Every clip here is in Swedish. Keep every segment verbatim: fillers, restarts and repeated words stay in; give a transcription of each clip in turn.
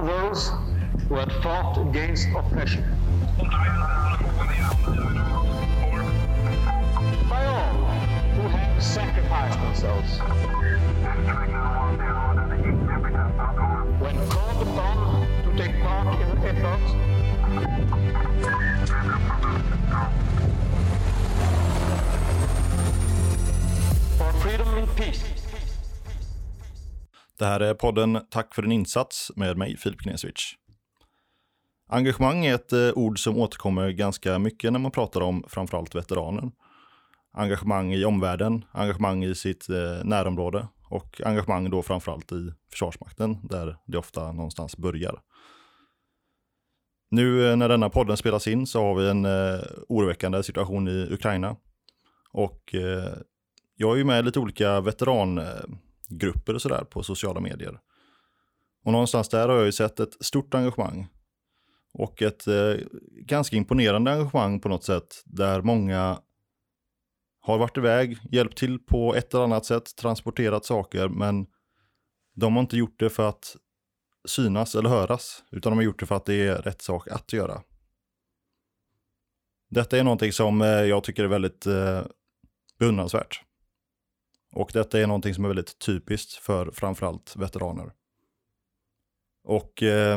all those who had fought against oppression. By all who have sacrificed themselves. When called upon to take part in the effort. For freedom and peace. Det här är podden Tack för din insats med mig, Filip Knesevich. Engagemang är ett eh, ord som återkommer ganska mycket när man pratar om framförallt veteraner. Engagemang i omvärlden, engagemang i sitt eh, närområde och engagemang då framförallt i Försvarsmakten där det ofta någonstans börjar. Nu eh, när denna podden spelas in så har vi en eh, oroväckande situation i Ukraina. Och eh, jag är ju med i lite olika veterangrupper och sådär på sociala medier. Och någonstans där har jag ju sett ett stort engagemang. Och ett eh, ganska imponerande engagemang på något sätt där många har varit iväg, hjälpt till på ett eller annat sätt, transporterat saker, men de har inte gjort det för att synas eller höras, utan de har gjort det för att det är rätt sak att göra. Detta är någonting som eh, jag tycker är väldigt eh, beundransvärt. Och detta är någonting som är väldigt typiskt för framförallt veteraner. Och eh,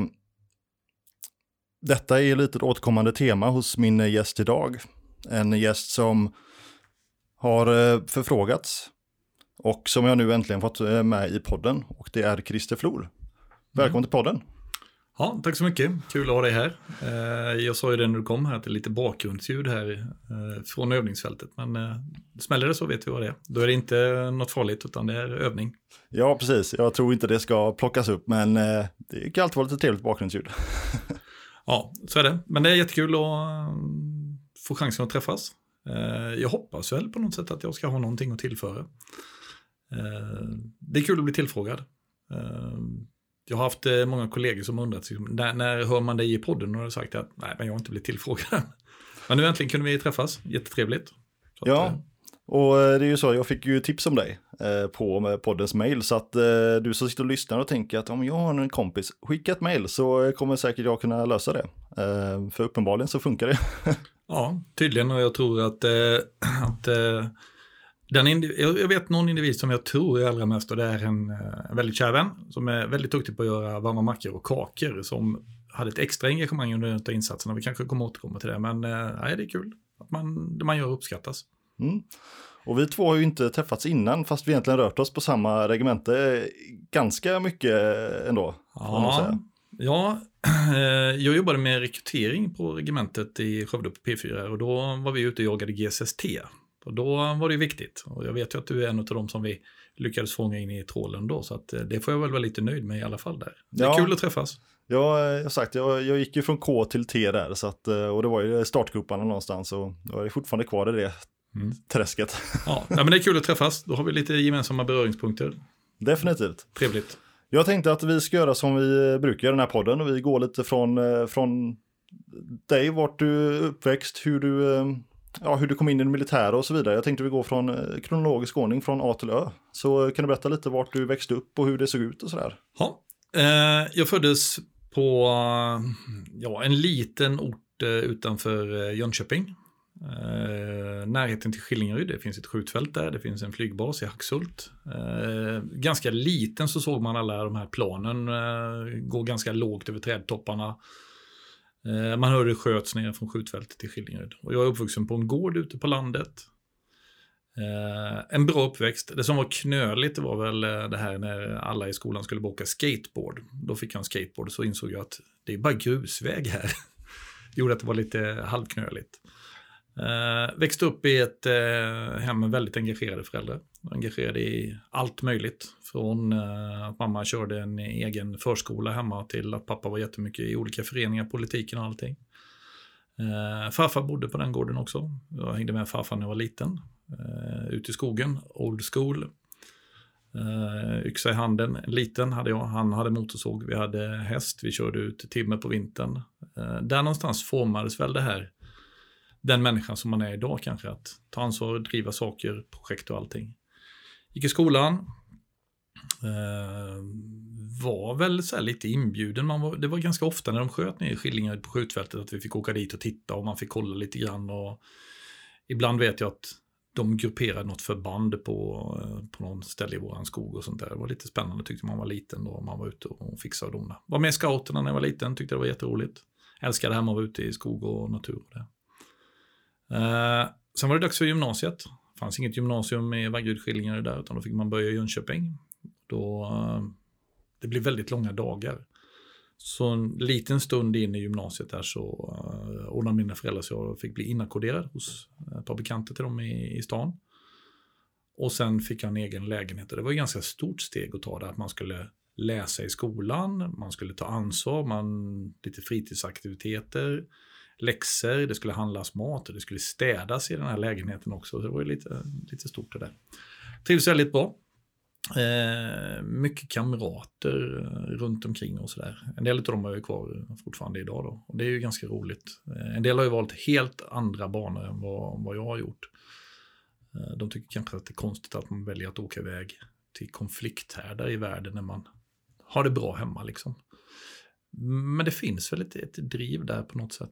detta är lite ett återkommande tema hos min gäst idag. En gäst som har eh, förfrågats och som jag nu äntligen fått eh, med i podden. Och det är Christer Flor. Välkommen mm. till podden. Ja, tack så mycket. Kul att ha dig här. Jag sa ju det när du kom här att det är lite bakgrundsljud här från övningsfältet. Men smäller det så vet vi vad det är. Då är det inte något farligt utan det är övning. Ja, precis. Jag tror inte det ska plockas upp men det kan alltid vara lite trevligt bakgrundsljud. Ja, så är det. Men det är jättekul att få chansen att träffas. Jag hoppas väl på något sätt att jag ska ha någonting att tillföra. Det är kul att bli tillfrågad. Jag har haft många kollegor som undrat när, när hör man dig i podden och har sagt att nej, men jag har inte blivit tillfrågad. Men nu äntligen kunde vi träffas, jättetrevligt. Så ja, att, och det är ju så, jag fick ju tips om dig eh, på poddens mail så att eh, du som sitter och lyssnar och tänker att om jag har en kompis, skicka ett mail så kommer säkert jag kunna lösa det. Eh, för uppenbarligen så funkar det. Ja, tydligen och jag tror att, eh, att eh, Den indiv- jag vet någon individ som jag tror är allra mest och det är en, en väldigt kär vän som är väldigt duktig på att göra varma mackor och kakor som hade ett extra engagemang under den här insatserna. Vi kanske kommer återkomma till det men nej, det är kul att man, det man gör uppskattas. Mm. Och vi två har ju inte träffats innan fast vi egentligen rört oss på samma regemente ganska mycket ändå. Ja, ja jag jobbade med rekrytering på regementet i Skövde på P fyra och då var vi ute och jagade G S S T. Och då var det viktigt. Och jag vet ju att du är en av dem som vi lyckades fånga in i trålen då. Så att det får jag väl vara lite nöjd med i alla fall där. Det är ja. Kul att träffas. Ja, jag har sagt. Jag, jag gick ju från K till T där. Så att, och det var ju startgrupparna någonstans. Och jag är fortfarande kvar i det mm. träsket. Ja, men det är kul att träffas. Då har vi lite gemensamma beröringspunkter. Definitivt. Trevligt. Jag tänkte att vi ska göra som vi brukar i den här podden. Och vi går lite från, från dig, vart du är uppväxt, hur du... Ja, hur du kom in i det militära och så vidare. Jag tänkte vi går från kronologisk ordning från A till Ö. Så kan du berätta lite vart du växte upp och hur det såg ut och sådär? Ja, eh, jag föddes på ja, en liten ort eh, utanför Jönköping. Eh, närheten till Skillingeryd. Det finns ett skjutfält där. Det finns en flygbas i Haxhult. Eh, ganska liten så såg man alla de här planen eh, gå ganska lågt över trädtopparna. Man hörde det sköts ner från skjutfältet till Skillingeryd. Och jag är uppvuxen på en gård ute på landet. Eh, en bra uppväxt. Det som var knöligt var väl det här när alla i skolan skulle åka skateboard. Då fick jag en skateboard så insåg jag att det är bara grusväg här. Det gjorde att det var lite halvknöligt. Eh, växte upp i ett eh, hem med väldigt engagerade föräldrar. Engagerade i allt möjligt. Från eh, att mamma körde en egen förskola hemma till att pappa var jättemycket i olika föreningar, politiken och allting. Eh, farfar bodde på den gården också. Jag hängde med farfar när jag var liten. Eh, ute i skogen, old school. Eh, yxa i handen, en liten hade jag. Han hade motorsåg, vi hade häst. Vi körde ut timmer på vintern. Eh, där någonstans formades väl det här. Den människan som man är idag kanske. Att ta ansvar, driva saker, projekt och allting. Gick i skolan. Eh, var väl så här lite inbjuden. Man var, det var ganska ofta när de sköt ner i Skillingaryd på skjutfältet att vi fick åka dit och titta och man fick kolla lite grann. Och ibland vet jag att de grupperade något förband på, på någon ställe i våran skog och sånt där. Det var lite spännande tyckte man var liten då man var ute och fixade dem där. Var med i scouterna när jag var liten, tyckte det var jätteroligt. Älskade det här med att vara ute i skog och natur och det. Eh, sen var det dags för gymnasiet. Det fanns inget gymnasium i Vaggeryd Skillingaryd där utan då fick man börja i Jönköping. Då, eh, det blev väldigt långa dagar. Så en liten stund in i gymnasiet där så uh, ordnade mina föräldrar så jag fick bli inackorderad hos ett par bekanta till dem i, i stan. Och sen fick jag en egen lägenhet. Och det var ett ganska stort steg att ta det. Att man skulle läsa i skolan, man skulle ta ansvar, man, lite fritidsaktiviteter, läxor, det skulle handlas mat och det skulle städas i den här lägenheten också. Så det var ju lite, lite stort det där. Trivs väldigt bra. Eh, mycket kamrater eh, runt omkring och sådär. En del av dem är ju kvar fortfarande idag då. Och det är ju ganska roligt. Eh, en del har ju valt helt andra banor än vad, vad jag har gjort. Eh, de tycker kanske att det är konstigt att man väljer att åka iväg till konflikthärdar i världen när man har det bra hemma liksom. Men det finns väl ett, ett driv där på något sätt.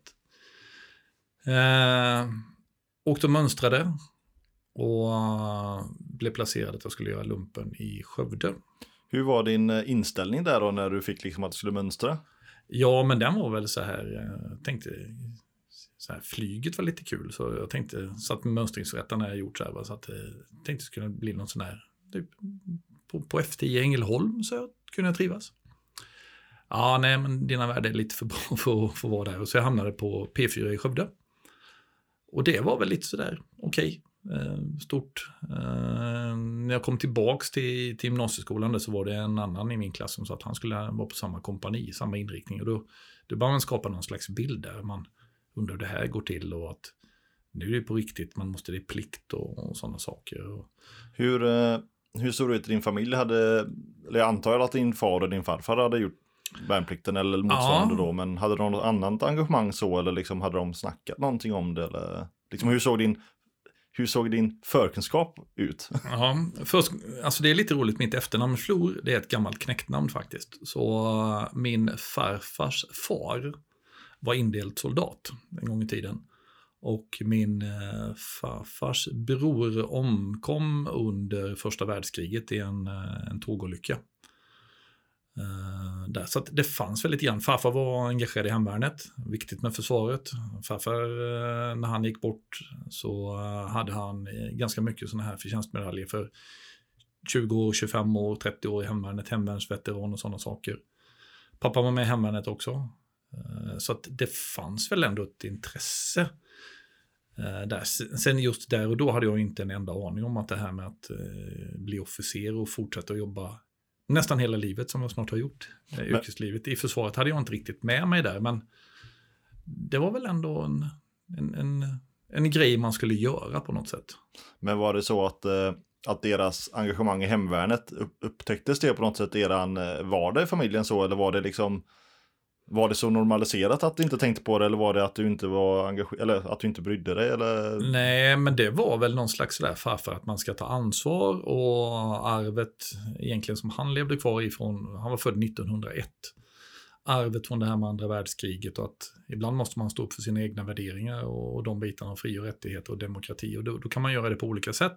Eh, åkte och mönstrade. Och blev placerad att jag skulle göra lumpen i Skövde. Hur var din inställning där då när du fick liksom att du skulle mönstra? Ja, men den var väl så här, jag tänkte, så här, flyget var lite kul. Så jag tänkte, satt med mönstringsrätten när jag gjort så här. Så att jag tänkte att det skulle bli någon sån här, typ, på, på F tio i Ängelholm så jag kunde jag trivas. Ja, nej, men dina värld är lite för bra för att få vara där. Och så jag hamnade på P fyra i Skövde. Och det var väl lite sådär, okej. Okay. Stort. När jag kom tillbaks till, till gymnasieskolan där så var det en annan i min klass som sa att han skulle vara på samma kompani, samma inriktning. Och då, då började man skapa någon slags bild där. Man undrar hur det här går till och att nu är det på riktigt, man måste det plikt och, och sådana saker. Och... Hur, hur såg det ut i din familj? Hade, eller jag antar att din far och din farfar hade gjort värnplikten eller motsvarande ja. Då, men hade de något annat engagemang så eller liksom hade de snackat någonting om det? Eller, liksom, hur såg din Hur såg din förkunskap ut? Ja, först, alltså det är lite roligt. Mitt efternamn Flor, det är ett gammalt knäcktnamn faktiskt. Så min farfars far var indelt soldat en gång i tiden. Och min farfars bror omkom under första världskriget i en, en tågolycka. Uh, där. Så att det fanns väl lite grann. Farfar var engagerad i hemvärnet, viktigt med försvaret. Farfar, uh, när han gick bort så uh, hade han uh, ganska mycket såna här förtjänstmedaljer för tjugo år, tjugofem år, trettio år i hemvärnet, hemvärnsveteran och sådana saker. Pappa var med i hemvärnet också. Uh, så att det fanns väl ändå ett intresse uh, där. Sen just där och då hade jag inte en enda aning om att det här med att uh, bli officer och fortsätta att jobba nästan hela livet som jag snart har gjort, eh, yrkeslivet. I försvaret hade jag inte riktigt med mig där, men det var väl ändå en, en, en, en grej man skulle göra på något sätt. Men var det så att, eh, att deras engagemang i hemvärnet upptäcktes det på något sätt eran vardag i familjen så, eller var det liksom var det så normaliserat att du inte tänkte på det, eller var det att du inte var engagerad, eller att du inte brydde dig eller? Nej, men det var väl någon slags där farfar att man ska ta ansvar och arvet egentligen som han levde kvar ifrån, han var född nittonhundraett. Arvet från det här med andra världskriget och att ibland måste man stå upp för sina egna värderingar och de bitarna av fri och rättigheter och demokrati och då, då kan man göra det på olika sätt.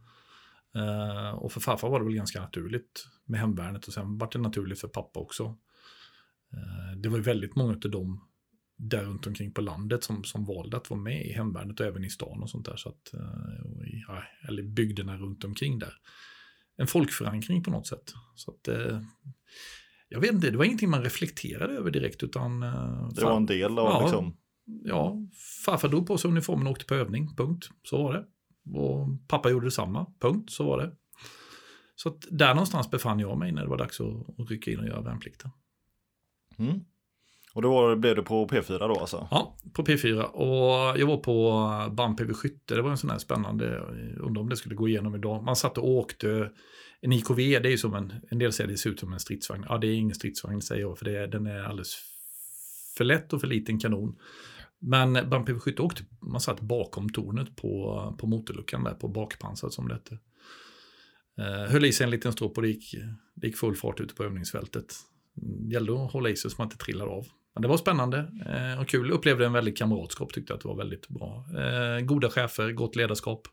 Uh, och för farfar var det väl ganska naturligt med hemvärnet och sen var det naturligt för pappa också. Det var ju väldigt många av dem där runt omkring på landet som, som valde att vara med i hemvärnet och även i stan och sånt där. Så att, i, eller bygderna runt omkring där. En folkförankring på något sätt. Så att, jag vet inte, det var ingenting man reflekterade över direkt utan... Det var en del av ja, liksom... Ja, farfar drog på sig uniformen och åkte på övning, punkt. Så var det. Och pappa gjorde detsamma, punkt. Så var det. Så att där någonstans befann jag mig när det var dags att, att rycka in och göra värnplikten. Mm. Och då var, blev du på P fyra då alltså? Ja, på P fyra. Och jag var på Band P V Skytte. Det var en sån här spännande, undrar om det skulle gå igenom idag. Man satt och åkte en I K V, det är ju som en, en del säger det ser ut som en stridsvagn. Ja, det är ingen stridsvagn säger jag, för det är, den är alldeles för lätt och för liten kanon. Men Band P V Skytte åkte, man satt bakom tornet på, på motorluckan där, på bakpansat som det hette. Eh, höll i sig en liten stropp och det gick, det gick full fart ute på övningsfältet. Det gällde att hålla i sig så man inte trillade av. Men det var spännande eh, och kul. Upplevde en väldigt kamratskap, tyckte att det var väldigt bra. Eh, goda chefer, gott ledarskap.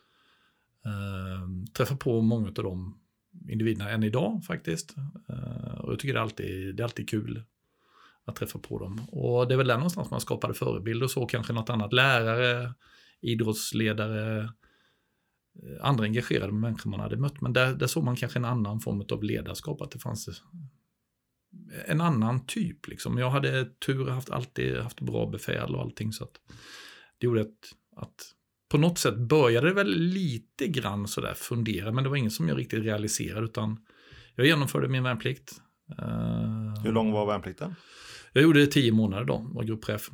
Eh, träffar på många av de individerna än idag faktiskt. Eh, och jag tycker det är, alltid, det är alltid kul att träffa på dem. Och det är väl där någonstans man skapade förebilder och så kanske något annat. Lärare, idrottsledare, andra engagerade människor man hade mött. Men där, där såg man kanske en annan form av ledarskap. Att det fanns en annan typ. Liksom. Jag hade tur och haft, alltid haft bra befäl och allting. Så att det gjorde att, att på något sätt började det väl lite grann sådär fundera. Men det var ingen som jag riktigt realiserade. Utan jag genomförde min värnplikt. Hur lång var värnplikten? Jag gjorde det tio månader då, var gruppchef.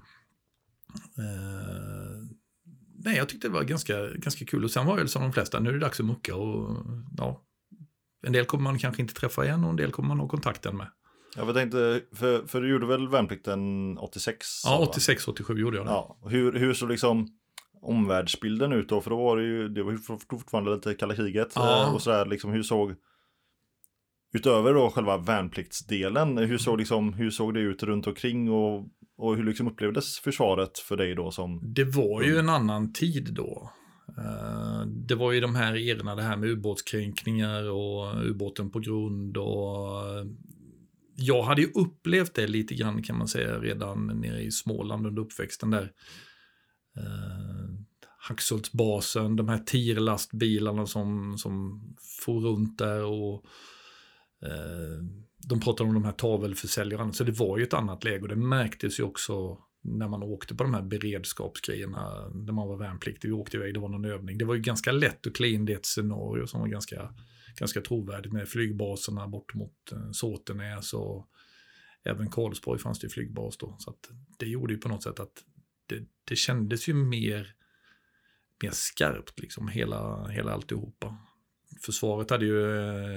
Uh, nej, jag tyckte det var ganska, ganska kul. Och sen var det som de flesta, nu är det dags att mucka. Och, ja, en del kommer man kanske inte träffa igen och en del kommer man ha kontakten med. Jag tänkte, för, för du gjorde väl värnplikten åttiosex? Ja, åttiosex åttiosju gjorde jag det. Ja, hur, hur så liksom omvärldsbilden ut då? För då var det ju, det var ju fortfarande lite kalla kriget. Ja. Och sådär, liksom hur såg... Utöver då själva värnpliktsdelen, hur såg, liksom, hur såg det ut runt omkring och, och hur liksom upplevdes försvaret för dig då? Som... Det var ju en annan tid då. Det var ju de här erorna, det här med ubåtskränkningar och ubåten på grund. Och jag hade ju upplevt det lite grann kan man säga redan nere i Småland under uppväxten där. Hacksultsbasen, de här tirlastbilarna som, som for runt där och de pratade om de här tavelförsäljarna, så det var ju ett annat läge och det märktes ju också när man åkte på de här beredskapsgrejerna när man var värnpliktig. Vi åkte iväg, det var någon övning. Det var ju ganska lätt att klä in det ett scenario som var ganska, ganska trovärdigt med flygbaserna bort mot Såtenäs och även Karlsborg fanns det ju flygbas då. Så att det gjorde ju på något sätt att det, det kändes ju mer, mer skarpt liksom hela, hela alltihopa. Försvaret hade ju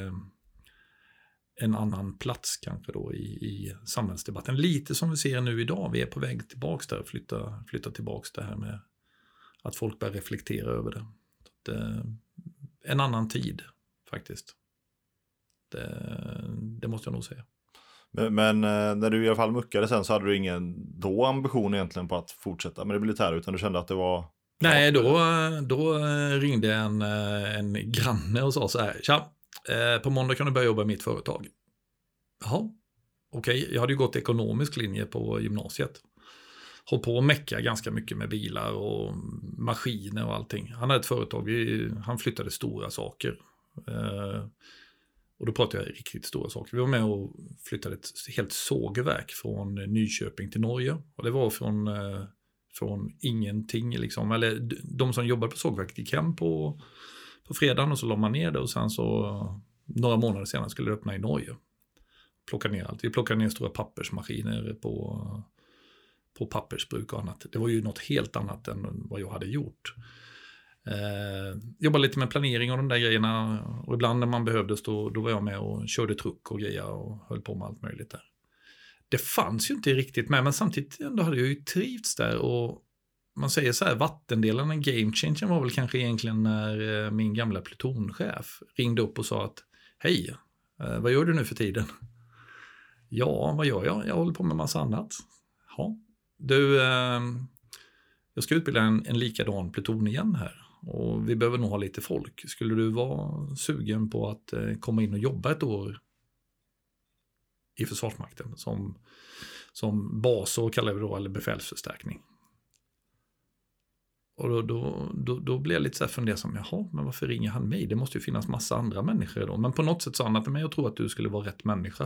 en annan plats kanske då i, i samhällsdebatten. Lite som vi ser nu idag. Vi är på väg tillbaka där och flytta, flytta tillbaka det här med att folk börjar reflektera över det. det en annan tid faktiskt. Det, det måste jag nog säga. Men, men när du i alla fall muckade sen så hade du ingen då ambition egentligen på att fortsätta med det militära utan du kände att det var... Nej, då, då ringde en, en granne och sa så här: tja, på måndag kan du börja jobba i mitt företag. Jaha, okej. Okay. Jag hade ju gått ekonomisk linje på gymnasiet. Håll på att mecka ganska mycket med bilar och maskiner och allting. Han hade ett företag, vi, han flyttade stora saker. Eh, och då pratade jag riktigt stora saker. Vi var med och flyttade ett helt sågverk från Nyköping till Norge. Och det var från, eh, från ingenting liksom. Eller de som jobbade på sågverket gick hem på... på fredagen och så la man ner det och sen så några månader senare skulle det öppna i Norge. Plocka ner allt. Vi plockade ner stora pappersmaskiner på, på pappersbruk och annat. Det var ju något helt annat än vad jag hade gjort. Eh, jobbade lite med planering och de där grejerna och ibland när man behövdes då, då var jag med och körde truck och grejer och höll på med allt möjligt där. Det fanns ju inte riktigt med men samtidigt ändå hade jag ju trivts där och man säger så här, vattendelen, en game changer var väl kanske egentligen när min gamla plutonchef ringde upp och sa att hej, vad gör du nu för tiden? Ja, vad gör jag? Jag håller på med massa annat. Ja, du, eh, jag ska utbilda en, en likadan pluton igen här och vi behöver nog ha lite folk. Skulle du vara sugen på att eh, komma in och jobba ett år i Försvarsmakten som, som bas och kallar vi då, eller befälsförstärkning? Och då, då, då, då blev jag lite så här fundersam, jaha, men varför ringer han mig? Det måste ju finnas massa andra människor då. Men på något sätt sa han att men jag tror att du skulle vara rätt människa.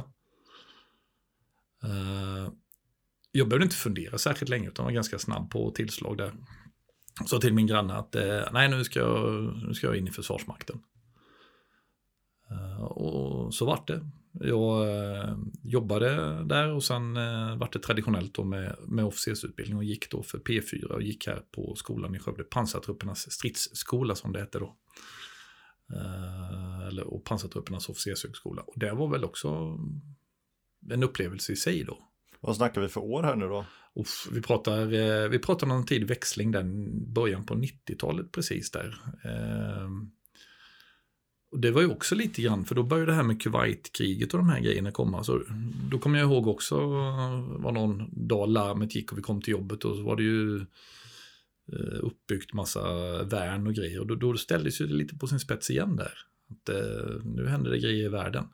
Uh, jag behövde inte fundera särskilt länge utan var ganska snabb på tillslag där. Så till min granne att uh, nej, nu ska, jag, nu ska jag in i Försvarsmakten. Uh, och så var det. Jag uh, jobbade där och sen uh, var det traditionellt då med, med officersutbildning och gick då för P fyra och gick här på skolan i Skövde, pansartruppernas stridsskola som det hette då. Uh, eller, och pansartruppernas officershögskola. Och det var väl också en upplevelse i sig då. Vad snackar vi för år här nu då? Uff, vi pratar uh, vi pratar någon tid växling där, början på nittiotalet precis där. Uh, Och det var ju också lite grann, för då började det här med Kuwait-kriget och de här grejerna komma. Så då kommer jag ihåg också, var någon dag larmet gick och vi kom till jobbet och så var det ju uppbyggt massa värn och grejer. Och då, då ställdes ju det lite på sin spets igen där. Att, eh, nu händer det grejer i världen.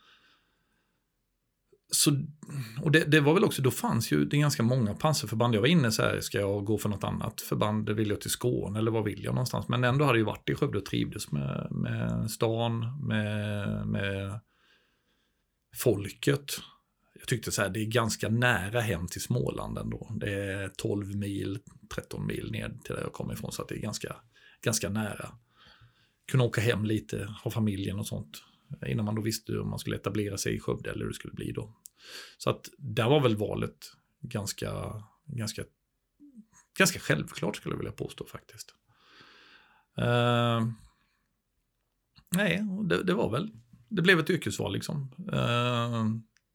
Så, och det, det var väl också, då fanns ju det ganska många pansarförband. Jag var inne så här, ska jag gå för något annat förband? Vill jag till Skåne eller vad vill jag någonstans? Men ändå hade jag varit i Skövde och trivdes med, med stan, med, med folket. Jag tyckte så här, det är ganska nära hem till Småland ändå. Det är tolv mil, tretton mil ned till där jag kommer ifrån, så att det är ganska, ganska nära. Kunna åka hem lite, ha familjen och sånt. Innan man då visste om man skulle etablera sig i Skövde eller hur det skulle bli då. Så att där var väl valet ganska, ganska, ganska självklart skulle jag vilja påstå faktiskt. Uh, nej, det, det var väl, det blev ett yrkesval liksom. Uh,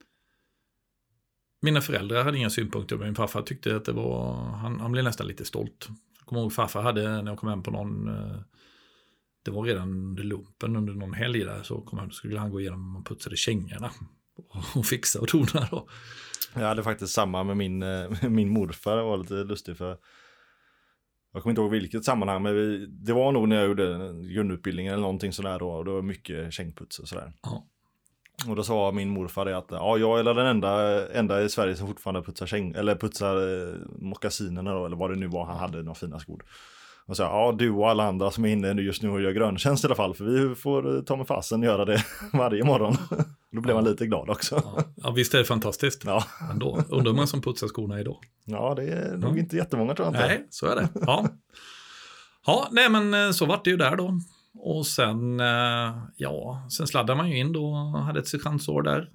mina föräldrar hade inga synpunkter, men min farfar tyckte att det var, han, han blev nästan lite stolt. Jag kommer ihåg farfar hade, när jag kom hem på någon, uh, det var redan under lumpen, under någon helg där, så kom han, skulle han gå igenom och putsade kängorna och fixa och tona då. Jag hade faktiskt samma med min, min morfar. Det var lite lustigt för jag kommer inte ihåg vilket sammanhang, men vi, det var nog när jag gjorde grundutbildningen eller någonting sådär då, och det var mycket kängputs och sådär. Ja. Och då sa min morfar det att ja, jag är den enda, enda i Sverige som fortfarande putsar käng, eller putsar eh, mockasinerna då, eller vad det nu var, han hade några fina skor. Och så ja, du och alla andra som är inne just nu och gör gröntjänst i alla fall, för vi får ta med fasen göra det varje morgon. Då blev man lite glad också. Ja, ja, visst är det fantastiskt. Ja. Ändå. Undrar man som putsar skorna idag. Ja, det är nog mm. inte jättemånga tror jag inte. Nej, så är det. Ja, ja nej men så var det ju där då. Och sen, ja, sen sladdade man ju in då, hade ett sergeantsår där.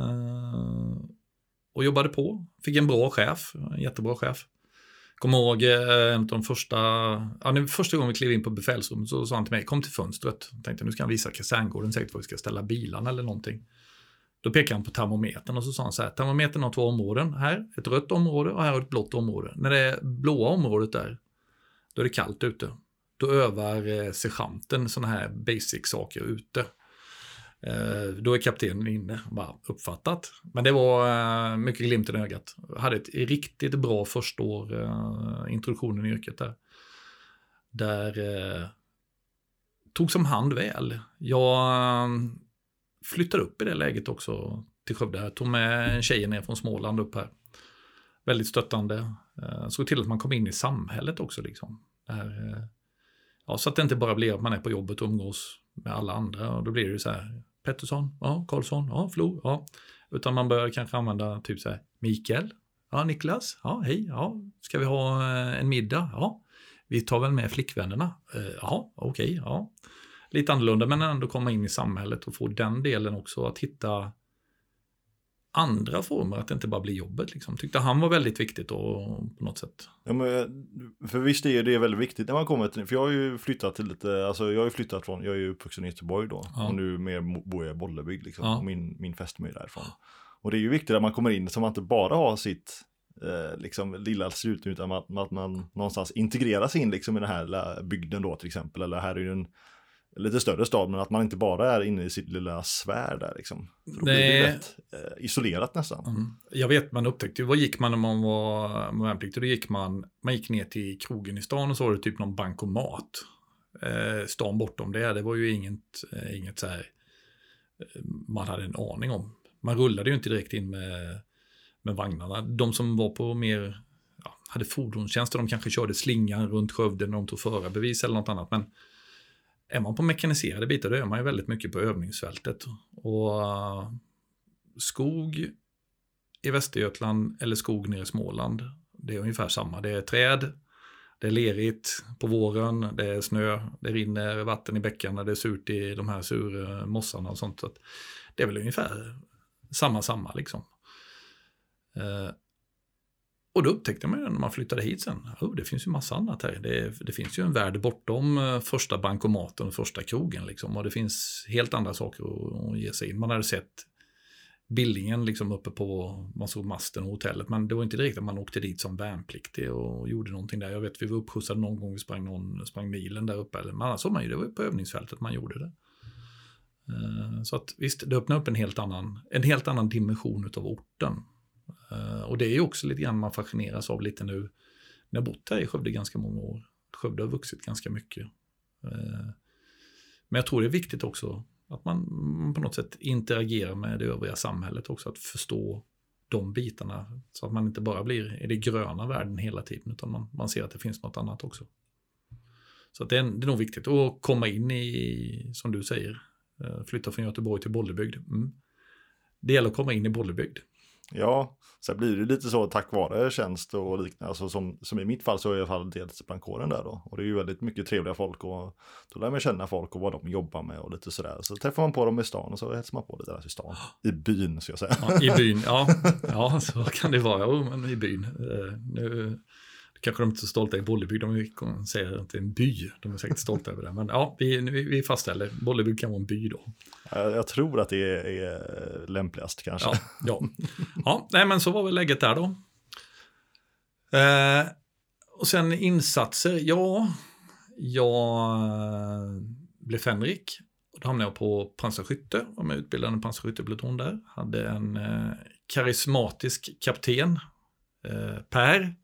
Och jobbade på. Fick en bra chef, en jättebra chef. Kommer ihåg en av de första, ja, nu första gången vi klev in på befälsrummet så sa han till mig, kom till fönstret. Jag tänkte, nu ska han visa kaserngården säkert var vi ska ställa bilarna eller någonting. Då pekade han på termometern och så sa han så här, termometern har två områden. Här ett rött område och här ett blått område. När det är blåa området där, då är det kallt ute. Då övar sergeanten såna här basic saker ute. Då är kaptenen inne, bara uppfattat. Men det var mycket glimt i ögat. Jag hade ett riktigt bra första år, introduktionen i yrket där. Där eh, tog som hand väl. Jag flyttade upp i det läget också till Skövde. Jag tog med tjejen ner från Småland upp här. Väldigt stöttande. Såg till att man kom in i samhället också liksom. Där, ja, så att det inte bara blir att man är på jobbet och umgås med alla andra. Och då blir det så här, Pettersson, ja, Karlsson, ja, Flo, ja. Utan man börjar kanske använda typ så här, Mikael, ja, Niklas, ja, hej, ja, ska vi ha en middag? Ja, vi tar väl med flickvännerna. Ja, okej, okay, ja. Lite annorlunda, men ändå komma in i samhället och få den delen också, att hitta andra former, att det inte bara blir jobbet liksom. Tyckte han var väldigt viktigt då, på något sätt. Ja, men för visst är det väldigt viktigt när man kommer till, för jag har ju flyttat till lite, alltså jag har ju flyttat från, jag är ju uppvuxen i Göteborg då, ja. Och nu mer bor jag i Bollebygd liksom, ja. Och min, min fästmö är därifrån. Och det är ju viktigt att man kommer in så man inte bara har sitt eh, liksom lilla slut, utan att, att man någonstans integreras in liksom i den här bygden då till exempel, eller här är ju en lite större stad, men att man inte bara är inne i sitt lilla svär där liksom. För då blir det lätt eh, isolerat nästan. Mm. Jag vet, man upptäckte, vad gick man när man var värnpliktig? Då gick man, man gick ner till krogen i stan och så var det typ någon bankomat. Eh, stan bortom det, det var ju inget, eh, inget så här, man hade en aning om. Man rullade ju inte direkt in med, med vagnarna. De som var på mer, ja, hade fordonstjänster, de kanske körde slingan runt Skövde när de tog förarbevis eller något annat, men är man på mekaniserade bitar, då är man ju väldigt mycket på övningsfältet. Och uh, skog i Västergötland eller skog nere i Småland, det är ungefär samma. Det är träd, det är lerigt på våren, det är snö, det rinner vatten i bäckarna, det är surt i de här sura mossarna och sånt. Så att det är väl ungefär samma, samma liksom. Uh, Och då upptäckte man ju när man flyttade hit sen, oh, det finns ju massa annat här. Det, det finns ju en värld bortom första bankomaten och första krogen liksom. Och det finns helt andra saker att, att ge sig in. Man hade sett Billingen liksom uppe på, man såg masten och hotellet. Men det var inte direkt att man åkte dit som värnpliktig och gjorde någonting där. Jag vet, vi var uppskjutsade någon gång, vi sprang, någon, sprang milen där uppe. Eller, men annars såg man ju, det var ju på övningsfältet man gjorde det. Så att visst, det öppnar upp en helt annan, en helt annan dimension av orten. Och det är ju också lite grann man fascineras av lite nu. När jag bott här i Skövde ganska många år. Skövde har vuxit ganska mycket. Men jag tror det är viktigt också att man på något sätt interagerar med det övriga samhället också. Att förstå de bitarna. Så att man inte bara blir i det gröna världen hela tiden. Utan man, man ser att det finns något annat också. Så att det, är, det är nog viktigt att komma in i, som du säger, flytta från Göteborg till Bollebygd. Mm. Det gäller att komma in i Bollebygd. Ja, så blir det lite så tack vare tjänst och liknande. Alltså som, som i mitt fall så är jag i alla fall deltidsbrandkåren där då. Och det är ju väldigt mycket trevliga folk och då lär man känna folk och vad de jobbar med och lite sådär. Så träffar man på dem i stan och så hetsar man på lite där i stan. I byn ska jag säga. Ja, i byn, ja. Ja, så kan det vara. Ja, men i byn. Uh, nu... Kanske de inte är så stolta i Bollebygd, de säger att det är en by. De är säkert stolta över det. Men ja, vi, vi fastställer. Bollebygd kan vara en by då. Jag tror att det är, är lämpligast kanske. Ja, ja. Ja, nej, men så var väl läget där då. Eh, och sen insatser. Ja, jag blev fänrik. Då hamnade jag på pansarskytte. Jag var utbildad en pansarskyttepluton där. Hade en eh, karismatisk kapten, eh, Per.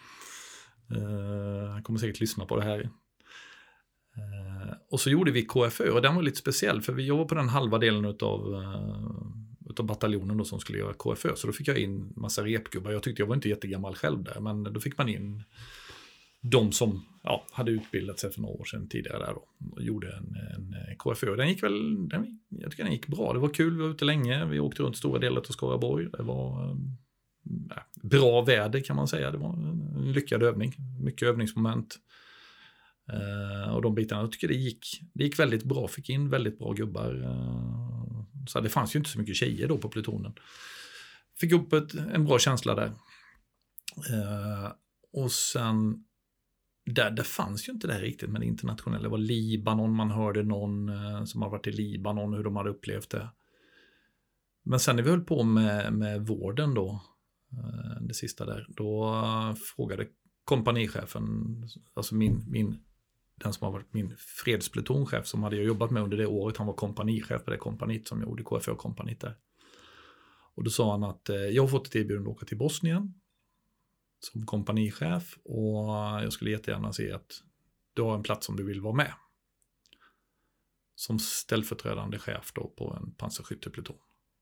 Uh, han kommer säkert lyssna på det här. Uh, och så gjorde vi K F Ö och den var lite speciell för vi jobbade på den halva delen utav, uh, utav bataljonen då som skulle göra K F Ö. Så då fick jag in massa repgubbar. Jag tyckte jag var inte jättegammal själv där, men då fick man in de som ja, hade utbildat sig för några år sedan tidigare där då, och gjorde en, en K F Ö. Den gick väl, den, jag tycker den gick bra. Det var kul, vi var ute länge. Vi åkte runt stora delar av Skaraborg. Det var... Um, bra väder kan man säga. Det var en lyckad övning. Mycket övningsmoment. Uh, och de bitarna, jag tycker det gick, det gick väldigt bra. Fick in väldigt bra gubbar. Uh, så det fanns ju inte så mycket tjejer då på plutonen. Fick upp ett, en bra känsla där. Uh, och sen där, det fanns ju inte det här riktigt med det internationella. Det var Libanon, man hörde någon uh, som har varit i Libanon, hur de hade upplevt det. Men sen när vi höll på med, med vården då, det sista där, då frågade kompanichefen, alltså min, min, den som har varit min fredsplutonchef som hade jag jobbat med under det året, han var kompanichef på det kompanit som jag gjorde, K F Ö-kompanit där. Och då sa han att jag har fått ett erbjudande att åka till Bosnien som kompanichef och jag skulle jättegärna se att du har en plats som du vill vara med. Som ställföreträdande chef då på en pansarskyttepluton.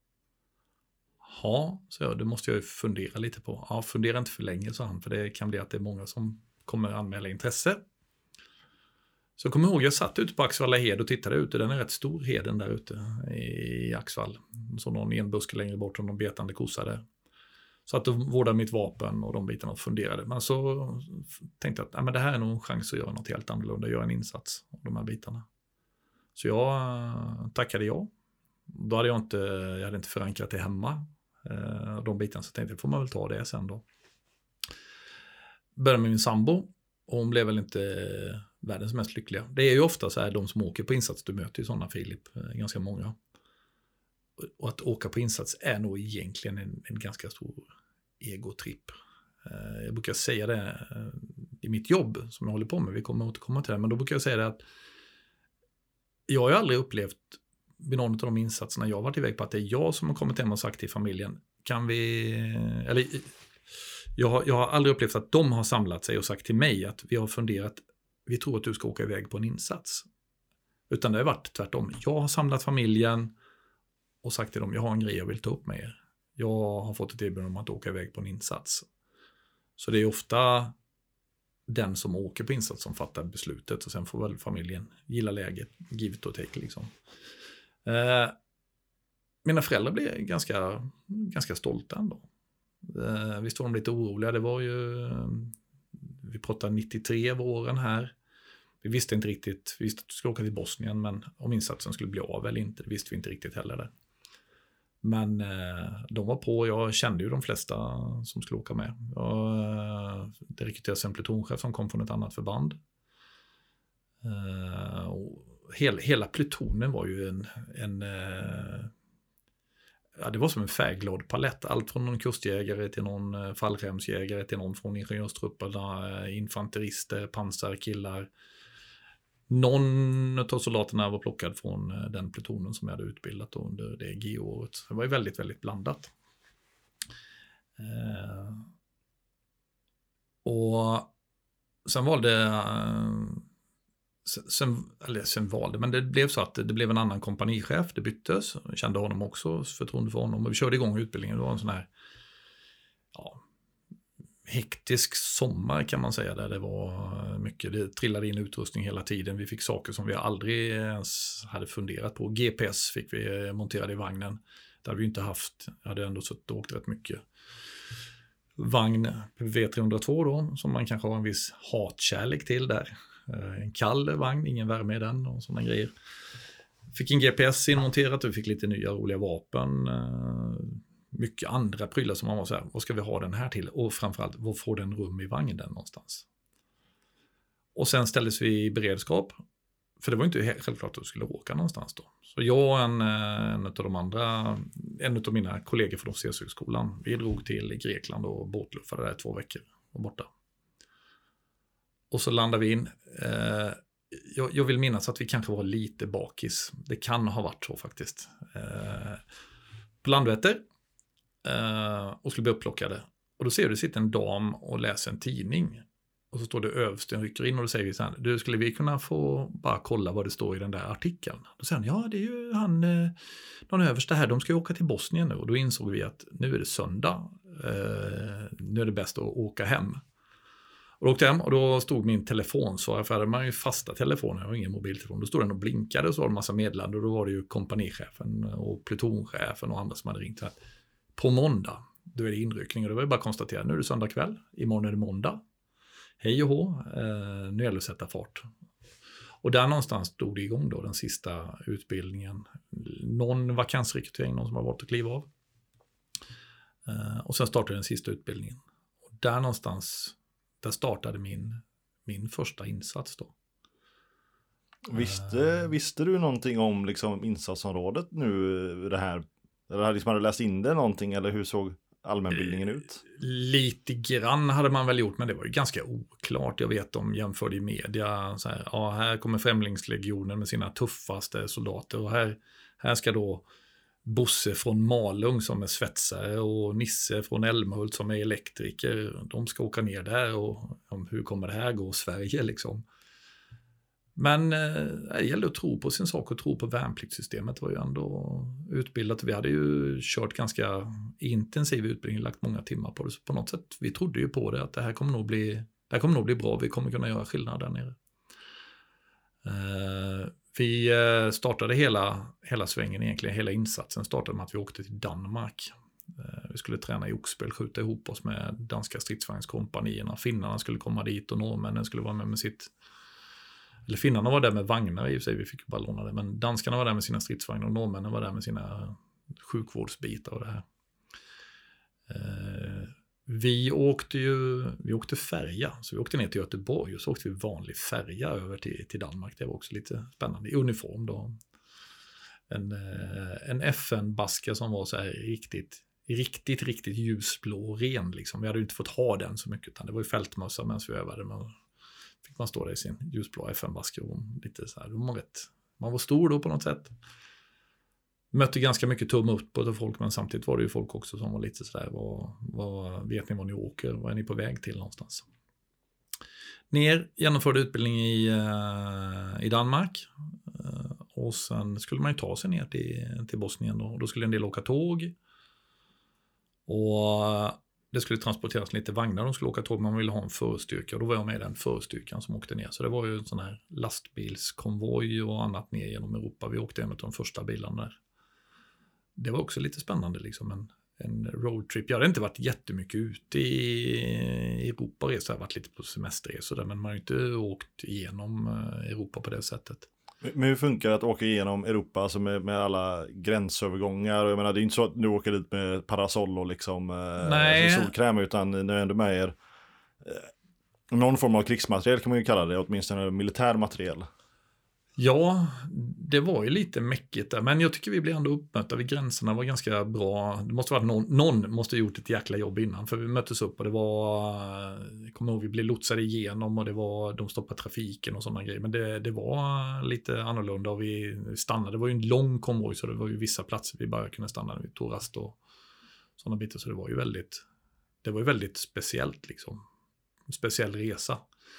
Ja, så jag, det måste jag ju fundera lite på. Ja, fundera inte för länge, sa han, för det kan bli att det är många som kommer anmäla intresse. Så jag kommer ihåg, jag satt ute på Axvalla hed och tittade ut, och den är rätt stor heden där ute i Axvall. Så någon enbuske längre bort från någon betande kossa där. Så att då vårdade mitt vapen och de bitarna och funderade. Men så tänkte jag att nej, men det här är nog en chans att göra något helt annorlunda, göra en insats av de här bitarna. Så jag tackade ja. Då hade jag inte, jag hade inte förankrat det hemma. De bitarna, så tänkte jag, får man väl ta det sen då. Började med min sambo och hon blev väl inte världens mest lyckliga. Det är ju ofta så här, de som åker på insats, du möter ju sådana, Filip, ganska många. Och att åka på insats är nog egentligen en, en ganska stor egotripp. Jag brukar säga det i mitt jobb som jag håller på med, vi kommer återkomma till det, men då brukar jag säga det att jag har ju aldrig upplevt vid någon av de insatserna jag har varit iväg på att det är jag som har kommit hem och sagt till familjen, kan vi, eller jag har, jag har aldrig upplevt att de har samlat sig och sagt till mig att vi har funderat, vi tror att du ska åka iväg på en insats. Utan det har varit tvärtom. Jag har samlat familjen och sagt till dem, jag har en grej jag vill ta upp med er. Jag har fått ett erbjudande om att åka iväg på en insats. Så det är ofta den som åker på insats som fattar beslutet, och sen får väl familjen gilla läget, givet och take liksom. Eh, mina föräldrar blev ganska, ganska stolta ändå. Eh, visst var de lite oroliga, det var ju, vi pratade nittiotre våren här. Vi visste inte riktigt, vi visste att du skulle åka till Bosnien, men om insatsen skulle bli av eller inte, det visste vi inte riktigt heller där. Men eh, de var på, jag kände ju de flesta som skulle åka med. Jag, eh, det rekryterades en plutonchef som kom från ett annat förband. Eh, och hel, hela plutonen var ju en, en eh, ja, det var som en färgglad palett. Allt från någon kustjägare till någon fallskärmsjägare till någon från ingenjörstrupperna, infanterister, pansarkillar. Någon av soldaterna var plockad från den plutonen som jag hade utbildat under det G-året. Det var ju väldigt, väldigt blandat. Eh, och sen valde... Eh, sen, eller sen valde, men det blev så att det blev en annan kompanichef. Det byttes. Jag kände honom också, förtroende för honom. Och vi körde igång utbildningen. Det var en sån här... Ja, hektisk sommar kan man säga, där det var mycket, det trillade in utrustning hela tiden. Vi fick saker som vi aldrig ens hade funderat på. G P S fick vi monterade i vagnen. Det hade vi inte haft. Jag hade ändå suttit och åkt rätt mycket. Vagn V tre noll två då, som man kanske har en viss hatkärlek till där. En kall vagn, ingen värme i den och sådana grejer. Fick en G P S inmonterat och vi fick lite nya roliga vapen. Mycket andra prylar som man var så här, vad ska vi ha den här till? Och framförallt, vad får den rum i vagnen någonstans? Och sen ställdes vi i beredskap. För det var inte självklart att vi skulle åka någonstans då. Så jag och en, en av de andra, en av mina kollegor från officershögskolan, vi drog till Grekland och båtluffade där två veckor och borta. Och så landade vi in. Eh, jag, jag vill minnas att vi kanske var lite bakis. Det kan ha varit så faktiskt. Eh, på Landvetter. Uh, och skulle bli upplockade. Och då ser du, det sitter en dam och läser en tidning. Och så står det översten rycker in och då säger vi så här, du, skulle vi kunna få bara kolla vad det står i den där artikeln? Då säger han, ja det är ju han, uh, någon överste här, de ska ju åka till Bosnien nu. Och då insåg vi att nu är det söndag. Uh, nu är det bäst att åka hem. Och då åkte jag hem och då stod min telefonsvarare, för hade man ju fasta telefoner och ingen mobiltelefon. Då stod den och blinkade och så var det en massa meddelande och då var det ju kompanichefen och plutonchefen och andra som hade ringt. På måndag, då är det inryckning och det var ju bara att konstatera, nu är det söndag kväll, imorgon är det måndag. Hej och hå, eh, nu gäller det att sätta fart. Och där någonstans stod det igång då den sista utbildningen. Någon vakansrekrytering, någon som har valt att kliva av. Eh, och sen startade den sista utbildningen. Och där någonstans, där startade min, min första insats då. Visste, uh, visste du någonting om liksom insatsområdet nu, det här? Eller liksom hade du läst in det någonting, eller hur såg allmänbildningen ut? Lite grann hade man väl gjort, men det var ju ganska oklart. Jag vet om jämförde i media, så här, ja, här kommer Främlingslegionen med sina tuffaste soldater och här, här ska då Bosse från Malung som är svetsare och Nisse från Älmhult som är elektriker, de ska åka ner där och om, hur kommer det här gå Sverige liksom. Men eh, det gällde att tro på sin sak och tro på värnpliktssystemet. Det var ju ändå utbildat. Vi hade ju kört ganska intensiv utbildning, lagt många timmar på det. Så på något sätt, vi trodde ju på det, att det här kommer nog bli, det här kommer nog bli bra. Vi kommer kunna göra skillnad där nere. Eh, vi startade hela, hela svängen egentligen, hela insatsen startade med att vi åkte till Danmark. Eh, vi skulle träna i oxspel, skjuta ihop oss med danska stridsvagnskompanierna. Finnarna skulle komma dit och norrmännen skulle vara med med sitt... Eller finnarna var där med vagnar i och för sig, vi fick ju bara låna det. Men danskarna var där med sina stridsvagnar och norrmännen var där med sina sjukvårdsbitar och det här. Eh, vi åkte ju, vi åkte färja. Så vi åkte ner till Göteborg och så åkte vi vanlig färja över till, till Danmark. Det var också lite spännande. I uniform då. En, en F N-baska som var så här riktigt, riktigt, riktigt ljusblå och ren liksom. Vi hade ju inte fått ha den så mycket, utan det var ju fältmössa medan vi övade med. Fick man stå där i sin ljusblå F N-basker och lite så här, man, rätt, man var stor då på något sätt. Mötte ganska mycket tumme upp på folk, men samtidigt var det ju folk också som var lite så där, vad, vad, vet ni vad ni åker, vad är ni på väg till någonstans? Ner, genomförde utbildning i, uh, i Danmark uh, och sen skulle man ju ta sig ner till, till Bosnien då, och då skulle en del åka tåg och uh, det skulle transporteras lite vagnar, de skulle åka tåg, man ville ha en förstyrka och då var jag med i den förstyrkan som åkte ner. Så det var ju en sån här lastbilskonvoj och annat ner genom Europa. Vi åkte en av de första bilarna där. Det var också lite spännande liksom, en, en roadtrip. Jag hade inte varit jättemycket ute i Europa, resa, jag har varit lite på semesterresor där, men man har ju inte åkt igenom Europa på det sättet. Men hur funkar det att åka igenom Europa, alltså med, med alla gränsövergångar? Jag menar, det är inte så att du åker dit med parasoll och liksom alltså solkräm, utan ni är ändå med er eh, någon form av krigsmateriel kan man ju kalla det, åtminstone militär materiel. Ja, det var ju lite mäckigt där, men jag tycker vi blev ändå uppmötta vid gränserna, var ganska bra. Det måste varit någon, någon måste ha gjort ett jäkla jobb innan, för vi möttes upp och det var, jag kommer ihåg, vi blev lotsade igenom och det var, de stoppade trafiken och sådana grejer, men det, det var lite annorlunda och vi stannade, det var ju en lång konvoj så det var ju vissa platser vi bara kunde stanna, vi tog rast och sådana bitar, så det var ju väldigt, det var ju väldigt speciellt liksom, en speciell resa.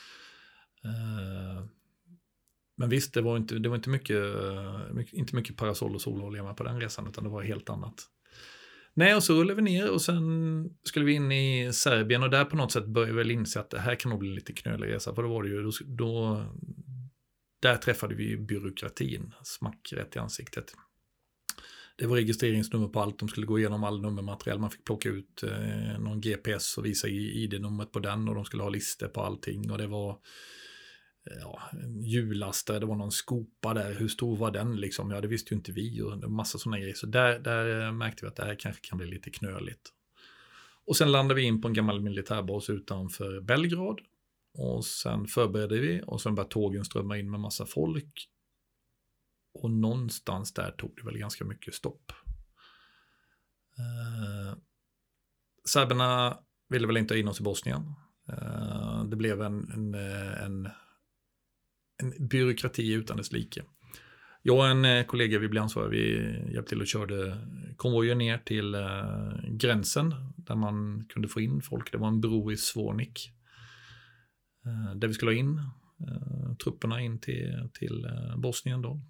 Uh, Men visst, det var inte, det var inte, mycket, mycket, inte mycket parasoll och sololja med på den resan, utan det var helt annat. Nej, och så rullade vi ner och sen skulle vi in i Serbien och där på något sätt började vi väl inse att det här kan nog bli lite knölig resa. För då var det ju, då, då, där träffade vi byråkratin, smack rätt i ansiktet. Det var registreringsnummer på allt, de skulle gå igenom all nummermaterial, man fick plocka ut eh, någon G P S och visa I D-numret på den och de skulle ha listor på allting och det var... Ja, hjullaster, det var någon skopa där, hur stor var den liksom, ja det visste ju inte vi och det var massa sådana grejer, så där, där märkte vi att det här kanske kan bli lite knöligt. Och sen landade vi in på en gammal militärbas utanför Belgrad och sen förberedde vi och sen började tågen strömma in med massa folk och någonstans där tog det väl ganska mycket stopp. Eh, serberna ville väl inte ha in oss i Bosnien. Eh, det blev en, en, en en byråkrati utan dess like. Jag och en kollega, vi blev ansvariga, vi hjälpte till och körde konvojer ner till eh, gränsen där man kunde få in folk. Det var en bro i Zvornik eh, där vi skulle ha in eh, trupperna in till, till eh, Bosnien då.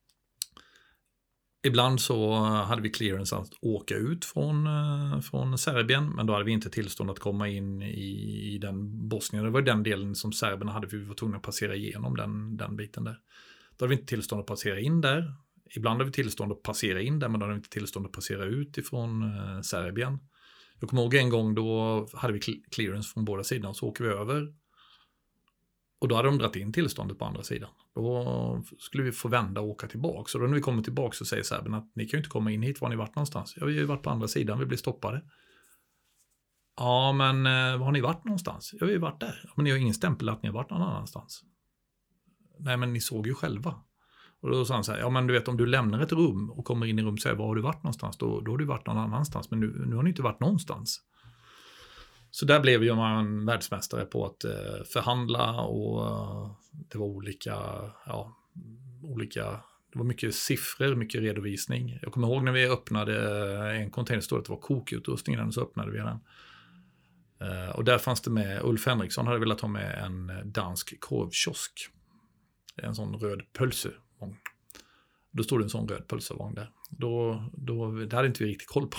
Ibland så hade vi clearance att åka ut från, eh, från Serbien, men då hade vi inte tillstånd att komma in i, i den Bosnien. Det var den delen som serberna hade, för vi var tvungna att passera igenom den, den biten där. Då hade vi inte tillstånd att passera in där. Ibland hade vi tillstånd att passera in där, men då hade vi inte tillstånd att passera ut ifrån eh, Serbien. Jag kommer ihåg en gång då hade vi clearance från båda sidor, så åker vi över. Och då hade de dragit in tillståndet på andra sidan. Då skulle vi få vända och åka tillbaka. Så då när vi kommer tillbaka så säger serberna att ni kan ju inte komma in hit, var ni varit någonstans? Ja, vi har ju varit på andra sidan, vi blir stoppade. Ja, men eh, var har ni varit någonstans? Ja, vi har ju varit där. Men ni har ingen stämpel att ni har varit någon annanstans. Nej, men ni såg ju själva. Och då sa han så här, ja men du vet om du lämnar ett rum och kommer in i rum och säger var har du varit någonstans? Då, då har du varit någon annanstans, men nu, nu har ni inte varit någonstans. Så där blev ju man världsmästare på att eh, förhandla och eh, det var olika, ja, olika, det var mycket siffror, mycket redovisning. Jag kommer ihåg när vi öppnade en container, stod det var kokutrustningen, så öppnade vi den. Eh, och där fanns det med, Ulf Henriksson hade velat ha med en dansk korvkiosk. En sån röd pölsevång. Då stod det en sån röd pölsevång där. Då, då, det hade inte vi riktigt koll på.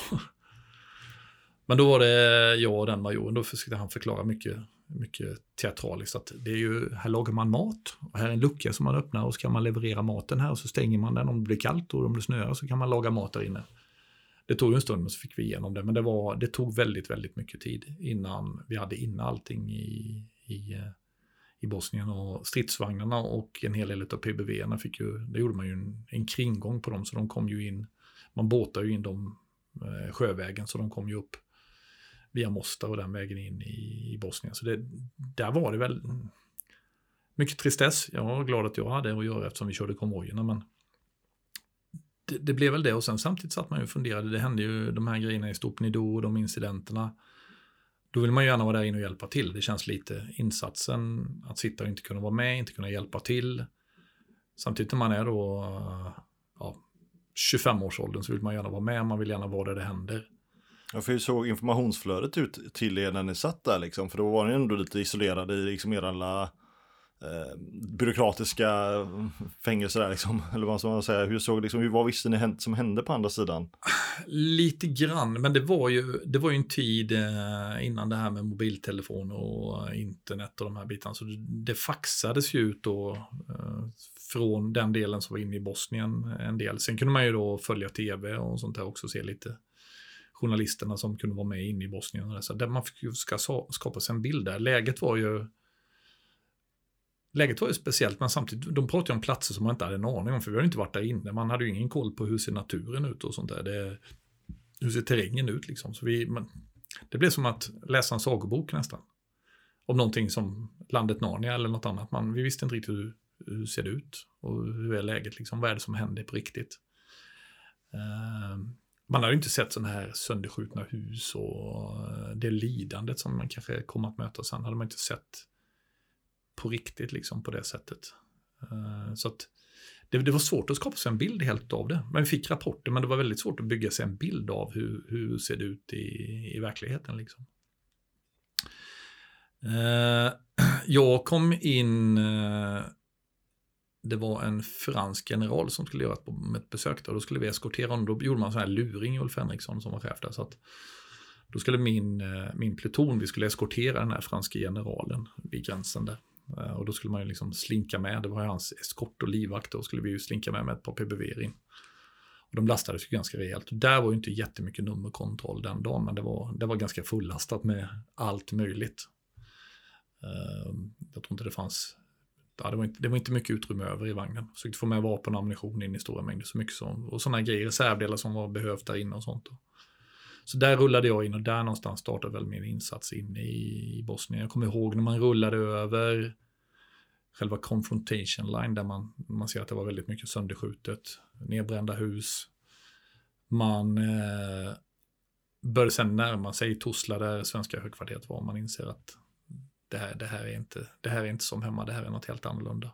Men då var det jag och den majoren, då försökte han förklara mycket, mycket teatraliskt att det är ju, här lagar man mat och här är en lucka som man öppnar och så kan man leverera maten här och så stänger man den om det blir kallt och om det snöar så kan man laga mat där inne. Det tog en stund men så fick vi igenom det, men det, var, det tog väldigt, väldigt mycket tid innan vi hade inne allting i, i, i Bosnien och stridsvagnarna och en hel del av P B V-erna fick ju, det gjorde man ju en, en kringgång på dem så de kom ju in, man båtade ju in dem eh, sjövägen så de kom ju upp via Mostar och den vägen in i, i Bosnien. Så det, där var det väl mycket tristess. Jag var glad att jag hade att göra eftersom vi körde konvojerna, men det, det blev väl det. Och sen samtidigt satt man ju och funderade, det hände ju de här grejerna i Stupnido och de incidenterna. Då vill man ju gärna vara där inne och hjälpa till. Det känns lite insatsen att sitta och inte kunna vara med, inte kunna hjälpa till. Samtidigt när man är då ja, tjugofem-årsåldern så vill man gärna vara med, man vill gärna vara där det händer. Ja, för hur såg informationsflödet ut till er när ni satt där liksom? För då var ni ändå lite isolerade i liksom era alla eh, byråkratiska fängelser där liksom. Eller vad ska man säga? Hur såg liksom, vad visste ni som hände på andra sidan? Lite grann, men det var ju, det var ju en tid eh, innan det här med mobiltelefon och internet och de här bitarna. Så det, det faxades ju ut då eh, från den delen som var inne i Bosnien en del. Sen kunde man ju då följa tv och sånt där också, se lite journalisterna som kunde vara med in i Bosnien. Och så där man fick ju ska skapa sig en bild där. Läget var ju läget var ju speciellt, men samtidigt, de pratade om platser som man inte hade en aning om, för vi hade inte varit där inne. Man hade ju ingen koll på hur ser naturen ut och sånt där. Det, hur ser terrängen ut liksom. Så vi, man, det blev som att läsa en sagobok nästan. Om någonting som landet Narnia eller något annat. Man, vi visste inte riktigt hur, hur ser det ut? Och hur är läget? Liksom? Vad är det som händer på riktigt? Uh, man har ju inte sett sådana här sönderskjutna hus och det lidandet som man kanske kommer att möta sen hade man inte sett på riktigt liksom på det sättet. Uh, så att det, det var svårt att skapa sig en bild helt av det. Men vi fick rapporter, men det var väldigt svårt att bygga sig en bild av hur, hur ser det ut i, i verkligheten liksom. Uh, jag kom in, uh, det var en fransk general som skulle göra ett, ett besök där. Då skulle vi eskortera honom. Då gjorde man sån här luring, Ulf Henriksson som var chef där. Så att då skulle min, uh, min pluton, vi skulle eskortera den här franska generalen vid gränsen där. Uh, och då skulle man ju liksom slinka med. Det var hans eskort och livvakt. Då skulle vi ju slinka med med ett par P B V in. Och de lastades ju ganska rejält. Där var ju inte jättemycket nummerkontroll den dagen. Men det var, det var ganska fullastat med allt möjligt. Uh, jag tror inte det fanns ja, det, var inte, det var inte mycket utrymme över i vagnen. Så att få med vapen och ammunition in i stora mängder så mycket som, och sådana grejer, reservdelar som var behövt där inne och sånt då. Så där rullade jag in och där någonstans startade väl min insats in i, i Bosnien. Jag kommer ihåg när man rullade över själva confrontation line där man, man ser att det var väldigt mycket sönderskjutet, nedbrända hus. Man eh, började sedan närma sig Tuzla där svenska högkvarteret var. Man inser att Det här, det, här är inte, det här är inte som hemma, det här är något helt annorlunda.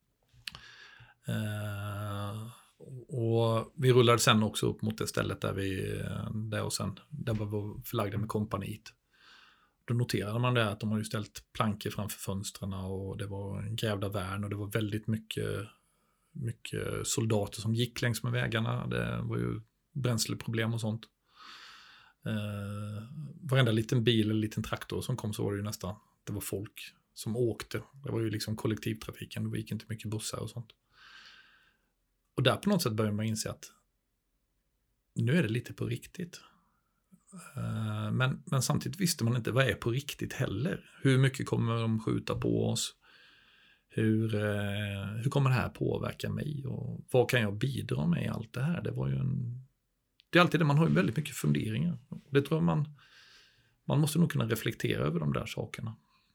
Uh, och vi rullade sen också upp mot det stället där vi där och sen, där var vi förlagda med kompaniet. Då noterade man det att de hade ställt plankor framför fönstren och det var grävda värn och det var väldigt mycket, mycket soldater som gick längs med vägarna. Det var ju bränsleproblem och sånt. Uh, varenda liten bil eller liten traktor som kom så var det ju nästan det var folk som åkte. Det var ju liksom kollektivtrafiken. Det gick inte mycket bussar och sånt. Och där på något sätt började man inse att nu är det lite på riktigt. Uh, men, men samtidigt visste man inte vad är på riktigt heller. Hur mycket kommer de skjuta på oss? Hur, uh, hur kommer det här påverka mig? Och vad kan jag bidra med i allt det här? Det var ju en... Det är alltid det, man har ju väldigt mycket funderingar. Det tror jag man... Man måste nog kunna reflektera över de där sakerna.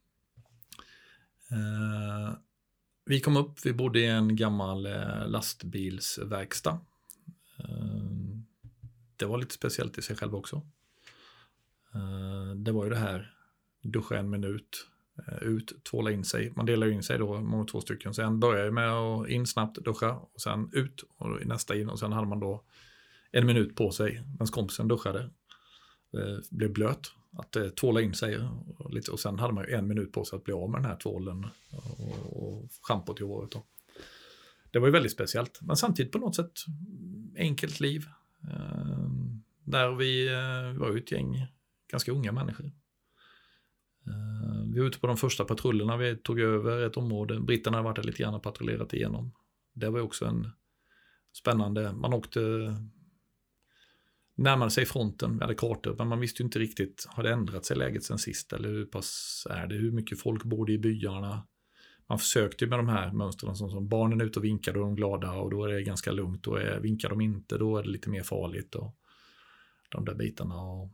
Uh, vi kom upp, vi bodde i en gammal uh, lastbilsverkstad. Uh, det var lite speciellt i sig själv också. Uh, det var ju det här, duscha en minut, uh, ut, tvåla in sig. Man delar ju in sig då, många två stycken. Sen började jag med att in snabbt, duscha och sen ut och nästa in. Och sen hade man då en minut på sig, medan kompisen duschade. Uh, blev blöt. Att eh, tvåla in sig och, lite, och sen hade man ju en minut på sig att bli av med den här tvålen och, och schampot i håret. Då. Det var ju väldigt speciellt. Men samtidigt på något sätt enkelt liv. Eh, där vi eh, var ett gäng ganska unga människor. Eh, vi var ute på de första patrullerna. Vi tog över ett område. Britterna hade varit lite grann och patrullerat igenom. Det var ju också en spännande... Man åkte... närmade sig fronten, vi hade kartor, men man visste ju inte riktigt, har det ändrat sig läget sen sist eller hur pass är det, hur mycket folk bor i byarna. Man försökte ju med de här mönstren som, som barnen är ute och vinkar, då är de glada och då är det ganska lugnt, och är, vinkar de inte, då är det lite mer farligt och de där bitarna. Och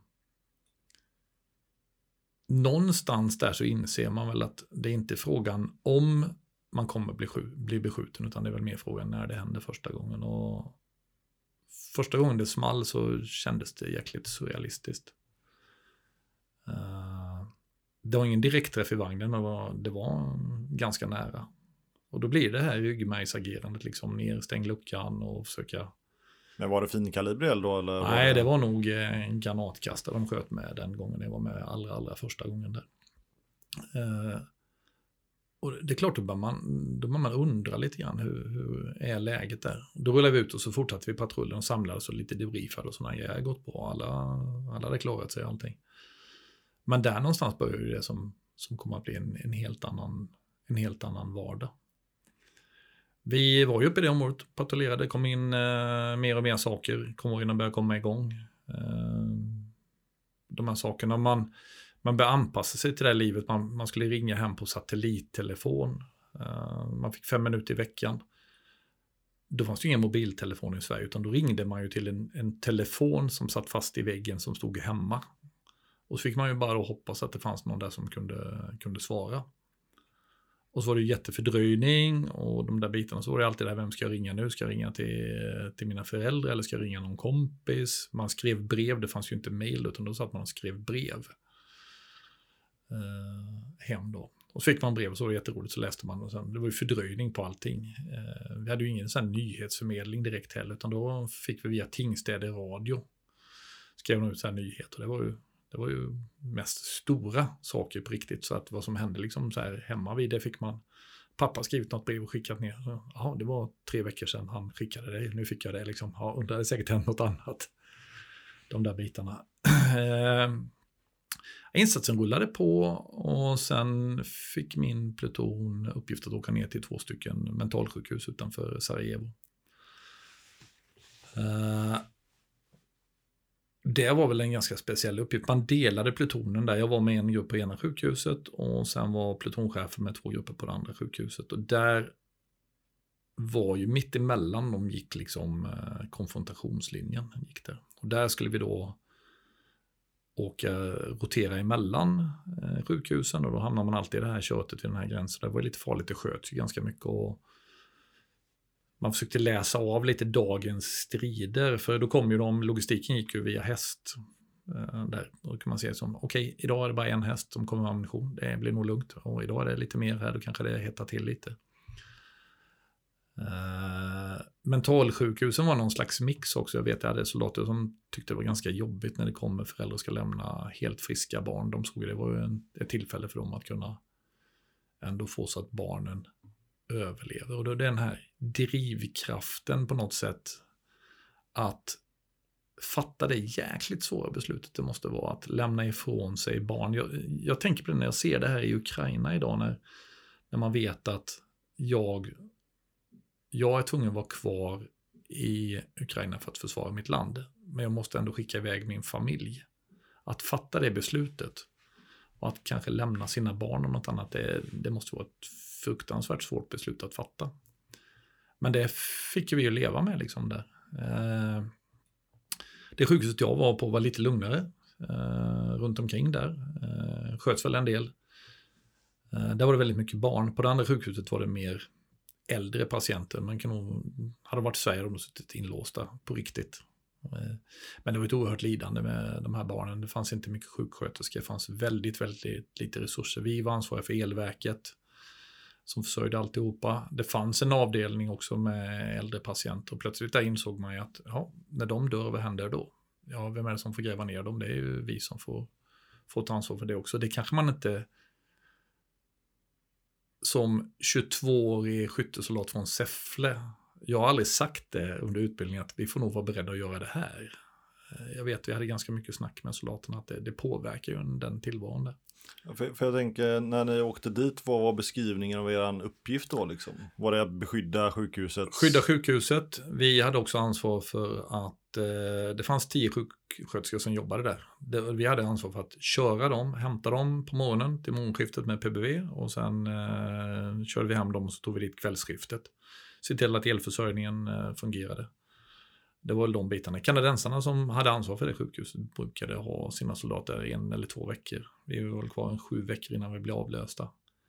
någonstans där så inser man väl att det är inte frågan om man kommer bli, bli beskjuten, utan det är väl mer frågan när det händer första gången. Och första gången det small så kändes det jäkligt surrealistiskt. Uh, det var ingen direktträff i vagnen, men det var, det var ganska nära. Och då blir det här ryggmärgsagerandet, liksom ner, stäng luckan och försöka... Men var det finkalibrig eld då? Eller Nej, var det... det var nog en granatkastare de sköt med den gången jag var med allra, allra första gången där. Uh, och det är klart, då bör man, då bör man undra lite grann hur, hur är läget där. Då rullade vi ut och så fortsatte vi patrullen och samlade så lite debriefade och sådana grejer. Det har gått bra, alla, alla hade klarat sig allting. Men där någonstans börjar det som, som kommer att bli en, en, helt annan, en helt annan vardag. Vi var ju uppe i det området, patrullerade, kom in eh, mer och mer saker, konvojerna började komma igång. Eh, de här sakerna, man... Man började anpassa sig till det här livet. Man, man skulle ringa hem på satellittelefon. Uh, man fick fem minuter i veckan. Då fanns det ju ingen mobiltelefon i Sverige, utan då ringde man ju till en, en telefon som satt fast i väggen som stod hemma. Och så fick man ju bara då hoppas att det fanns någon där som kunde, kunde svara. Och så var det jättefördröjning och de där bitarna. Så var det alltid där, vem ska jag ringa nu? Ska jag ringa till, till mina föräldrar eller ska jag ringa någon kompis? Man skrev brev, det fanns ju inte mejl utan då satt man och skrev brev eh, hem då. Och så fick man brev och så var det jätteroligt, så läste man. Och sen, det var ju fördröjning på allting. Eh, vi hade ju ingen sån nyhetsförmedling direkt heller, utan då fick vi via Tingstäde radio. Skrev de ut så här nyheter. Det var ju, det var ju mest stora saker på riktigt. Så att vad som hände liksom så här hemma vid, det fick man. Pappa skrivit något brev och skickat ner. Ja, det var tre veckor sedan han skickade det. Nu fick jag det liksom. Ja, undrar det säkert hänt något annat. De där bitarna. Insatsen rullade på och sen fick min pluton uppgift att åka ner till två stycken mentalsjukhus utanför Sarajevo. Det var väl en ganska speciell uppgift. Man delade plutonen där. Jag var med en grupp på ena sjukhuset och sen var plutonchefen med två grupper på det andra sjukhuset. Och där var ju mitt emellan, de gick liksom konfrontationslinjen. Gick där. Och där skulle vi då åka, rotera emellan eh, sjukhusen och då hamnar man alltid i det här köttet vid den här gränsen. Det var lite farligt, det sköts ju ganska mycket och man försökte läsa av lite dagens strider, för då kom ju de, logistiken gick ju via häst eh, där. Då kan man se som, okej, okay, idag är det bara en häst som kommer med ammunition, det blir nog lugnt, och idag är det lite mer här, då kanske det hettar till lite. Uh, mentalsjukhusen var någon slags mix också. Jag vet att jag hade soldater som tyckte det var ganska jobbigt när det kommer föräldrar ska lämna helt friska barn. De såg det var ju en, ett tillfälle för dem att kunna ändå få så att barnen överlever. Och då är den här drivkraften på något sätt att fatta det jäkligt svåra beslutet det måste vara att lämna ifrån sig barn. Jag, jag tänker på det när jag ser det här i Ukraina idag, när, när man vet att jag Jag är tvungen att vara kvar i Ukraina för att försvara mitt land. Men jag måste ändå skicka iväg min familj. Att fatta det beslutet och att kanske lämna sina barn och något annat, det, det måste vara ett fruktansvärt svårt beslut att fatta. Men det fick vi ju leva med liksom där. Eh, det sjukhuset jag var på var lite lugnare eh, runt omkring där. Eh, sköts väl en del. Eh, där var det väldigt mycket barn. På det andra sjukhuset var det mer äldre patienter. Man kan nog, hade varit i Sverige och suttit inlåsta på riktigt. Men det var ett oerhört lidande med de här barnen. Det fanns inte mycket sjuksköterskor. Det fanns väldigt, väldigt lite resurser. Vi var ansvariga för elverket som försörjde alltihopa. Det fanns en avdelning också med äldre patienter. Och plötsligt där insåg man ju att ja, när de dör, vad händer då? Ja, vem är det som får gräva ner dem? Det är ju vi som får, får ta ansvar för det också. Det kanske man inte som tjugotvåårig skyttesoldat från Säffle. Jag har aldrig sagt det under utbildningen att vi får nog vara beredda att göra det här. Jag vet, vi hade ganska mycket snack med soldaterna att det, det påverkar ju den tillvaron där. För, för jag tänker, när ni åkte dit, vad var beskrivningen av er uppgift då liksom? Var det att beskydda sjukhuset? Skydda sjukhuset. Vi hade också ansvar för att eh, det fanns tio sjuksköterskor som jobbade där. Det, vi hade ansvar för att köra dem, hämta dem på morgonen till morgonskiftet med P B V och sen eh, körde vi hem dem och så tog vi dit kvällsskiftet. Se till att elförsörjningen eh, fungerade. Det var de bitarna. Kanadensarna som hade ansvar för det sjukhuset brukade ha sina soldater en eller två veckor. Vi var kvar en sju veckor innan vi blev avlösta.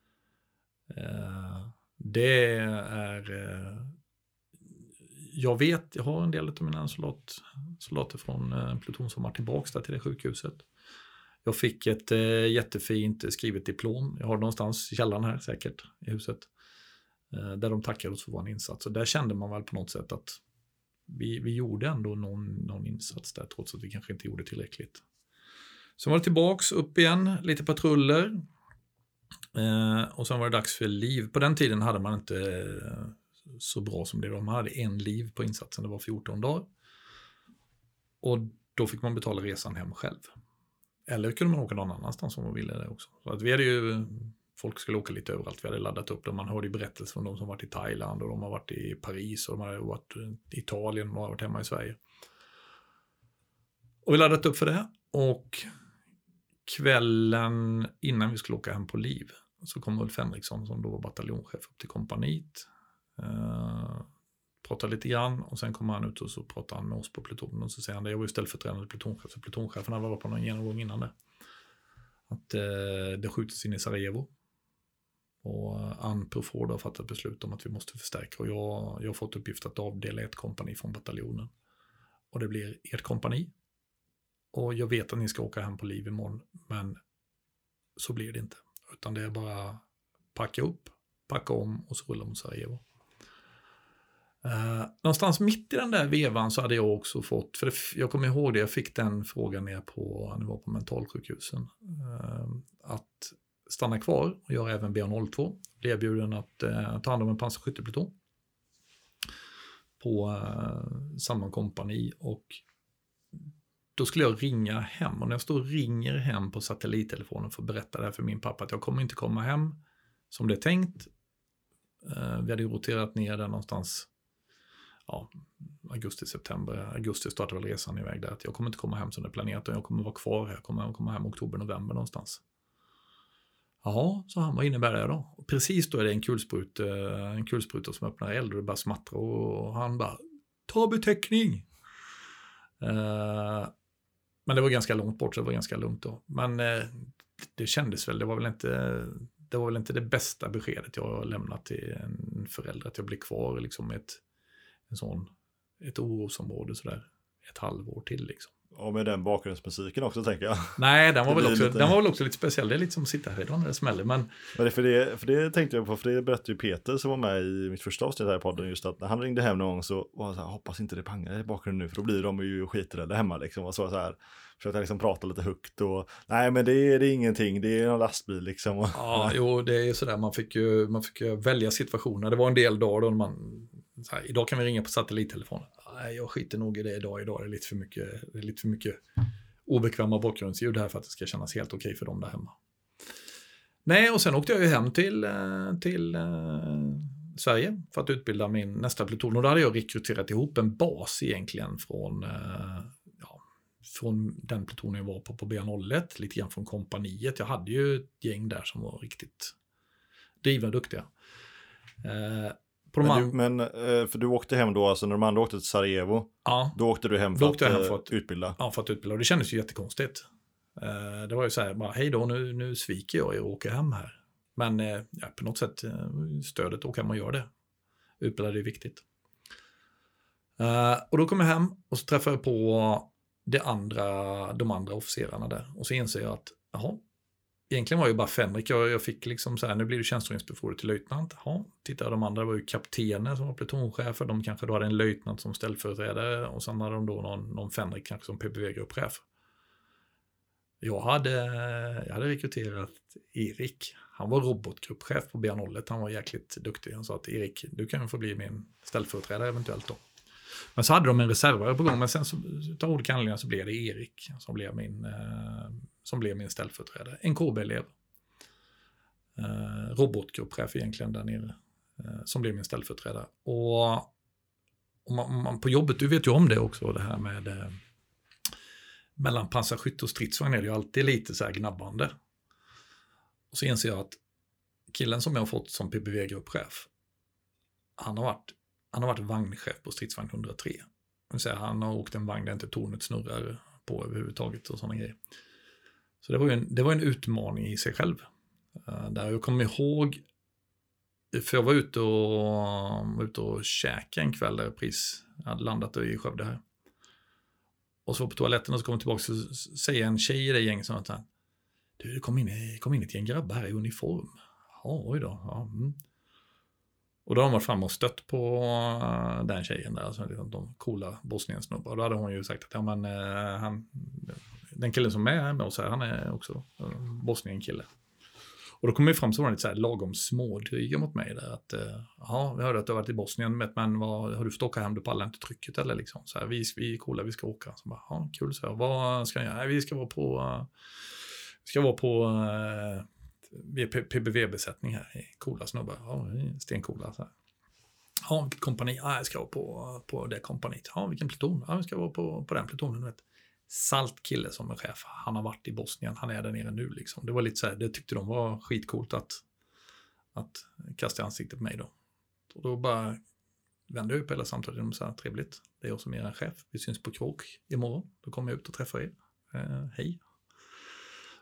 Eh, det är... Eh, jag vet, jag har en del av mina soldat, soldater från en pluton som var tillbaka till det sjukhuset. Jag fick ett eh, jättefint skrivet diplom. Jag har någonstans i källaren här säkert i huset. Eh, där de tackade oss för vår insats. Och där kände man väl på något sätt att Vi, vi gjorde ändå någon, någon insats där, trots att vi kanske inte gjorde tillräckligt. Så var det tillbaks, upp igen, lite patruller. Eh, och sen var det dags för liv. På den tiden hade man inte eh, så bra som det var. Man hade en liv på insatsen, det var fjorton dagar. Och då fick man betala resan hem själv. Eller kunde man åka någon annanstans om man ville det också. Så att vi hade ju... Folk skulle åka lite överallt. Vi hade laddat upp dem. Man hörde ju berättelser från de som varit i Thailand och de har varit i Paris och de har varit i Italien och de har varit hemma i Sverige. Och vi laddat upp för det. Och kvällen innan vi skulle åka hem på liv så kom Ulf Henriksson som då var bataljonschef upp till kompanit. Eh, pratade lite grann och sen kom han ut och så pratade han med oss på plutonen och så säger han det. Jag var ju ställföreträdande plutonchef. Så plutoncheferna var på någon genomgång innan det. Att eh, det skjuts in i Sarajevo. Och Anproford har fattat beslut om att vi måste förstärka. Och jag, jag har fått uppgift att avdela ett kompani från bataljonen. Och det blir ert kompani. Och jag vet att ni ska åka hem på liv imorgon. Men så blir det inte. Utan det är bara packa upp, packa om och så rullar mot Sarajevo. Uh, någonstans mitt i den där vevan så hade jag också fått, för det, jag kommer ihåg det, jag fick den frågan ner på, när jag var på mentalsjukhusen, uh, att stanna kvar och göra även B A noll två. Blev erbjuden att uh, ta hand om en pansarskyttepluton på uh, samma kompani, och då skulle jag ringa hem, och när jag står och ringer hem på satellittelefonen för att berätta det här för min pappa att jag kommer inte komma hem som det är tänkt. Uh, vi hade ju roterat ner där någonstans ja, augusti, september, augusti startade väl resan iväg där, att jag kommer inte komma hem som det är planerat och jag kommer vara kvar här, jag kommer komma hem oktober, november någonstans. Jaha, så han, vad innebär det då? Och precis då är det en kulsprut, en kulspruta som öppnar eld och det bara smattrar och han bara, ta betäckning! Uh, men det var ganska långt bort så det var ganska lugnt då. Men uh, det kändes väl, det var väl inte det var väl inte det bästa beskedet jag har lämnat till en förälder, att jag blir kvar liksom ett en sån, ett orosområde sådär ett halvår till liksom. Och med den bakgrundsmusiken också tänker jag. Nej, den var, väl också, lite... den var väl också lite speciell. Det är lite som att sitta här idag när det smäller. Men... men det, för, det, för det tänkte jag på, för det berättade ju Peter som var med i mitt första avsnitt här i podden, just att när han ringde hem någon gång så var han så här, hoppas inte det pangar i bakgrunden nu, för då blir de ju skiträdda hemma liksom. Och så, så här, försökte liksom prata lite högt och nej men det är, det är ingenting, det är en lastbil liksom. Och, ja, jo det är sådär, man fick ju man fick ju välja situationer. Det var en del dagar då man, så här, idag kan vi ringa på satellittelefonen. Nej, jag skiter nog i det idag, idag är det lite för mycket, det är lite för mycket obekväma bakgrundsljud här för att det ska kännas helt okej för dem där hemma. Nej, och sen åkte jag ju hem till, till uh, Sverige för att utbilda min nästa pluton. Och då hade jag rekryterat ihop en bas egentligen från, uh, ja, från den plutonen jag var på på B A noll ett, lite grann från kompaniet. Jag hade ju ett gäng där som var riktigt drivna och duktiga. Uh, Men, man... du, men för du åkte hem då, alltså när de andra åkte till Sarajevo, ja, då åkte du hem för, att, hem för att utbilda? Ja, för att utbilda, och det kändes ju jättekonstigt. Det var ju så här, bara, hej då, nu, nu sviker jag och åker hem här. Men ja, på något sätt, stödet att åka hem och göra det. Utbilda, det är viktigt. Och då kom jag hem och så träffade jag på det andra, de andra officerarna där. Och så inser jag att, jaha, egentligen var ju bara Fenrik, jag, jag fick liksom så här, nu blir det tjänstgöringsbefordran till löjtnant. Ja, titta, de andra var ju kaptener som var plutonchefer, de kanske då hade en löjtnant som ställföreträdare och sen hade de då någon, någon Fenrik kanske som P P V-gruppchef. Jag hade, jag hade rekryterat Erik, han var robotgruppchef på B A noll ett, han var jäkligt duktig. Han sa att Erik, du kan få bli min ställföreträdare eventuellt då. Men så hade de en reservare på gång, men sen så, utav olika anledningar så blev det Erik som blev min... Eh, som blev min ställföreträdare. En K B-elev. Eh, robotgruppchef egentligen där nere. Eh, som blev min ställföreträdare. Och, och man, man, på jobbet, du vet ju om det också, det här med eh, mellan pansarskytt och stridsvagn är det ju alltid lite så här gnabbande. Och så inser jag att killen som jag har fått som P P V-gruppchef, han har varit, han har varit vagnchef på stridsvagn hundratre. Det vill säga, han har åkt en vagn där inte tornet snurrar på överhuvudtaget och sådana grejer. Så det var ju en, det var en utmaning i sig själv. Uh, där jag kommer ihåg, för jag var ute och, var ute och käkade en kväll där pris jag hade landat i Skövde här. Och så på toaletten och så kom jag tillbaka och säger en tjej i det gänget som att du, det kom in, kom in ett gäng grabbar här i uniform. Ja, oj då. Ja, mm. Och då har de varit fram och stött på den tjejen där, alltså de coola Bosnien-snubbar. Och då hade hon ju sagt att ja, men, uh, han... den killen som är här med oss här, han är också en Bosnien-kille. Och då kommer vi fram så var det lite så här lagom smådryga mot mig där. Att, ja, vi hörde att du har varit i Bosnien, men vad, har du fått åka hem? Du pallar inte trycket eller liksom. Så här, vi, vi är coola, vi ska åka. Så bara, ja, kul. Så här, vad ska jag göra? Nej, vi ska vara på, vi ska vara på, vi är P B V-besättning här. Coola snubbar. Ja, stencoola så här. Ja, vilket kompani? Ja, jag ska vara på, på det kompaniet. Ja, vilken pluton? Ja, vi ska vara på, på den plutonen, vet. Salt kille som är chef. Han har varit i Bosnien. Han är där nere nu liksom. Det var lite så här, det tyckte de var skitcoolt att, att kasta ansiktet på mig då. Och då bara vände jag upp hela samtalet och sa, trevligt. Det är jag som är er chef. Vi syns på Kråk imorgon. Då kommer jag ut och träffar er. Eh, hej.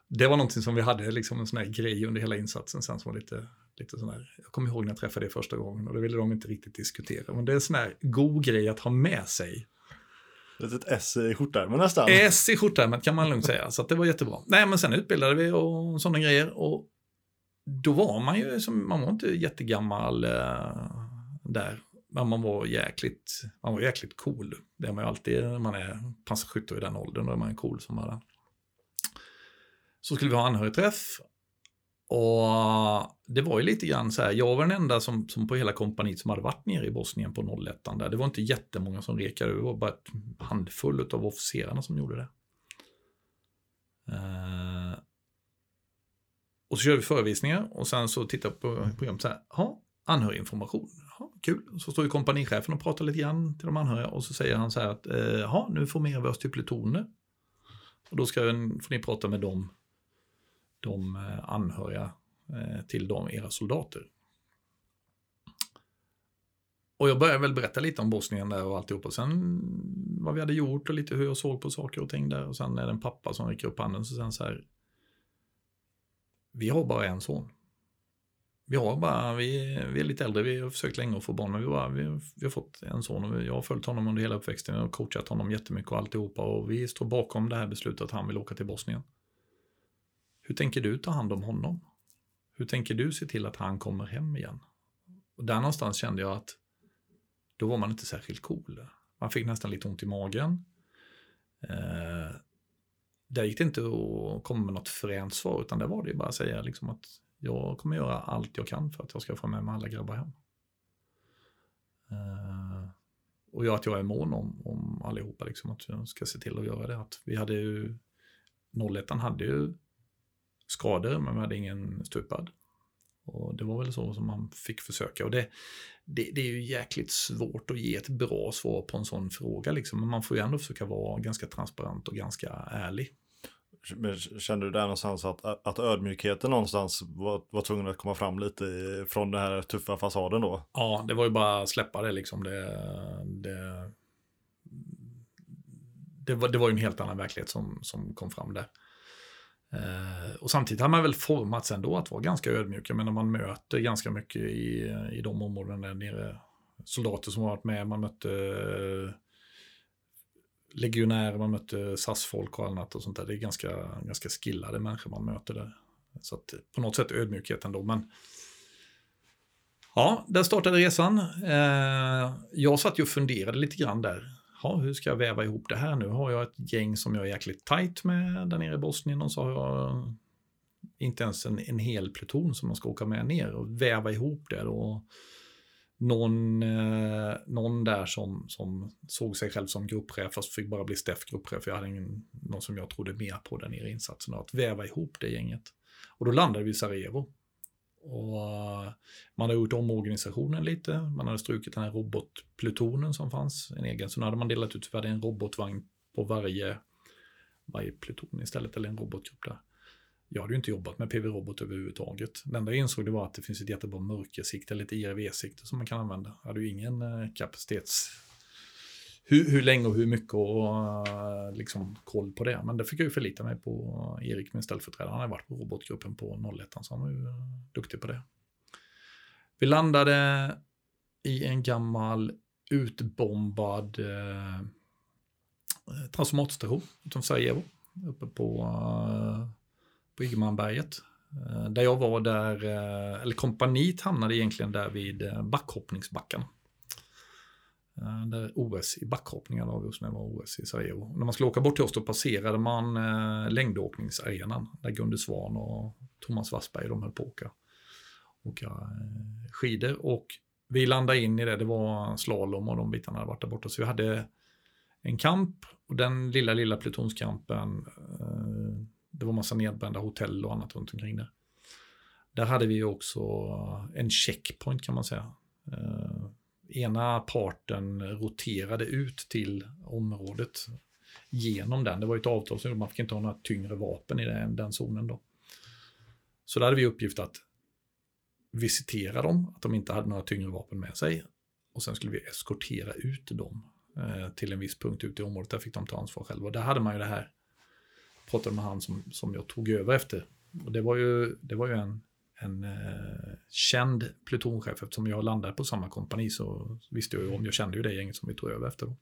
det var någonting som vi hade liksom en sån här grej under hela insatsen sen som var lite, lite sån här, jag kommer ihåg när jag träffade det första gången och det ville de inte riktigt diskutera. Men det är en sån här god grej att ha med sig. Ett S i skjortärmen nästan. S i skjortärmen kan man lugnt säga, så att det var jättebra. Nej, men sen utbildade vi och sådana grejer och då var man ju, som, man var inte jättegammal eh, där. Men man var jäkligt, man var jäkligt cool. Det är man ju alltid när man är pansarskytt i den åldern, då är man cool som man är. Så skulle vi ha anhörigträff. Och det var ju lite grann så här, jag var den enda som, som på hela kompaniet som hade varit nere i Bosnien på noll ett där. Det var inte jättemånga som rekade, det var bara ett handfull av officerarna som gjorde det. Uh, och så körde vi förevisningar och sen så tittade jag på programmet så här, ja, anhöriginformation. Ja, kul. Så står ju kompanichefen och pratar lite grann till de anhöriga och så säger han så här att ja, nu formerar vi oss till plutoner. Och då ska, får ni prata med dem, de anhöriga till de era soldater. Och jag började väl berätta lite om Bosnien där och alltihop och sen vad vi hade gjort och lite hur jag såg på saker och ting där. Och sen är det en pappa som räcker upp handen och sen så här, vi har bara en son. Vi har bara, vi, vi är lite äldre, vi har försökt länge att få barn, men vi, bara, vi, vi har fått en son och jag har följt honom under hela uppväxten och coachat honom jättemycket och alltihopa och vi står bakom det här beslutet att han vill åka till Bosnien. Hur tänker du ta hand om honom? Hur tänker du se till att han kommer hem igen? Och där någonstans kände jag att då var man inte särskilt cool. Man fick nästan lite ont i magen. Eh, där gick det inte att komma med något fränt svar utan där var det bara att säga liksom att jag kommer göra allt jag kan för att jag ska få med mig alla grabbar hem. Uh, och jag att jag är mån om, om allihopa liksom, att jag ska se till att göra det. Att vi hade ju, noll ett hade ju skador men vi hade ingen stupad. Och det var väl så som man fick försöka. Och det, det, det är ju jäkligt svårt att ge ett bra svar på en sån fråga liksom. Men man får ju ändå försöka vara ganska transparent och ganska ärlig. Men kände du där någonstans att, att ödmjukheten någonstans var, var tvungen att komma fram lite i, från den här tuffa fasaden då? Ja, det var ju bara att släppa det liksom. Det, det, det, var, det var ju en helt annan verklighet som, som kom fram där. Eh, och samtidigt har man väl formats ändå att vara ganska ödmjuka, men när man möter ganska mycket i, i de områden där nere, soldater som har varit med, man mötte eh, legionärer, man mötte S A S-folk och annat och sånt där. Det är ganska, ganska skillade människor man möter där. Så att på något sätt ödmjukhet ändå. Men ja, där startade resan. Eh, jag satt ju och funderade lite grann där. Ja, hur ska jag väva ihop det här nu? Har jag ett gäng som jag är jäkligt tajt med där nere i Bosnien och så har jag inte ens en, en hel pluton som man ska åka med ner och väva ihop det då. Någon, eh, någon där som, som såg sig själv som gruppchef fast fick bara bli Steff gruppchef. Jag hade ingen, någon som jag trodde mer på den nere insatsen. Att väva ihop det gänget. Och då landade vi i Sarajevo. Och uh, man hade gjort omorganisationen lite. Man hade strukit den här robotplutonen som fanns. En egen. Så nu hade man delat ut, vi hade en robotvagn på varje, varje pluton istället. Eller en robotgrupp där. Jag hade ju inte jobbat med P V-robot överhuvudtaget. Det enda jag insåg det var att det finns ett jättebra mörkersikte eller ett I R V-sikte som man kan använda. Jag hade ju ingen eh, kapacitets... Hur, hur länge och hur mycket och uh, liksom koll på det. Men det fick jag ju förlita mig på Erik, min ställföreträdare. Han har varit på robotgruppen på noll ett så han var ju uh, duktig på det. Vi landade i en gammal utbombad uh, transformatorstation utanför Sarajevo. Uppe på... Uh, på Ygemanberget. Där jag var där, eller kompaniet hamnade egentligen där vid backhoppningsbacken. Där O S i backhoppningar var vi när det var O S i Sarajevo. När man skulle åka bort till oss då passerade man längdåkningsarenan där Gunde Svan och Thomas Wassberg de höll på att åka, åka skidor. Och vi landade in i det, det var slalom och de bitarna hade varit där borta. Så vi hade en kamp och den lilla, lilla plutonskampen, det var massa nedbrända hotell och annat runt omkring där. Där hade vi också en checkpoint kan man säga. Uh, ena parten roterade ut till området genom den. Det var ett avtal så man fick inte ha några tyngre vapen i den, den zonen då. Så där hade vi uppgift att visitera dem, att de inte hade några tyngre vapen med sig. Och sen skulle vi eskortera ut dem uh, till en viss punkt ute i området. Där fick de ta ansvar själva. Och där hade man ju det här pratade med han som, som jag tog över efter. Och det var ju, det var ju en, en eh, känd plutonchef, eftersom jag landade på samma kompani så visste jag ju om, jag kände ju det gänget som vi tog över efter då.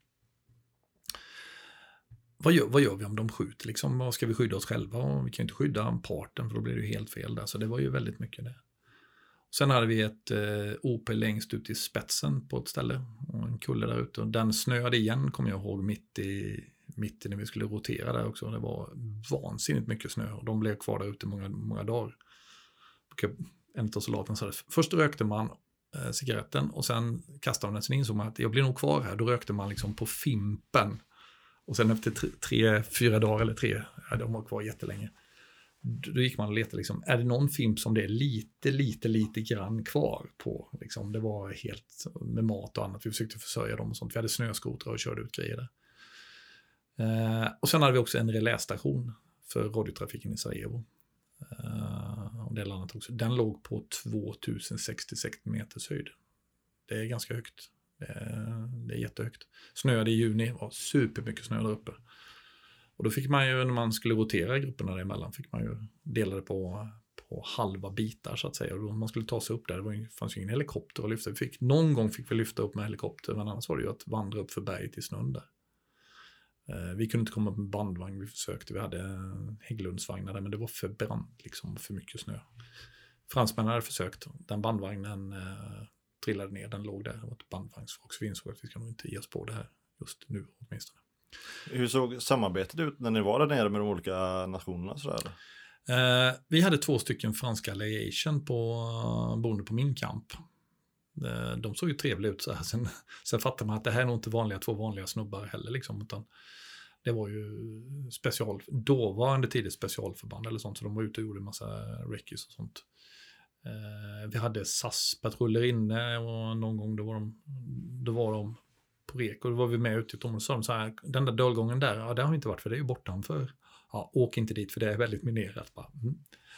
Vad gör, vad gör vi om de skjuter? Liksom, vad ska vi skydda oss själva? Och vi kan ju inte skydda parten för då blir det ju helt fel där. Så det var ju väldigt mycket det. Sen hade vi ett eh, O P längst ut i spetsen på ett ställe. Och en kulle där ute. Och den snöade igen, kommer jag ihåg, mitt i, mitt i när vi skulle rotera där också. Det var vansinnigt mycket snö. Och de blev kvar där ute många, många dagar. Och en av soldaterna sa det. Först rökte man eh, cigaretten och sen kastade man den. Sen insåg man att jag blir nog kvar här. Då rökte man liksom på fimpen. Och sen efter tre, tre, fyra dagar eller tre, ja, de var kvar jättelänge. Då gick man och letade, liksom, är det någon fimp som det är lite, lite, lite grann kvar på? Liksom, det var helt med mat och annat. Vi försökte försörja dem och sånt. Vi hade snöskotrar och körde ut grejer där. Eh, och sen hade vi också en relästation för radiotrafiken i Sarajevo. Eh, och det landet också. Den låg på tvåtusen sextiosex meters höjd. Det är ganska högt. Det är, det är jättehögt. Snöade i juni, var supermycket snö där uppe. Och då fick man ju, när man skulle rotera grupperna däremellan, fick man ju dela det på, på halva bitar så att säga. Och då man skulle ta sig upp där, det var ju, fanns ju ingen helikopter att lyfta. Vi fick, någon gång fick vi lyfta upp med helikopter, men annars var det ju att vandra upp för berget i snön där. Eh, vi kunde inte komma med bandvagn, vi försökte, vi hade Hägglundsvagnar där, men det var för brant, liksom, för mycket snö. Fransmännen hade försökt, den bandvagnen eh, trillade ner, den låg där, det var ett bandvagnsfolk, så vi insåg att vi kan nog inte ge oss på det här just nu åtminstone. Hur såg samarbetet ut när ni var där nere med de olika nationerna? Sådär? Eh, vi hade två stycken franska legation på boende på min kamp. Eh, de såg ju trevliga ut så här. Sen, sen fattade man att det här är nog inte vanliga, två vanliga snubbar heller liksom, utan det var ju special, dåvarande tidigt specialförband eller sånt, så de var ute och gjorde en massa recce och sånt. Eh, vi hade S A S-patruller inne och någon gång då var de, då var de på rek och då var vi med ute i ett område och sa de så här, den där dalgången där, ja det har vi inte varit för det är ju bortanför. Ja, åk inte dit för det är väldigt minerat. Bara. Mm.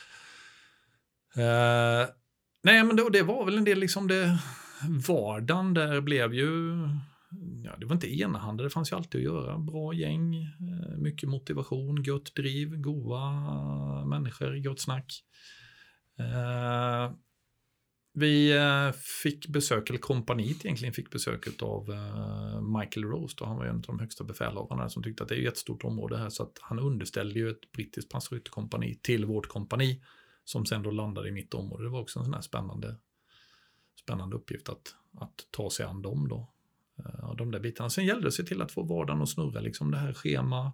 Uh, nej men då, det var väl en del liksom det, vardagen där blev ju, ja det var inte enahanda, det fanns ju alltid att göra, bra gäng, mycket motivation, gott driv, goa människor, gott snack. Uh, Vi fick besök, eller kompaniet egentligen fick besök av Michael Rose. Då. Han var en av de högsta befälhavarna som tyckte att det är ett jättestort område här. Så att han underställde ju ett brittiskt pansarrytterkompani till vårt kompani som sen då landade i mitt område. Det var också en sån här spännande, spännande uppgift att, att ta sig an dem då. Och de där bitarna. Sen gällde det sig till att få vardagen att snurra, liksom det här schema.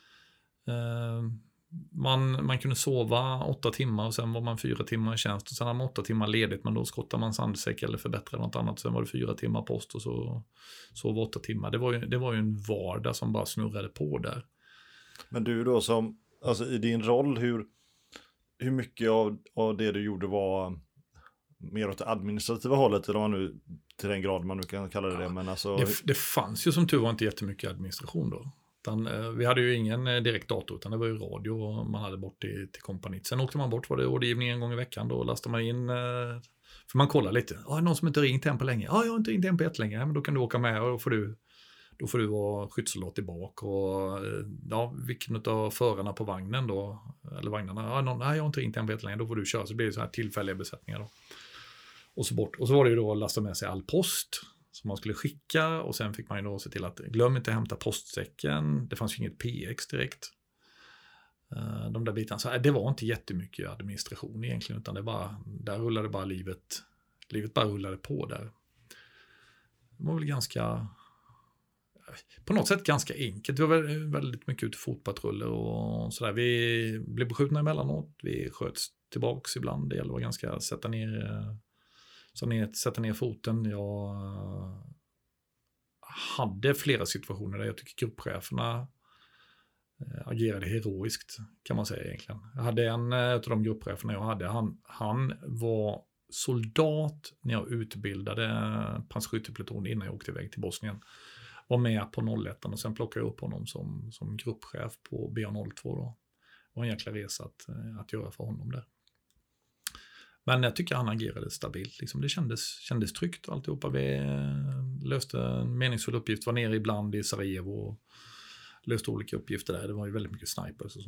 Man, man kunde sova åtta timmar och sen var man fyra timmar i tjänst och sen hade man åtta timmar ledigt, men då skottade man sandsäck eller förbättrade något annat. Sen var det fyra timmar post och så sov åtta timmar. Det var ju, det var ju en vardag som bara snurrade på där. Men du då som, alltså i din roll, hur, hur mycket av, av det du gjorde var mer åt det administrativa hållet, eller vad nu, till den grad man nu kan kalla det, ja, det. Men alltså... det, det fanns ju som tur var inte jättemycket administration då. Utan, eh, vi hade ju ingen eh, direkt dator, utan det var ju radio och man hade bort till, till kompaniet. Sen åkte man bort, var det ordergivning en gång i veckan, då lastade man in, eh, för man kollar lite. Ja, någon som inte ringt hem på länge? Ja, jag har inte ringt hem på ett länge, ja, men då kan du åka med och då får du, då får du vara skyddssoldat tillbaka. Och eh, ja, vilken av förarna på vagnen då, eller vagnarna, ja, någon, nej, jag har inte ringt hem på ett länge, då får du köra. Så blir det så här tillfälliga besättningar då. Och så bort. Och så var det ju då att lasta med sig all post som man skulle skicka, och sen fick man ju då se till att glöm inte hämta postsäcken. Det fanns ju inget P X direkt. De där bitarna. Så det var inte jättemycket administration egentligen, utan det bara, där rullade bara livet. Livet bara rullade på där. Det var väl ganska, på något sätt ganska enkelt. Det var väldigt mycket ute fotpatruller och sådär. Vi blev beskjutna emellanåt. Vi sköts tillbaks ibland. Det gäller att ganska sätta ner... Så ner, sätta ner foten. Jag hade flera situationer där jag tycker gruppcheferna agerade heroiskt, kan man säga egentligen. Jag hade en av de gruppcheferna jag hade. Han, han var soldat när jag utbildade pansarrytterpluton innan jag åkte iväg till Bosnien. Var med på noll ett och sen plockade jag upp honom som, som gruppchef på B A noll två. Då. Det var en jäkla resa att, att göra för honom där. Men jag tycker han agerade stabilt. Liksom. Det kändes, kändes tryggt och alltihopa. Vi löste en meningsfull uppgift. Var nere ibland i Sarajevo och löste olika uppgifter där. Det var ju väldigt mycket snipers och sånt.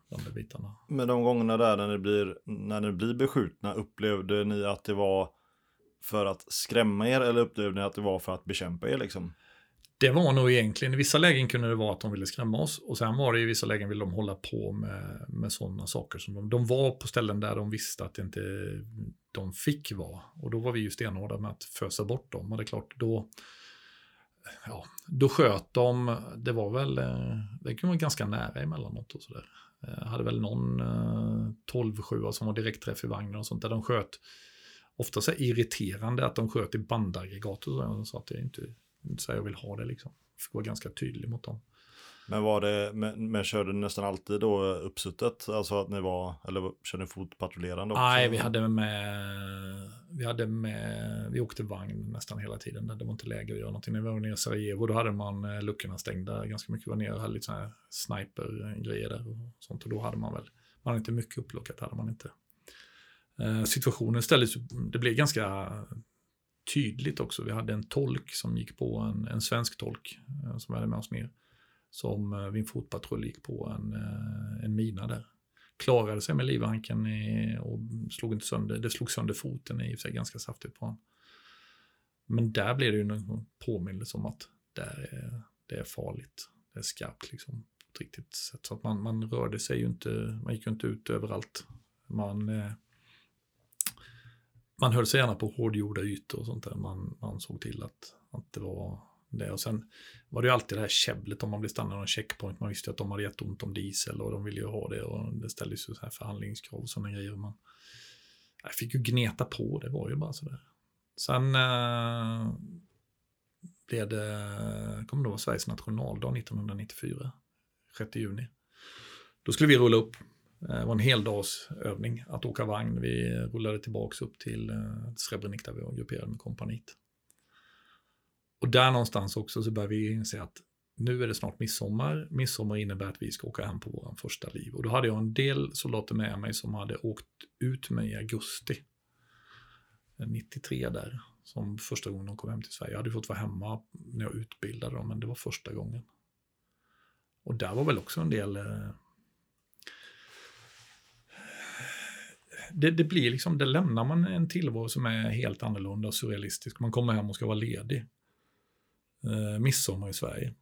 de där bitarna. Men de gångerna där när ni blir, när ni blir beskjutna, upplevde ni att det var för att skrämma er eller upplevde ni att det var för att bekämpa er liksom? Det var nog egentligen, i vissa lägen kunde det vara att de ville skrämma oss och sen var det i vissa lägen ville de hålla på med, med sådana saker som de, de var på ställen där de visste att det inte de fick vara och då var vi ju stenhårda med att fösa bort dem och det är klart då ja, då sköt de, det var väl det kunde vara ganska nära emellanåt och sådär. Jag hade väl någon tolv sju som var direkt träff i vagnen och sånt där de sköt ofta så irriterande att de sköt i bandaggregat och så att det inte inte så jag vill ha det liksom. Jag fick vara ganska tydlig mot dem. Men var det, men, men körde ni nästan alltid då uppsuttet? Alltså att ni var, eller körde ni fotpatrullerande också? Nej, vi hade med, vi hade med, vi åkte vagn nästan hela tiden. Det var inte läge att göra någonting. När vi var nere i Sarajevo, då hade man luckorna stängda ganska mycket. Var nere och hade lite sådana här sniper-grejer där och sånt. Och då hade man väl, man hade inte mycket upplockat, hade man inte. Eh, situationen ställdes, det blev ganska tydligt också. Vi hade en tolk som gick på, en, en svensk tolk eh, som hade med oss ner. Som eh, vid en fotpatrull gick på en, eh, en mina där. Klarade sig med livhanken i, och slog inte sönder, det slog sönder foten i sig ganska saftigt på honom. Men där blev det ju en påminnelse om att där är, det är farligt. Det är skarpt liksom på ett riktigt sätt. Så att man, man rörde sig ju inte, man gick ju inte ut överallt. Man... Eh, Man höll sig gärna på hårdgjorda ytor och sånt där. Man, man såg till att, att det var det. Och sen var det ju alltid det här käbblet om man blev stannad någon checkpoint. Man visste att de hade jätteont om diesel och de ville ju ha det. Och det ställdes ju så här förhandlingskrav och sådana grejer. Man, jag fick ju gneta på, det var ju bara sådär. Sen eh, blev det, kommer det vara Sveriges nationaldag nittonhundranittiofyra, sjätte juni. Då skulle vi rulla upp. Det var en hel dags övning att åka vagn. Vi rullade tillbaka upp till Srebrenica där vi var grupperade med kompanit. Och där någonstans också så började vi inse att nu är det snart midsommar. Midsommar innebär att vi ska åka hem på vår första liv. Och då hade jag en del soldater med mig som hade åkt ut med i augusti nittiotre där. Som första gången de kom hem till Sverige. Jag hade fått vara hemma när jag utbildade dem, men det var första gången. Och där var väl också en del... Det, det blir liksom, det lämnar man en tillvaro som är helt annorlunda och surrealistisk. Man kommer hem och ska vara ledig. Eh, midsommar i Sverige.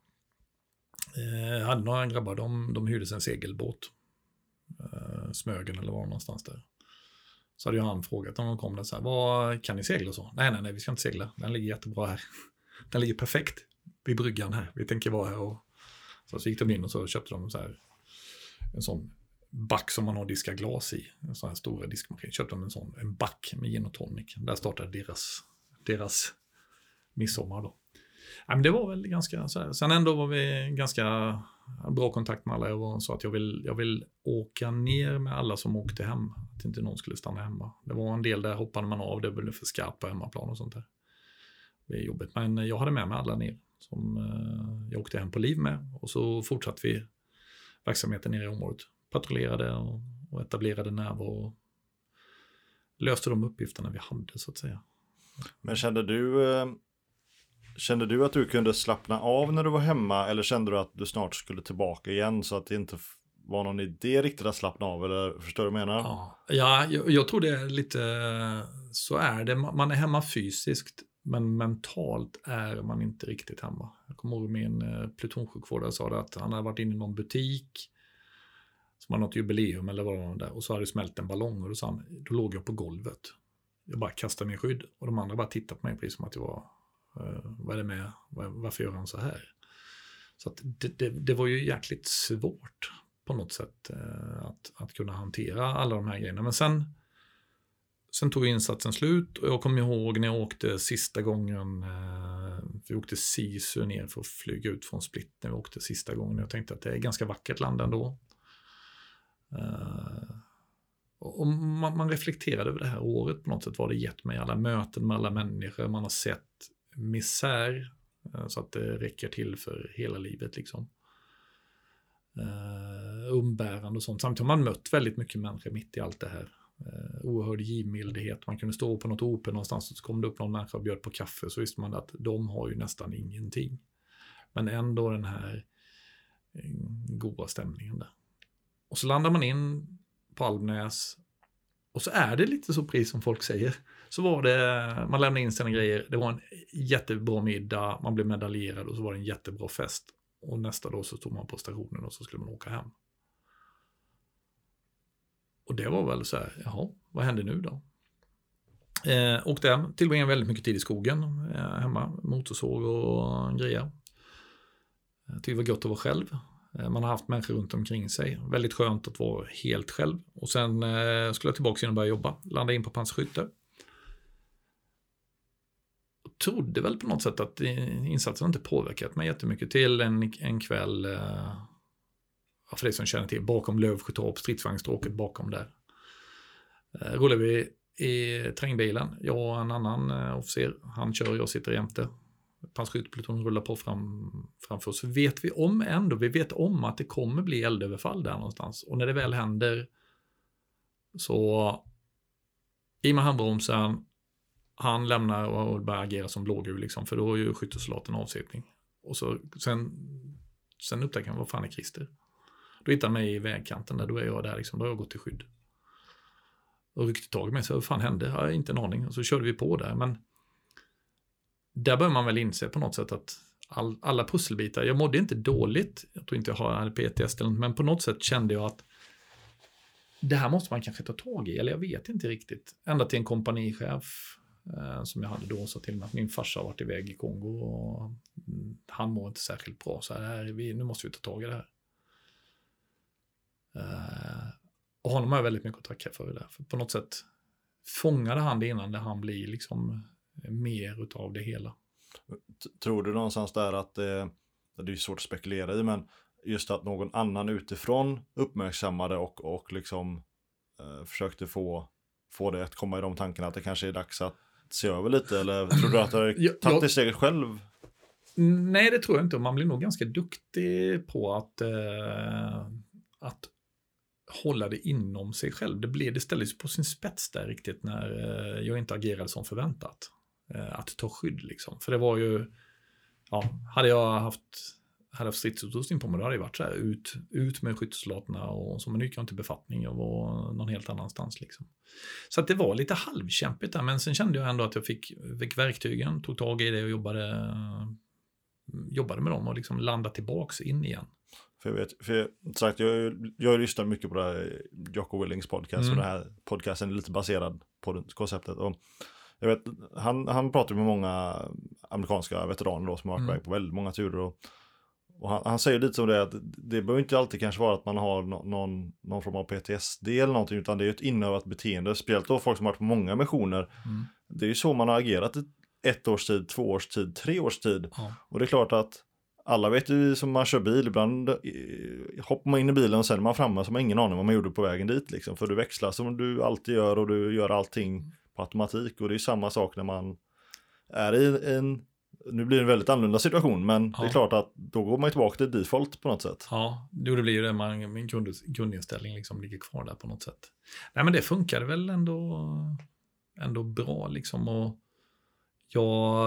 Eh, jag hade några grabbar, de, de hyrde sig en segelbåt. Eh, Smögen eller var någonstans där. Så hade ju han frågat om de kom där så här, vad kan ni segla och så? Nej, nej, nej, vi ska inte segla. Den ligger jättebra här. Den ligger perfekt vid bryggan här. Vi tänker vara här och så, så gick de in och så köpte de så här en sån back som man har diska glas i. En sån här stora diskmaskin. Köpte de en sån, en back med gin och tonic. Där startade deras, deras midsommar då. Ja, men det var väl ganska så här. Sen ändå var vi ganska bra kontakt med alla och sa att jag vill, jag vill åka ner med alla som åkte hem. Att inte någon skulle stanna hemma. Det var en del där hoppade man av. Det blev för skarpt på hemmaplan och sånt där. Det är jobbigt. Men jag hade med mig alla ner som jag åkte hem på liv med. Och så fortsatte vi verksamheten nere i området. Patrullerade och, och etablerade närvaro och löste de uppgifterna vi hade så att säga. Men kände du kände du att du kunde slappna av när du var hemma eller kände du att du snart skulle tillbaka igen så att det inte var någon idé riktigt att slappna av eller förstår du vad jag menar? Ja, ja jag, jag tror det är lite så är det. Man är hemma fysiskt men mentalt är man inte riktigt hemma. Jag kommer ihåg min plutonsjukvårdare sa det att han hade varit inne i någon butik som var något jubileum eller vad det var där. Och så hade det smält en ballong och då, sa han, då låg jag på golvet. Jag bara kastade min skydd och de andra bara tittade på mig precis som att jag var, uh, vad är det med, var, varför gör han så här? Så att det, det, det var ju jäkligt svårt på något sätt uh, att, att kunna hantera alla de här grejerna. Men sen, sen tog insatsen slut och jag kommer ihåg när jag åkte sista gången, uh, vi åkte Sisu ner för att flyga ut från Split när vi åkte sista gången. Jag tänkte att det är ett ganska vackert land ändå. Uh, och man, man reflekterade över det här året på något sätt, vad det gett mig, alla möten med alla människor, man har sett misär uh, så att det räcker till för hela livet liksom. Uh, umbärande och sånt, samtidigt har man mött väldigt mycket människor mitt i allt det här. Uh, oerhörd givmildhet, man kunde stå på något open någonstans och så kom det upp någon människa och bjöd på kaffe, så visste man att de har ju nästan ingenting, men ändå den här uh, goda stämningen där. Och så landar man in på Almnäs. Och så är det lite så precis som folk säger. Så var det, man lämnade in sina grejer. Det var en jättebra middag. Man blev medaljerad och så var det en jättebra fest. Och nästa dag så stod man på stationen och så skulle man åka hem. Och det var väl så här, jaha, vad händer nu då? Eh, åkte hem, tillbringade väldigt mycket tid i skogen eh, hemma, motorsåg och grejer. Jag tyckte det var gott att vara själv. Eh, man har haft människor runt omkring sig. Väldigt skönt att vara helt själv. Och sen eh, skulle jag tillbaka in och börja jobba. Landa in på pansarsskytte. Och trodde väl på något sätt att insatsen inte påverkat mig jättemycket till en, en kväll. Eh, för det som känner till, bakom Lövsjötorp, stridsvagnsstråket bakom där. Eh, rullar vi i terrängbilen. Jag och en annan eh, officer, han kör och jag sitter jämte. Pansarskjutpluton rullar på fram, framför oss. Vet vi om ändå, vi vet om att det kommer bli eldöverfall där någonstans. Och när det väl händer så i med handbromsen, han lämnar och börjar agera som blågul liksom, för då är ju skyttesoldaten avsiktning. Och så sen, sen upptäcker han vad fan är Christer. Då hittar han mig i vägkanten där, då är jag där liksom, då har jag gått till skydd. Och ryckte tag i mig, så vad fan hände? Jag har inte en aning. Och så körde vi på där, men där bör man väl inse på något sätt att all, alla pusselbitar, jag mådde inte dåligt, jag tror inte jag har P T S D, men på något sätt kände jag att det här måste man kanske ta tag i, eller jag vet inte riktigt. Ända till en kompanichef eh, som jag hade då sa till mig att min farsa har varit iväg i Kongo och mm, han mår inte särskilt bra, så här, vi, nu måste vi ta tag i det här. Eh, och honom har jag väldigt mycket att tacka för det där, för på något sätt fångade han det innan det han blir liksom mer utav det hela. Tror du någonstans där att det, det är svårt att spekulera i, men just att någon annan utifrån uppmärksammade och, och liksom eh, försökte få, få det att komma i de tankarna att det kanske är dags att se över lite, eller tror du att du har tagit det steget själv? Nej, det tror jag inte. Man blir nog ganska duktig på att, eh, att hålla det inom sig själv. Det, blev, det ställdes på sin spets där riktigt när eh, jag inte agerade som förväntat. Eh, att ta skydd liksom. För det var ju, ja, hade jag haft, hade haft stridsutrustning på mig, då hade det varit så här, ut, ut med skyttesoldaterna och så, men nu gick jag inte befattning, jag var någon helt annanstans liksom. Så att det var lite halvkämpigt där, men sen kände jag ändå att jag fick, fick verktygen, tog tag i det och jobbade, jobbade med dem och liksom landade tillbaks in igen. För jag vet, för sagt, jag, jag lyssnar mycket på det här Jocko Willings podcast, mm. och den här podcasten är lite baserad på det konceptet. Och jag vet, han, han pratar med många amerikanska veteraner då, som har varit mm. på väldigt många turer. Och, och han, han säger lite som det, att det behöver inte alltid kanske vara att man har no, någon, någon form av P T S D eller någonting, utan det är ett inövat beteende. Speciellt då folk som har varit på många missioner. Mm. Det är ju så man har agerat i ett års tid, två års tid, tre års tid. Ja. Och det är klart att alla vet ju som man kör bil, ibland hoppar man in i bilen och sen är man framme som man ingen aning vad man gjorde på vägen dit liksom. För du växlar som du alltid gör och du gör allting på automatik. Och det är samma sak när man är i en, nu blir det en väldigt annorlunda situation, men ja. Det är klart att då går man tillbaka till default på något sätt. Ja, det blir ju det, man, min grund, grundinställning liksom ligger kvar där på något sätt. Nej, men det funkade väl ändå, ändå bra liksom, och jag...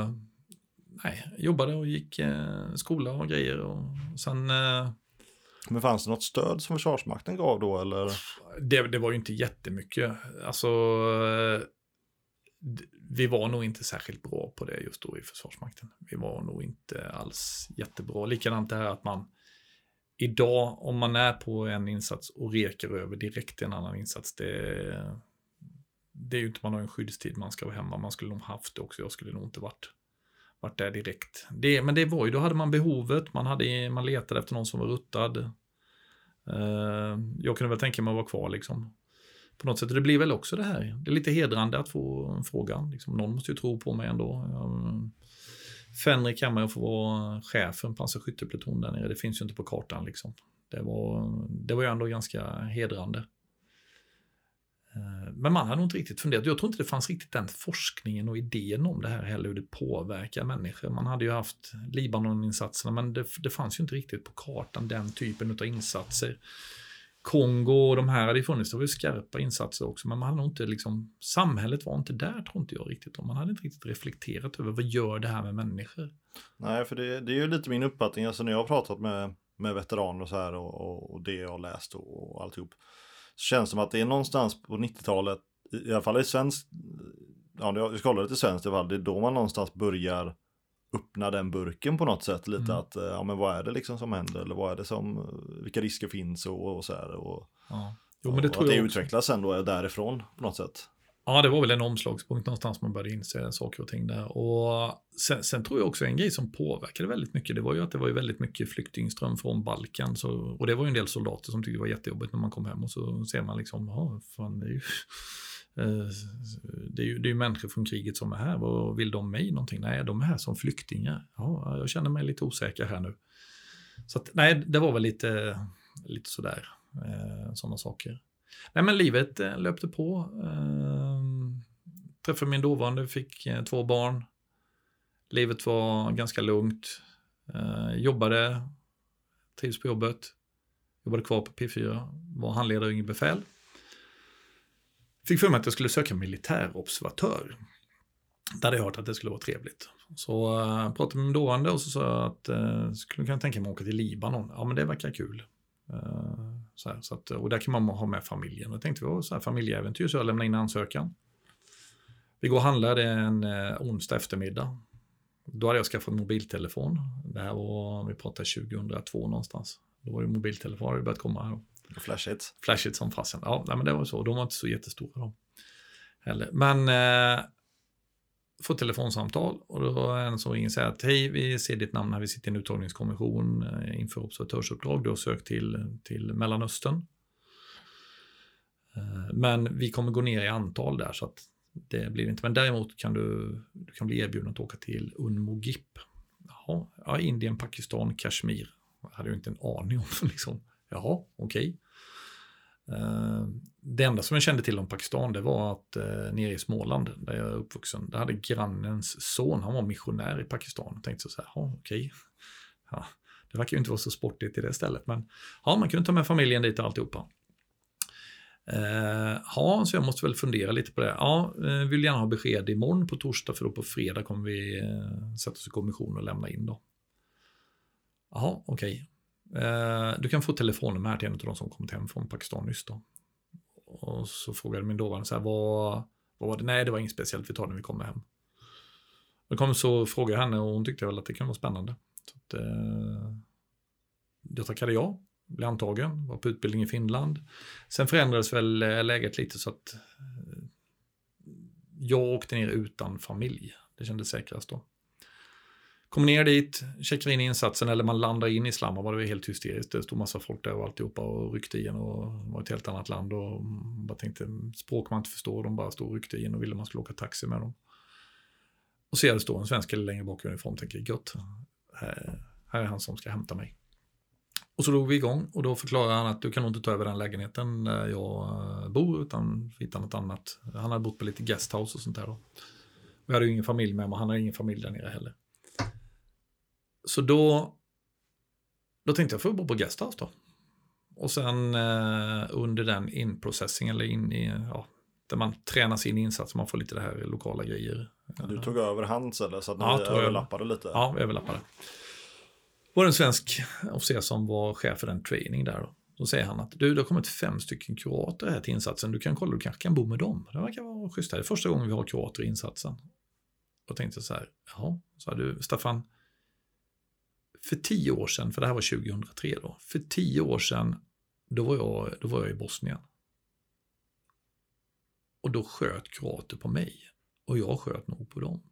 Nej, jobbade och gick eh, skola och grejer och sen... Eh, Men fanns det något stöd som Försvarsmakten gav då, eller? Det, det var ju inte jättemycket. Alltså, eh, d- vi var nog inte särskilt bra på det just då i Försvarsmakten. Vi var nog inte alls jättebra. Likadant det här att man idag, om man är på en insats och reker över direkt till en annan insats, det, det är ju inte, man har en skyddstid, man ska vara hemma. Man skulle nog haft det också, jag skulle nog inte varit vart där direkt. Det, men det var ju, då hade man behovet, man, hade, man letade efter någon som var ruttad. Uh, jag kunde väl tänka mig att vara kvar liksom. På något sätt, det blir väl också det här. Det är lite hedrande att få en fråga. Liksom, någon måste ju tro på mig ändå. Uh, Fänrik kan man ju få vara chef för en pansarskyttepluton där nere. Det finns ju inte på kartan liksom. Det var, det var ju ändå ganska hedrande. Men man hade nog inte riktigt funderat. Jag tror inte det fanns riktigt den forskningen och idén om det här heller, hur det påverkar människor. Man hade ju haft Libanon-insatserna, men det, det fanns ju inte riktigt på kartan den typen av insatser. Kongo och de här hade funnits, det var ju skarpa insatser också, men man hade nog inte liksom, samhället var inte där, tror inte jag riktigt. Man hade inte riktigt reflekterat över vad gör det här med människor. Nej, för det, det är ju lite min uppfattning, alltså när jag har pratat med med veteraner och så här och, och, och det jag har läst och, och alltihop. Så känns det som att det är någonstans på nittiotalet, i alla fall i svensk, ja jag ska hålla det till svenskt i alla fall, det är då man någonstans börjar öppna den burken på något sätt lite mm. att, ja men vad är det liksom som händer eller vad är det som, vilka risker finns och, och så här och, ja. Jo, men det och tror att det jag utvecklas sen då därifrån på något sätt. Ja, det var väl en omslagspunkt någonstans man började inse saker och ting där. Och sen, sen tror jag också en grej som påverkade väldigt mycket, det var ju att det var ju väldigt mycket flyktingström från Balkan. Så, och det var ju en del soldater som tyckte det var jättejobbigt när man kom hem och så ser man liksom, ja, fan det är ju, eh, det är ju, det är ju människor från kriget som är här. Vad vill de mig någonting? Nej, de är här som flyktingar. Ja, jag känner mig lite osäker här nu. Så att, nej, det var väl lite, lite sådär, eh, sådana saker. Nej, men livet eh, löpte på. Eh, träffade min dåvarande, fick eh, två barn. Livet var ganska lugnt. Eh, jobbade, trivs på jobbet. Jobbade kvar på P fyra. Var handledare och ingen befäl. Fick för mig att jag skulle söka militärobservatör. Där hade jag hört att det skulle vara trevligt. Så eh, pratade med min dåvarande och så sa jag att eh, skulle kunna tänka mig att åka till Libanon. Ja, men det verkar kul. Eh, Så här, så att, och där kan man ha med familjen. Och tänkte vi, så här, familjeäventyr, så jag lämnade in ansökan. Vi går och handlade en eh, onsdag eftermiddag. Då hade jag skaffat mobiltelefon. Det här var, vi pratade tjugohundratvå någonstans. Då var det mobiltelefon, det börjat komma här. Flashigt. Flashigt som fasen. Ja, nej, men det var så. De var inte så jättestora de heller. Men eh, får telefonsamtal och då är en som ringer och säger att hej, vi ser ditt namn här, vi sitter i en uttagningskommission eh, inför observatörsuppdrag, du har sökt till, till Mellanöstern. Eh, men vi kommer gå ner i antal där så att det blir inte, men däremot kan du, du kan bli erbjuden att åka till Unmogip. Jaha, ja, Indien, Pakistan, Kashmir. Jag hade ju inte en aning om liksom. Jaha, okej. Okay. Uh, det enda som jag kände till om Pakistan, det var att uh, nere i Småland där jag är uppvuxen, där hade grannens son, han var missionär i Pakistan. Jag tänkte så här, ja okej okay. Ja, det verkar ju inte vara så sportigt i det stället, men ja, man kunde ta med familjen dit och alltihopa. Uh, ja, så jag måste väl fundera lite på det. Ja, uh, vill gärna ha besked imorgon på torsdag, för då på fredag kommer vi uh, sätta oss i kommission och lämna in då. Jaha, okej. Okay. Uh, du kan få telefonnummer här till en av de som kommit hem från Pakistan nyss då. Och så frågade min dåvarande så här, vad, vad var det? Nej, det var inget speciellt, vi tar när vi kommer hem. Då kom så frågade jag henne och hon tyckte väl att det kan vara spännande. Så att, uh, jag tackade ja, blev antagen, var på utbildning i Finland. Sen förändrades väl läget lite så att uh, jag åkte ner utan familj. Det kändes säkrast då. Kom ner dit, checkar in insatsen, eller man landar in i Islamabad, det var helt hysteriskt. Det stod massa folk där och alltihopa och ryckte in och var ett helt annat land och bara tänkte, språk man inte förstår, de bara stod och ryckte in och ville man skulle åka taxi med dem. Och så är det stå en svensk eller längre bak i uniform, tänker gött, här, här är han som ska hämta mig. Och så drog vi igång och då förklarade han att du kan nog inte ta över den lägenheten där jag bor utan hitta något annat. Han hade bott på lite guesthouse och sånt där då. Vi hade ju ingen familj med mig, han hade ingen familj där nere heller. Så då, då tänkte jag, får jag bo på guesthouse då. Och sen eh, under den inprocessing eller in i, ja, där man tränar sin insats, man får lite det här lokala grejer. Du tog över hans eller så att ni ja, överlappade jag, lite? Ja, överlappade. Var det en svensk officer som var chef för den training där då. Då säger han att du, det har kommit fem stycken kurator här till insatsen, du kan kolla, du kanske kan bo med dem. Det verkar vara schysst här. Det är första gången vi har kurator i insatsen. Då tänkte jag så här, jaha, sa du, Staffan, för tio år sedan, för det här var tjugohundratre då, för tio år sedan, då var jag, då var jag i Bosnien. Och då sköt kurator på mig. Och jag sköt nog på dem.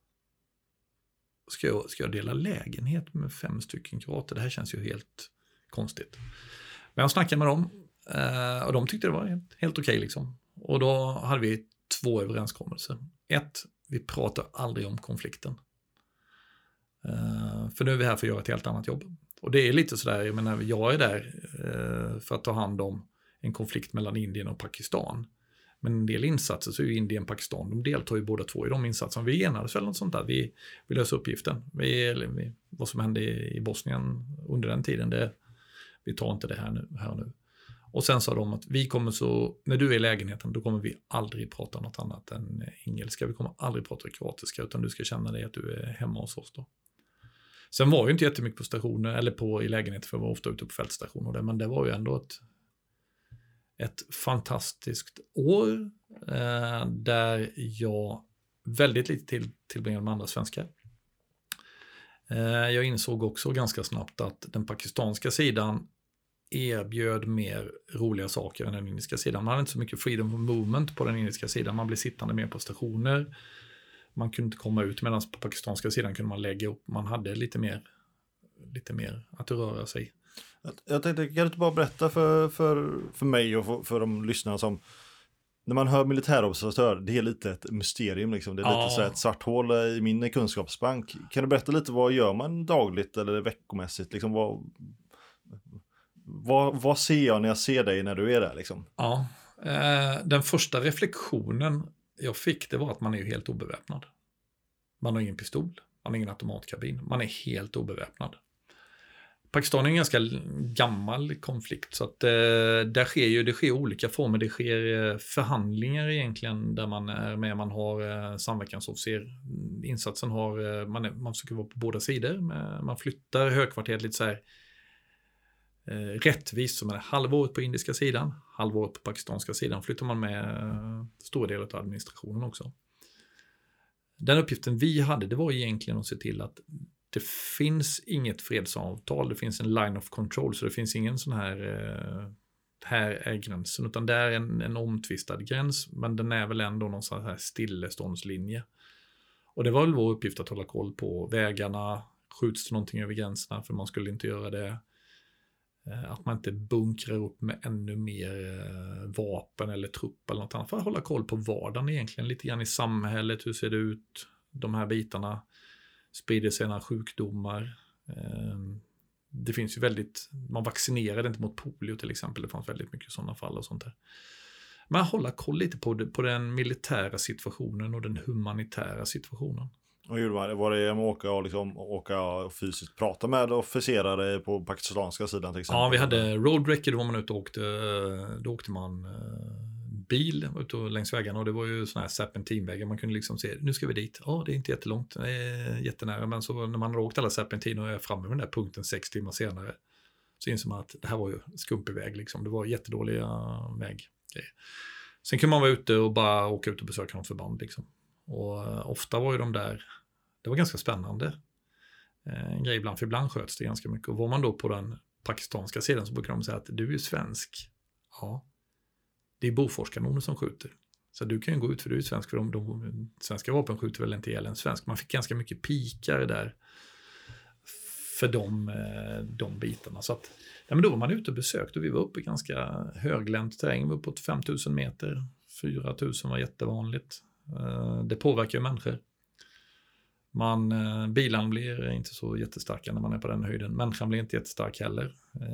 Ska jag, ska jag dela lägenhet med fem stycken kurator? Det här känns ju helt konstigt. Men jag snackade med dem och de tyckte det var helt, helt okej liksom. Och då hade vi två överenskommelser. Ett, vi pratar aldrig om konflikten. Uh, för nu är vi här för att göra ett helt annat jobb. Och det är lite sådär, jag menar, jag är där uh, för att ta hand om en konflikt mellan Indien och Pakistan. Men en del insatser så är ju Indien och Pakistan, de deltar ju båda två i de insatserna. Vi enades väl något sånt där, vi, vi löser uppgiften. Vi, vi, vad som hände i, i Bosnien under den tiden, det, vi tar inte det här nu, här nu. Och sen sa de att vi kommer så, när du är i lägenheten, då kommer vi aldrig prata något annat än engelska. Vi kommer aldrig prata kroatiska, utan du ska känna dig att du är hemma hos oss då. Sen var ju inte jättemycket på stationer eller på i lägenheter för att vara ofta ute på fältstationer. Men det var ju ändå ett, ett fantastiskt år eh, där jag väldigt lite till, tillbringade med andra svenskar. Eh, jag insåg också ganska snabbt att den pakistanska sidan erbjöd mer roliga saker än den indiska sidan. Man hade inte så mycket freedom of movement på den indiska sidan. Man blev sittande mer på stationer. Man kunde inte komma ut, medan på pakistanska sidan kunde man lägga upp. Man hade lite mer, lite mer att röra sig. Jag tänkte, kan du inte bara berätta för, för, för mig och för, för de lyssnarna som, när man hör militärobservatör, det är lite ett mysterium liksom. Det är Ja. lite så här ett svart hål i min kunskapsbank. Kan du berätta lite, vad gör man dagligt eller veckomässigt? Liksom, vad, vad, vad ser jag när jag ser dig när du är där liksom? Ja, eh, den första reflektionen jag fick, det var att man är ju helt obeväpnad. Man har ingen pistol, man har ingen automatkabin, man är helt obeväpnad. Pakistan är en ganska gammal konflikt, så att eh, där sker ju, det sker olika former. Det sker eh, förhandlingar egentligen där man är med, man har eh, samverkansofficer. Insatsen har, eh, man, är, man försöker vara på båda sidor, med, man flyttar högkvarteret lite så här eh, rättvist, som är halvåret på indiska sidan, halvåret på pakistanska sidan, flyttar man med eh, stora delar av administrationen också. Den uppgiften vi hade, det var egentligen att se till att det finns inget fredsavtal, det finns en line of control, så det finns ingen sån här, eh, här är gränsen, utan det är en, en omtvistad gräns, men den är väl ändå någon sån här stilleståndslinje. Och det var väl vår uppgift att hålla koll på vägarna, skjuts det någonting över gränserna, för man skulle inte göra det. Eh, att man inte bunkrar upp med ännu mer eh, vapen eller trupp eller något annat, för att hålla koll på vardagen egentligen, lite grann i samhället, hur ser det ut, de här bitarna. Sprider sig några sjukdomar. Det finns ju väldigt, man vaccinerade inte mot polio till exempel. Det fanns väldigt mycket sådana fall och sånt där. Man håller koll lite på, det, på den militära situationen och den humanitära situationen. Och hur var det? Var det att åka och liksom, åka och fysiskt prata med officerare på pakistanska sidan till exempel? Ja, vi hade road record, då var man ute och åkte, då åkte man bil ute längs vägarna, och det var ju såna här serpentinvägar, man kunde liksom se, nu ska vi dit, ja det är inte jättelångt, det är jättenära, men så när man har åkt alla serpentiner och är framme med den där punkten sex timmar senare, så inser man att det här var ju skumpig väg liksom, det var jättedåliga väggrejer. Sen kunde man vara ute och bara åka ut och besöka något förband liksom, och ofta var ju de där, det var ganska spännande en grej ibland, för ibland sköts det ganska mycket, och var man då på den pakistanska sidan så brukar de säga att du är svensk, ja. Det är Boforskanoner som skjuter. Så du kan ju gå ut, för du är svensk, för de, de svenska vapen skjuter väl inte ihjäl en svensk. Man fick ganska mycket pikar där för de, de bitarna. Så att, ja, men då var man ute och besökte, och vi var uppe i ganska höglänt terräng. Vi var uppåt fem tusen meter, fyra tusen var jättevanligt. Det påverkar ju människor. Man, bilarna blir inte så jättestarka när man är på den höjden. Människan blir inte jättestark heller.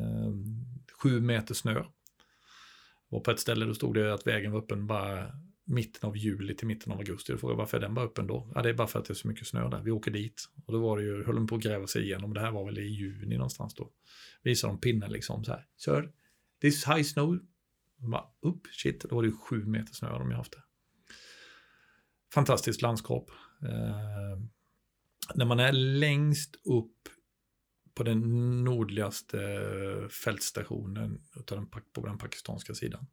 Sju meter snö. Och på ett ställe då stod det att vägen var öppen bara mitten av juli till mitten av augusti. Jag frågade, varför är den bara öppen då? Ja, det är bara för att det är så mycket snö där. Vi åker dit. Och då var det ju, höll de på att gräva sig igenom. Det här var väl i juni någonstans då. Visade de pinnen liksom så här. Sir, this high snow. Och bara, upp, shit. Då var det ju sju meter snö de har haft det. Fantastiskt landskap. Eh, när man är längst upp på den nordligaste fältstationen utav den, på den pakistanska sidan.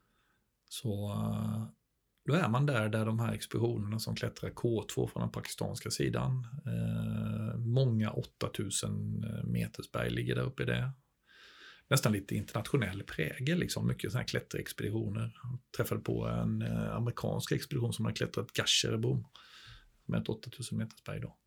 Så då är man där, där de här expeditionerna som klättrar K två från den pakistanska sidan. Eh, många åttatusen meters berg ligger där uppe i det. Nästan lite internationell prägel, liksom. Mycket sådana här klätterexpeditioner. Jag träffade på en eh, amerikansk expedition som har klättrat Gasherbom med ett åttatusen meters berg då.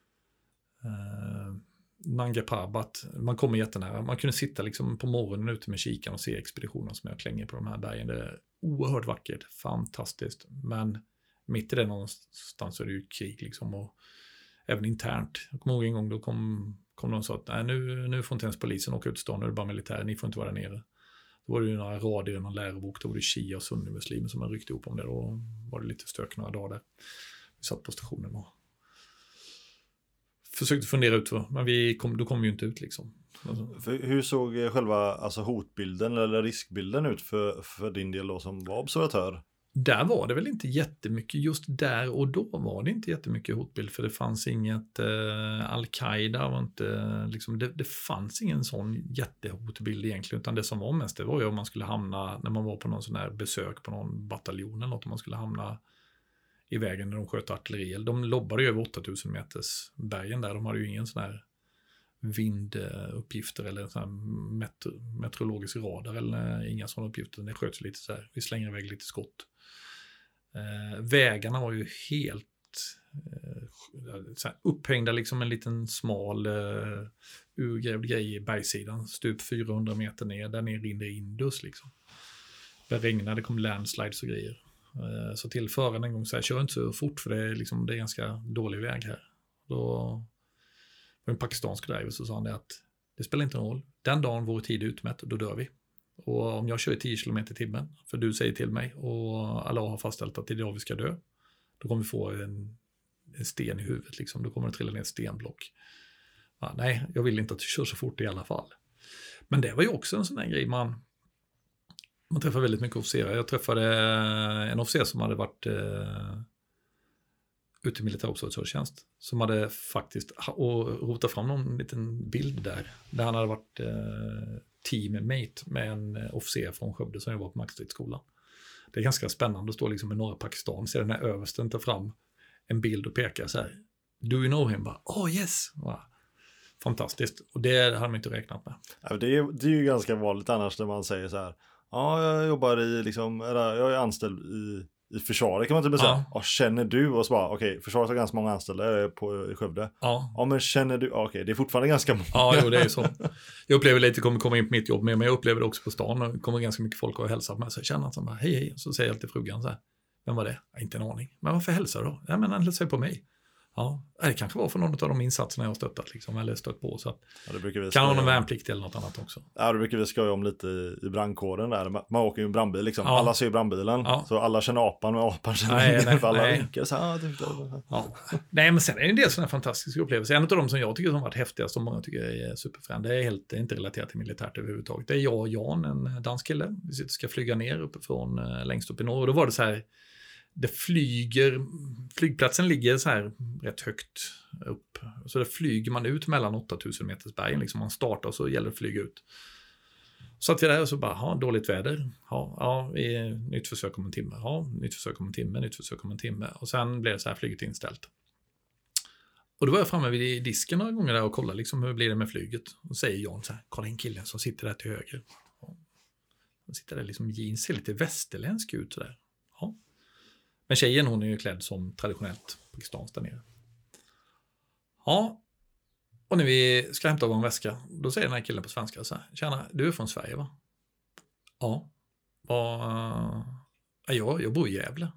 Eh, Nanga Parbat, man kommer jättenära. Man kunde sitta liksom på morgonen ute med kikan och se expeditionen som jag klänger på de här bergen. Det är oerhört vackert, fantastiskt. Men mitt i det någonstans så är det ju krig liksom, och även internt. Jag kommer ihåg en gång då kom, kom någon och sa att nej, nu, nu får inte ens polisen åka ut i stan, nu är det bara militär, ni får inte vara där nere. Då var det ju några rader i någon lärobok, då var det Shia och sunnimuslimer som man ryckte ihop om det. Då var det lite stök några dagar där. Vi satt på stationen och försökte fundera ut, men vi kom, då kom vi ju inte ut liksom. Alltså. För hur såg själva alltså, hotbilden eller riskbilden ut för, för din del då som var observatör? Där var det väl inte jättemycket, just där och då var det inte jättemycket hotbild, för det fanns inget, eh, Al-Qaida var inte, liksom, det, det fanns ingen sån jättehotbild egentligen, utan det som var mest, det var ju om man skulle hamna, när man var på någon sån här besök på någon bataljon eller något, om man skulle hamna i vägen när de sköt artilleri. De lobbade ju över åttatusen meters bergen där, de hade ju ingen sån här vinduppgifter eller sån här metro, meteorologisk radar eller inga sådana uppgifter. Det sköts lite så här, vi slänger iväg lite skott. Eh, vägarna var ju helt eh, så här, upphängda, liksom en liten smal eh, urgrävd grej i bergssidan, stup fyrahundra meter ner, där ner rinner Indus liksom. Det regnade, det kom landslides och grejer. Eh, så till föraren en gång så här, kör inte så fort för det är, liksom, det är ganska dålig väg här. Då en pakistansk driver så sa han det att det spelar inte någon roll. Den dagen vår tid är utmätt, då dör vi. Och om jag kör tio kilometer i timmen, för du säger till mig och alla har fastställt att det är idag vi ska dö, då kommer vi få en, en sten i huvudet. Liksom. Då kommer det trilla ner ett stenblock. Ja, nej, jag vill inte att du kör så fort i alla fall. Men det var ju också en sån här grej. Man, man träffar väldigt mycket officerare. Jag träffade en officer som hade varit eh, ute i militärobservatörstjänst, som hade faktiskt och rotat fram någon liten bild där, där han hade varit eh, teammate med en officer från Skövde som jobbar på Maxstridsskolan. Det är ganska spännande att stå liksom i norra Pakistan, så den här översten tar fram en bild och pekar så här, do you know him? Bara, oh yes! Wow. Fantastiskt. Och det hade man inte räknat med. Ja, det, är, det är ju ganska vanligt annars när man säger så här, ja, jag jobbar i liksom, eller jag är anställd i i försvaret, kan man inte säga. Ja. Känner du? Och så bara, okej, okay, försvaret har ganska många anställda på i Skövde. Ja. Ja, men känner du? Okej, okay, det är fortfarande ganska många. Ja, jo, det är ju så. Jag upplever lite, kommer komma in på mitt jobb med, men jag upplever det också på stan. Det kommer ganska mycket folk och hälsar på mig. Så jag känner att de bara, hej, hej. Så säger jag alltid frugan så här, vem var det? Ja, inte en aning. Men varför hälsar du då? Ja, men han hälsar på mig. Ja, det kanske var för någon av de insatserna jag har stöttat liksom, eller stött på. Så att, ja, det brukar vi kan ha någon värnplikt eller något annat också. Ja, det brukar vi skoja om lite i, i brandkåren där. Man, man åker ju en brandbil liksom. Ja. Alla ser ju brandbilen. Ja. Så alla känner apan och apan känner nej, nej, alla nej. Vinkar. Så, ah, det, ja. Nej, men sen är det en del sådana fantastiska upplevelser. En av de som jag tycker som varit häftigast och många tycker är superfrän, det är helt det är inte relaterat till militärt överhuvudtaget. Det är jag och Jan, en dansk kille. Vi sitter, ska flyga ner uppifrån längst upp i norr. Och då var det så här, det flyger, flygplatsen ligger så här rätt högt upp. Så där flyger man ut mellan åttatusen meters bergen. Liksom man startar och så gäller det att flyga ut. Så att vi där och så bara, ha dåligt väder. Ja, ja vi, nytt försök om en timme. Ja, nytt försök om en timme, nytt försök om en timme. Och sen blev det så här flyget inställt. Och då var jag framme vid disken några gånger där och kollade liksom hur blir det med flyget. Och säger Jan så här, kolla in killen som sitter där till höger. Ja. Han sitter där liksom, jeans ser lite västerländsk ut så där. Ja. Men tjejen, hon är ju klädd som traditionellt pakistanskt där nere. Ja, och när vi ska hämta vår väska, då säger den här killen på svenska så här, tjena, du är från Sverige va? Ja. Vad, ja, jag, jag bor i Gävle.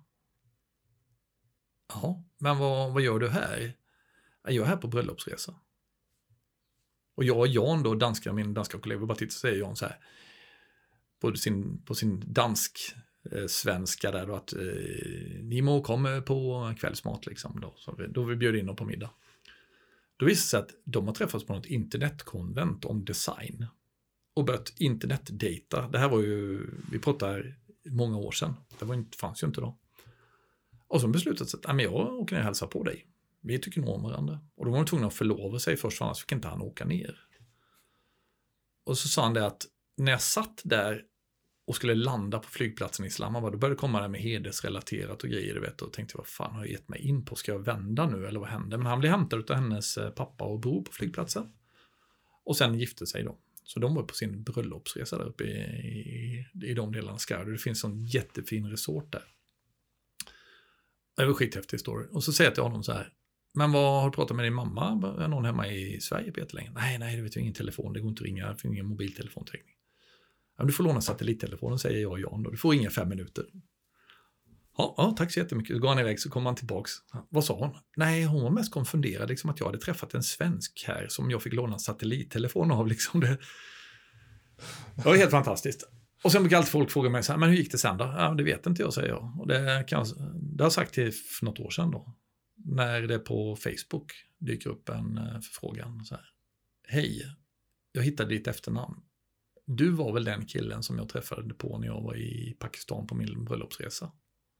Ja, men vad, vad gör du här? Ja, jag är här på bröllopsresa. Och jag och Jan då, danska, min danska kollega, bara tittar och säger Jan så här, på sin, på sin dansk eh, svenska där då, att eh, Nimo kommer på kvällsmat liksom då, så vi, då vi bjöd in dem på middag. Då visade det sig att de har träffats på något internetkonvent om design och börjat internetdata. Det här var ju, vi pratar många år sedan, det var inte, fanns ju inte då. Och så beslutade sig att jag åker ner och hälsar på dig. Vi tycker nog om varandra. Och då var de tvungna att förlova sig först, för annars fick inte han åka ner. Och så sa han det att när jag satt där och skulle landa på flygplatsen i Islamabad, då började det komma där med hedersrelaterat och grejer, du vet, och tänkte, vad fan har jag gett mig in på? Ska jag vända nu eller vad händer? Men han blev hämtad av hennes pappa och bror på flygplatsen. Och sen gifte sig då. Så de var på sin bröllopsresa där uppe i, i, i de delarna av Skardu. Det finns en jättefin resort där. Det var skithäftig story. Och så säger jag till honom så här, men vad har du pratat med din mamma? Är någon hemma i Sverige på jättelänge? Nej, nej, det vet jag, ingen telefon. Det går inte att ringa, det finns ingen mobiltelefontäckning. Ja, du får låna satellittelefonen, säger jag och Jan då. Du får ringa fem minuter. Ja, ja, tack så jättemycket. Så går han iväg, så kommer han tillbaks. Vad sa hon? Nej, hon var mest konfunderad liksom, att jag hade träffat en svensk här som jag fick låna satellittelefon av. Liksom. Det, det var helt fantastiskt. Och sen brukar alltid folk fråga mig så här, men hur gick det sen då? Ja, det vet inte jag, säger jag. Och det, kan, det har jag sagt till för något år sedan då. När det på Facebook dyker upp en förfrågan så här. Hej, jag hittade ditt efternamn. Du var väl den killen som jag träffade på när jag var i Pakistan på min bröllopsresa?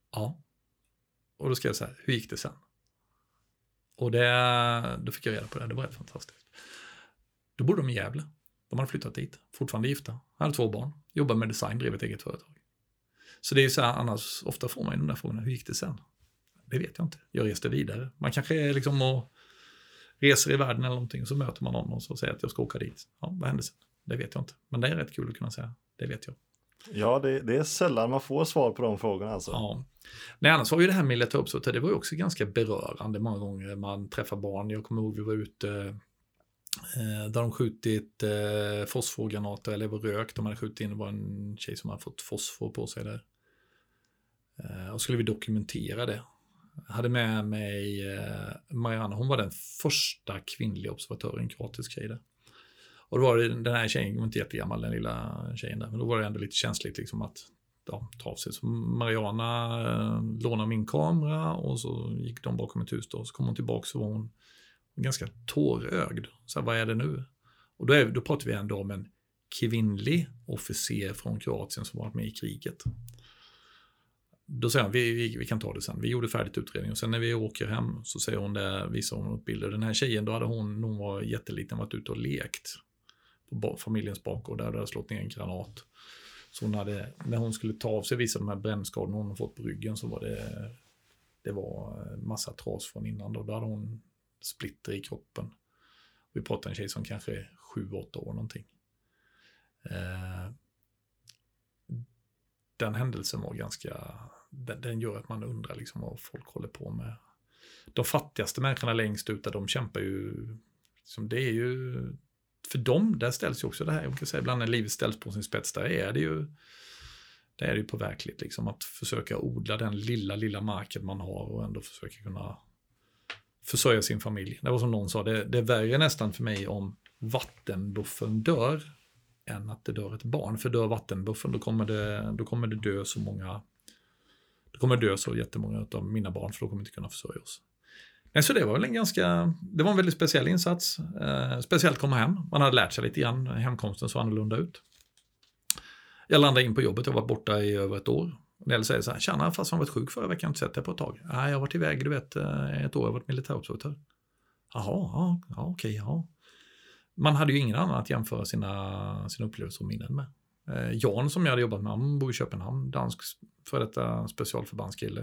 Ja. Och då skrev jag så här, hur gick det sen? Och det, då fick jag reda på det, det var helt fantastiskt. Då bodde de i Gävle. De hade flyttat dit, fortfarande gifta. Hade två barn, jobbade med design, drev ett eget företag. Så det är ju så här, annars ofta får man ju de där frågorna, hur gick det sen? Det vet jag inte, jag reste vidare. Man kanske är liksom och reser i världen eller någonting och så möter man någon och så säger att jag ska åka dit. Ja, vad hände sen? Det vet jag inte. Men det är rätt kul att kunna säga, det vet jag. Ja, det, det är sällan man får svar på de frågorna alltså. Ja. Nej, annars var ju det här med Leta Uppsåt, det var ju också ganska berörande många gånger. Man träffar barn, jag kommer ihåg vi var ute eh, där de skjutit eh, fosforgranater eller var rök. De hade skjutit in, det var en tjej som hade fått fosfor på sig där. Eh, och skulle vi dokumentera det. Jag hade med mig eh, Marianne, hon var den första kvinnliga observatören, kroatisk tjej där. Och då var det, den här tjejen, var inte jättegammal, den lilla tjejen där, men då var det ändå lite känsligt liksom att ja, ta av sig. Så Mariana eh, lånade min kamera och så gick de bakom ett hus då. Så kom hon tillbaka så var hon ganska tårögd. Så här, vad är det nu? Och då, är, då pratar vi ändå om en kvinnlig officer från Kroatien som varit med i kriget. Då säger hon, vi, vi, vi kan ta det sen. Vi gjorde färdigt utredning och sen när vi åker hem så säger hon det, visar hon upp bilder. Den här tjejen, då hade hon, hon var jätteliten, varit ute och lekt på familjens bakgård där det hade slått ner en granat. Så hon hade, när hon skulle ta av sig vissa av de här brännskadorna hon fått på ryggen så var det, det var massa tras från innan då. Då hade hon splitter i kroppen. Vi pratar en tjej som kanske är sju åtta år någonting. Eh, den händelsen var ganska, den, den gör att man undrar liksom vad folk håller på med. De fattigaste människorna längst ut där, de kämpar ju, liksom det är ju, för dem, där ställs ju också det här, jag kan säga, ibland när livet ställs på sin spets, där är det ju, där är det ju på verkligt liksom, att försöka odla den lilla, lilla marken man har och ändå försöka kunna försörja sin familj. Det var som någon sa, det, det är värre nästan för mig om vattenbuffeln dör än att det dör ett barn. För dör vattenbuffeln, då kommer det, då kommer det dö så många, då kommer det dö så jättemånga av mina barn, för då kommer inte kunna försörja oss. Nej, så det var väl en ganska, det var en väldigt speciell insats. Eh, speciellt komma hem. Man hade lärt sig lite grann, hemkomsten så annorlunda ut. Jag landade in på jobbet, jag var borta i över ett år. Nell säger så här, tjena, fast han varit sjuk förra veckan, inte sett det på ett tag. Nej, jag har varit iväg, du vet, ett år, jag har varit militärobservatör. Jaha, ja, ja, okej, ja. Man hade ju ingen annan att jämföra sina, sina upplevelser och minnen med. Eh, Jan som jag hade jobbat med, han bor i Köpenhamn, dansk för detta specialförbandskille.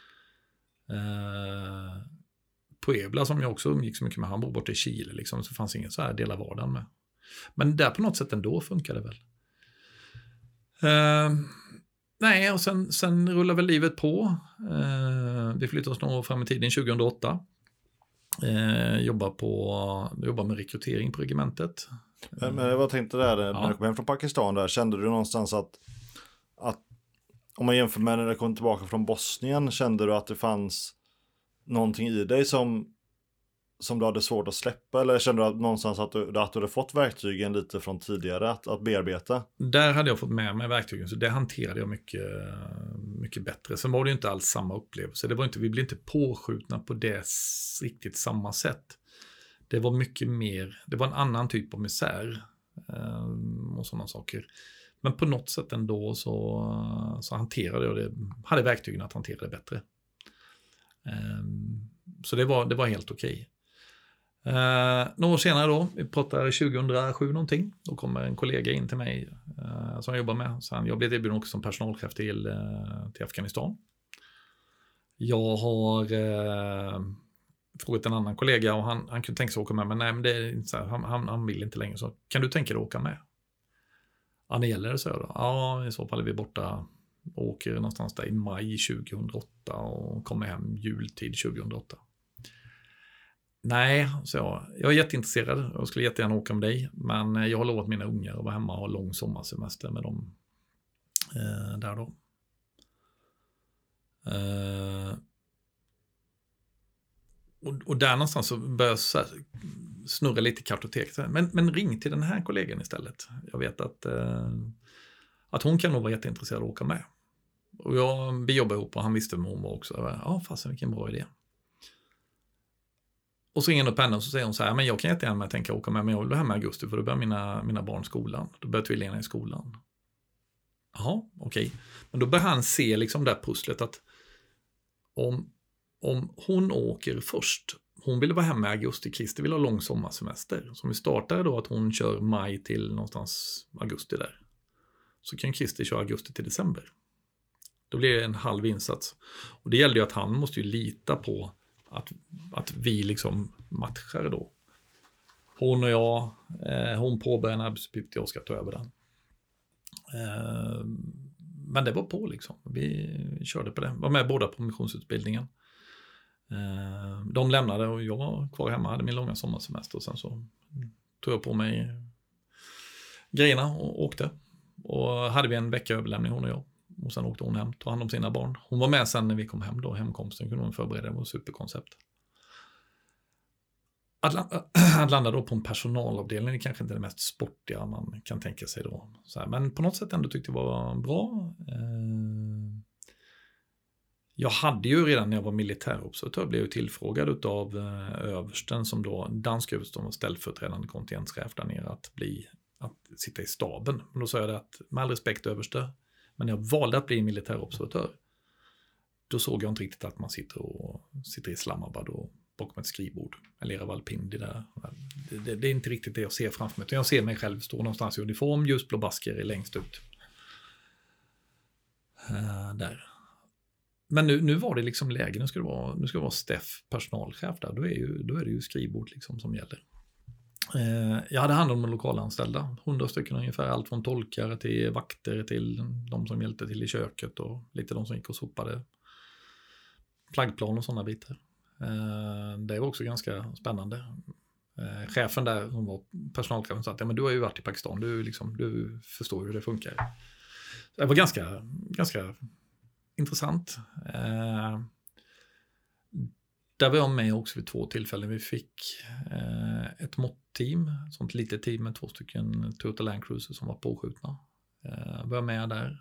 Eh, Puebla som jag också umgick så mycket med, han bor borta i Chile liksom, så fanns ingen så här del av vardagen med. Men där på något sätt ändå funkar det väl. Eh, nej, och sen, sen rullar väl livet på. Eh, vi flyttar oss nog fram i tiden tjugohundraåtta. Eh, jobbar, på, jobbar med rekrytering på regementet. Men, men vad tänkte där, när ja. du kom hem från Pakistan där, kände du någonstans att, att om man jämför med när du kom tillbaka från Bosnien, kände du att det fanns någonting i dig som, som du hade svårt att släppa, eller kände du att någonstans att du, att du hade fått verktygen lite från tidigare att, att bearbeta? Där hade jag fått med mig verktygen, så det hanterade jag mycket, mycket bättre. Sen var det ju inte alls samma upplevelse. Det var inte, vi blev inte påskjutna på det riktigt samma sätt. Det var mycket mer, det var en annan typ av misär um, och sådana saker. Men på något sätt ändå så, så hanterade jag det, hade verktygen att hantera det bättre. Um, så det var, det var helt okej. Uh, några år senare då, vi pratar tjugohundrasju någonting, då kommer en kollega in till mig uh, som jag jobbar med. Så han, jag blev erbjuden också som personalchef till, uh, till Afghanistan. Jag har uh, frågat en annan kollega och han, han kunde tänka sig att åka med, men nej, men det är inte så här, han, han, han vill inte längre. Så kan du tänka dig att åka med? Ja, det gäller det, så jag då. Ja, i så fall är vi borta och åker någonstans där i maj tjugohundraåtta och kommer hem jultid tjugohundraåtta. Nej, så jag, jag är jätteintresserad. Jag skulle jättegärna åka med dig. Men jag har lovat mina ungar att vara hemma och ha lång sommarsemester med dem eh, där då. Eh, och, och där någonstans så börjar jag snurra lite i kartoteket. Men, men ring till den här kollegan istället. Jag vet att, eh, att hon kan nog vara jätteintresserad att åka med. Och jag, vi jobbar ihop och han visste vem hon var också. Ja, fasen vilken bra idé. Och så ringer hon upp henne och så säger hon så här, men jag kan jättegärna tänka åka med, men jag vill vara hemma i augusti för då börjar mina, mina barn skolan. Då börjar tvillingarna i skolan. Jaha, okej. Okay. Men då börjar han se liksom det här pusslet att om, om hon åker först, hon ville vara hemma i augusti, Christer vill ha lång sommarsemester. Så om vi startar då att hon kör maj till någonstans augusti där. Så kan Christer köra augusti till december. Då blir det en halv insats. Och det gäller ju att han måste ju lita på att, att vi liksom matchar då. Hon och jag, eh, hon påbörjar en arbetsuppgift, jag ska ta över den. Eh, men det var på liksom. Vi körde på det. Var med båda på missionsutbildningen. Eh, de lämnade och jag var kvar hemma, hade min långa sommarsemester. Och sen så tog jag på mig grejerna och åkte. Och hade vi en vecka överlämning, hon och jag. Och sen åkte hon hem, tog hand om sina barn. Hon var med sen när vi kom hem då, hemkomsten kunde hon förbereda, det var superkoncept. Att, la- att landa då på en personalavdelning är kanske inte det mest sportiga man kan tänka sig då. Så här, men på något sätt ändå tyckte det var bra. Eh, jag hade ju redan när jag var militärobservatör blev jag tillfrågad av eh, översten som då, dansk översten var ställföreträdande kontingenschef där nere att bli, att sitta i staben. Men då sa jag det att med all respekt överste, men jag valde att bli militärobservatör. Då såg jag inte riktigt att man sitter och sitter i Islamabad och bakom ett skrivbord. Eller Rawalpindi där. Det, det, det är inte riktigt det jag ser framför mig. Jag ser mig själv stå någonstans i uniform, ljusblå basker längst ut. Uh, där. Men nu, nu var det liksom läge. Nu ska det vara, nu ska det vara Steff, personalchef där. Då är, ju, då är det ju skrivbord liksom som gäller. Uh, jag hade hand om de lokalanställda. Hundra stycken ungefär. Allt från tolkare till vakter till de som hjälpte till i köket. Och lite de som gick och sopade flaggplan och sådana bitar. Det var också ganska spännande. Chefen där, som var personalchefen, sa att ja, men du har ju varit i Pakistan, du, liksom, du förstår hur det funkar. Det var ganska, ganska intressant. Där var jag med också vid två tillfällen. Vi fick ett mått-team, ett sånt litet team med två stycken Toyota Land Cruiser som var påskjutna. Jag var med där.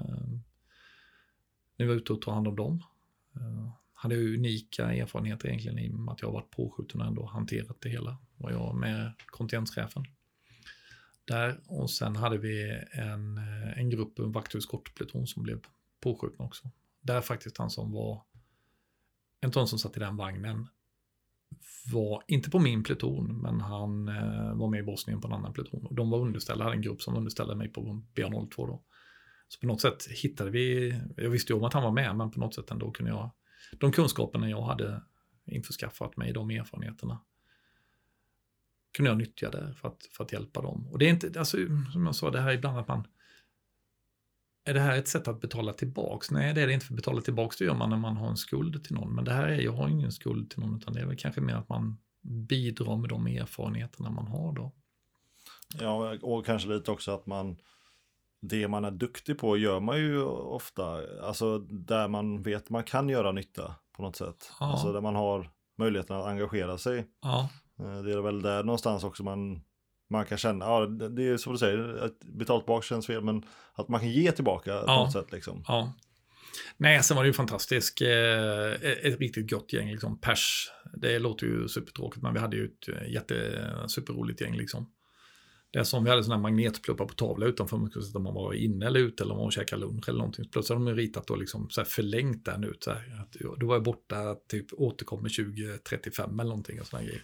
Ni var ute och tog hand om dem. Hade unika erfarenheter egentligen i och med att jag har varit påskjuten och ändå hanterat det hela. Var jag med kontingenschefen där. Och sen hade vi en, en grupp, en vakthuskortpluton som blev påskjuten också. Där faktiskt han som var, en ton som satt i den vagnen var inte på min pluton, men han eh, var med i Bosnien på en annan pluton. Och de var underställda, hade en grupp som underställde mig på B A noll två då. Så på något sätt hittade vi, jag visste ju om att han var med, men på något sätt ändå kunde jag, de kunskaperna jag hade införskaffat mig, de erfarenheterna, kunde jag nyttja där för att, för att hjälpa dem. Och det är inte, alltså, som jag sa, det här är ibland att man, är det här ett sätt att betala tillbaks? Nej, det är det inte, för att betala tillbaks det gör man när man har en skuld till någon. Men det här är, jag har ingen skuld till någon, utan det är väl kanske mer att man bidrar med de erfarenheterna man har då. Ja, och kanske lite också att man, det man är duktig på gör man ju ofta, alltså där man vet man kan göra nytta på något sätt. Ja. Alltså där man har möjligheten att engagera sig. Ja. Det är väl där någonstans också man, man kan känna, ja det är som du säger, att betalt tillbaka känns fel, men att man kan ge tillbaka ja. På något sätt liksom. Ja. Nej, sen var det ju fantastiskt. Ett riktigt gott gäng liksom, pers. Det låter ju supertråkigt, men vi hade ju ett jätte superroligt gäng liksom. Det är som vi hade sådana magnetpluppar på tavla utanför, om man var inne eller ute eller om man käkade lunch eller någonting. Plötsligt har de ritat och liksom så här förlängt den ut. Så här, att då var jag borta, typ återkommer tjugo trettiofem eller någonting och sådana grejer.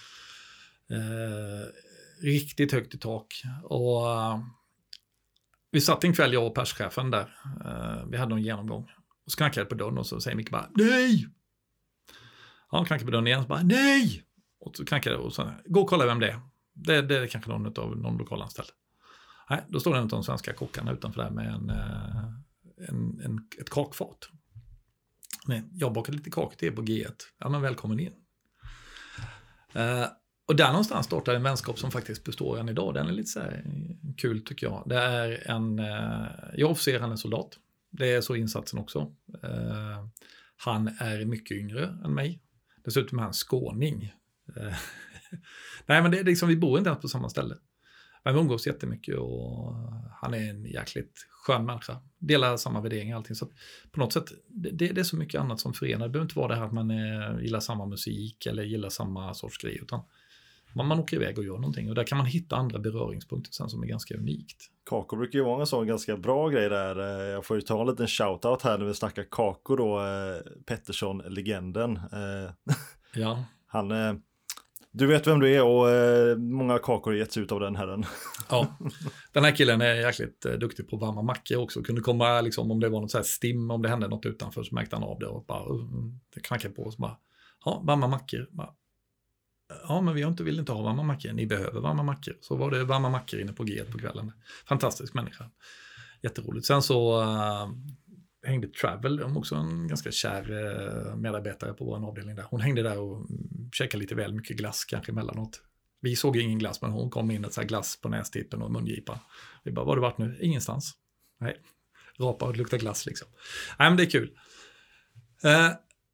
Eh, riktigt högt i tak. Och uh, vi satt en kväll, jag och perschefen där. Uh, vi hade någon genomgång. Och så knackade jag på dörren och så säger Micke bara, nej! Han knackade på dörren igen och så bara, nej! Och så knackade jag och så, gå och kolla vem det är. Det, det är kanske någon av någon lokalanställd. Nej, då står det en av de svenska kockarna utanför där med en, en, en, ett kakfat. Men jag bakade lite kakor till er på G ett. Ja, men välkommen in. Uh, och där någonstans startar en vänskap som faktiskt består än idag. Den är lite så här kul tycker jag. Det är en, uh, jag officer, han är soldat. Det är så insatsen också. Uh, han är mycket yngre än mig. Dessutom är han skåning. Uh, Nej, men det är liksom, vi bor inte ens på samma ställe. Men vi umgås jättemycket och han är en jäkligt skön människa. Delar samma värderingar och allting. Så på något sätt, det, det är så mycket annat som förenar. Det behöver inte vara det här att man är, gillar samma musik eller gillar samma sorts grej. Utan Man, man åker iväg och gör någonting. Och där kan man hitta andra beröringspunkter sen som är ganska unikt. Kako brukar ju vara en sån ganska bra grej där. Jag får ju ta en liten shoutout här när vi snackar Kako då. Pettersson-legenden. Ja. Han... Du vet vem du är och eh, många kakor har getts ut av den herren. Ja, den här killen är jäkligt eh, duktig på varma mackor också. Kunde komma liksom om det var något så här stim, om det hände något utanför så märkte han av det och bara uh, det knackade på och så bara, ja, varma mackor. Bara, ja, men vi har inte, vill inte ha varma mackor. Ni behöver varma mackor. Så var det varma mackor inne på G ett på kvällen. Fantastisk människa. Jätteroligt. Sen så uh, hängde Travel, de också en ganska kär uh, medarbetare på vår avdelning där. Hon hängde där och käkade lite väl mycket glass kanske emellanåt. Vi såg ingen glass, men hon kom in ett så här glass på nästippen och mungipa. Vi bara, var har du varit nu? Ingenstans. Nej, rapa och lukta glass liksom. Nej, men det är kul. Uh,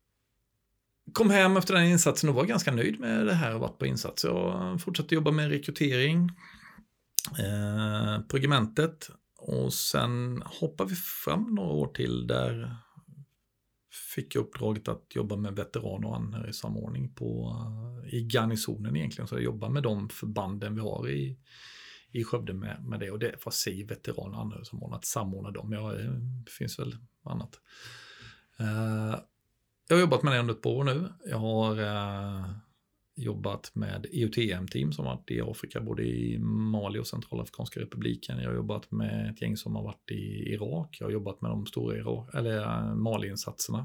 kom hem efter den insatsen och var ganska nöjd med det här och varit på insats. Jag fortsatte jobba med rekrytering uh, på regementet. Och sen hoppar vi fram några år till där fick jag uppdraget att jobba med veteran- och anhörigsamordning på, i garnisonen egentligen. Så jag jobbar med de förbanden vi har i, i Skövde med, med det. Och det är för att se veteran- och anhörigsamordning, att samordna dem. Ja, det finns väl annat. Uh, jag har jobbat med det under ett par år nu. Jag har uh, jobbat med E U T M-team som har varit i Afrika, både i Mali och Centralafrikanska republiken. Jag har jobbat med ett gäng som har varit i Irak. Jag har jobbat med de stora Irak, eller uh, Mali-insatserna.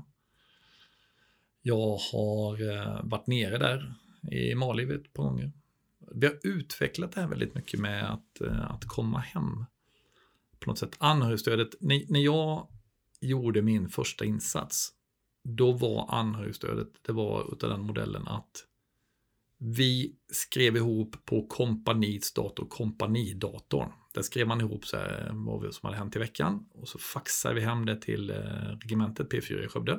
Jag har uh, varit nere där i Mali ett par gånger. Vi har utvecklat det här väldigt mycket med att, uh, att komma hem. På något sätt anhörigstödet. N- när jag gjorde min första insats, då var anhörigstödet, det var utav den modellen att vi skrev ihop på kompaniets dator, kompanidatorn. Där skrev man ihop så här, vad som hade hänt i veckan. Och så faxade vi hem det till eh, regementet P fyra i Skövde.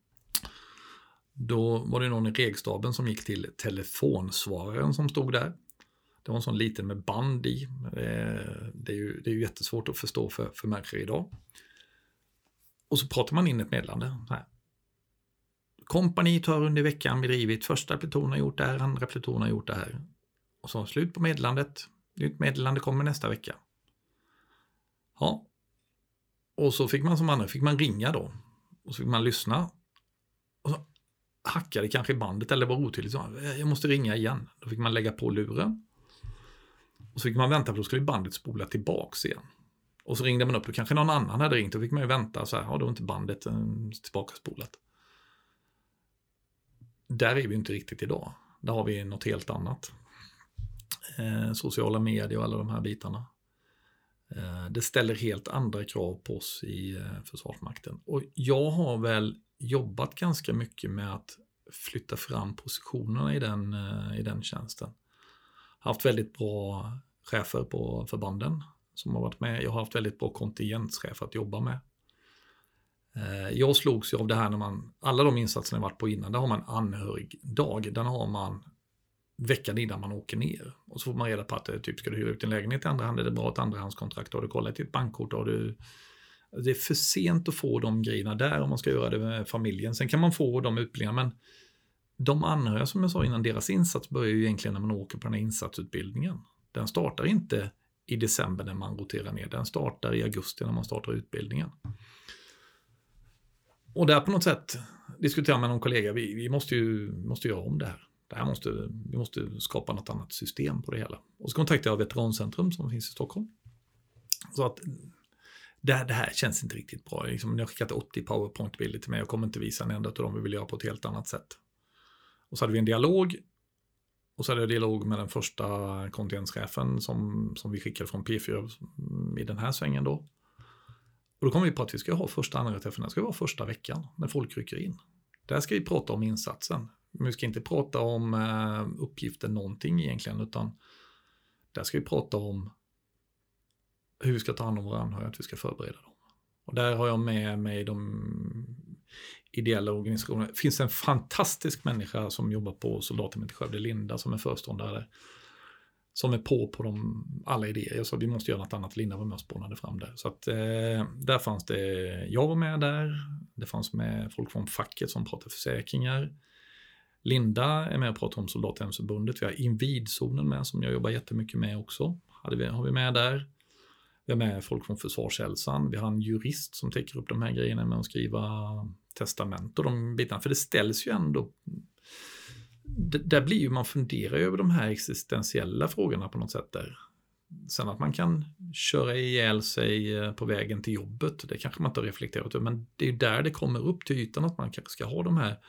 Då var det någon i regstaben som gick till telefonsvararen som stod där. Det var en sån liten med band i. Det, det, är, ju, det är ju jättesvårt att förstå för, för människor idag. Och så pratar man in ett meddelande. Här. Kompaniet har under veckan bedrivit, första pluton har gjort det här, andra pluton har gjort det här. Och så slut på meddelandet. Nytt meddelande kommer nästa vecka. Ja. Och så fick man som andra, fick man ringa då. Och så fick man lyssna. Och så hackade kanske i bandet eller var otydligt. Så jag måste ringa igen. Då fick man lägga på luren. Och så fick man vänta för då skulle bandet spola tillbaks igen. Och så ringde man upp och kanske någon annan hade ringt. Då fick man ju vänta så här, ja då är inte bandet tillbaka spolat. Där är vi inte riktigt idag. Där har vi något helt annat. Eh, sociala medier och alla de här bitarna. Eh, det ställer helt andra krav på oss i eh, Försvarsmakten. Och jag har väl jobbat ganska mycket med att flytta fram positionerna i den, eh, i den tjänsten. Haft väldigt bra chefer på förbanden som har varit med. Jag har haft väldigt bra kontingentschefer att jobba med. Jag slogs ju av det här när man, alla de insatserna jag varit på innan, där har man anhörig dag. Den har man veckan innan man åker ner. Och så får man reda på att typ ska du hyra ut en lägenhet i andra hand, är det bra ett andrahandskontrakt, har du kollat till ett bankkort, har du... Det är för sent att få de grejerna där om man ska göra det med familjen. Sen kan man få de utbildningarna, men de anhöriga som jag sa innan, deras insats börjar ju egentligen när man åker på den här insatsutbildningen. Den startar inte i december när man roterar ner, den startar i augusti när man startar utbildningen. Och där på något sätt diskuterar med någon kollega, vi, vi måste ju måste göra om det här. Det här måste, vi måste skapa något annat system på det hela. Och så kontaktade jag Veterancentrum som finns i Stockholm. Så att det här, det här känns inte riktigt bra. Liksom, jag har skickat åttio PowerPoint-bilder till mig och kommer inte visa en enda av dem vi vill göra på ett helt annat sätt. Och så hade vi en dialog. Och så hade jag dialog med den första kontingentschefen som, som vi skickade från P fyra i den här svängen då. Och då kom vi på att vi ska ha första andra träffen. Det ska vara första veckan när folk rycker in. Där ska vi prata om insatsen. Men vi ska inte prata om uh, uppgiften någonting egentligen. Utan där ska vi prata om hur vi ska ta hand om våra anhöriga. Att vi ska förbereda dem. Och där har jag med mig de ideella organisationerna. Det finns en fantastisk människa som jobbar på Soldathemmet i Skövde, Linda, som är föreståndare. Som är på på de, alla idéer. Jag sa vi måste göra något annat. Linda var med och spånade fram det. Så att eh, där fanns det, jag var med där. Det fanns med folk från facket som pratade försäkringar. Linda är med och pratar om Soldathemsförbundet. Vi har Invidzonen med som jag jobbar jättemycket med också. Hade vi, har vi med där. Vi har med folk från Försvarshälsan. Vi har en jurist som täcker upp de här grejerna med att skriva testament och de bitarna. För det ställs ju ändå... D- där blir ju man funderar över de här existentiella frågorna på något sätt där. Sen att man kan köra ihjäl sig på vägen till jobbet, det kanske man inte har reflekterat över. Men det är där det kommer upp till ytan att man kanske ska ha de här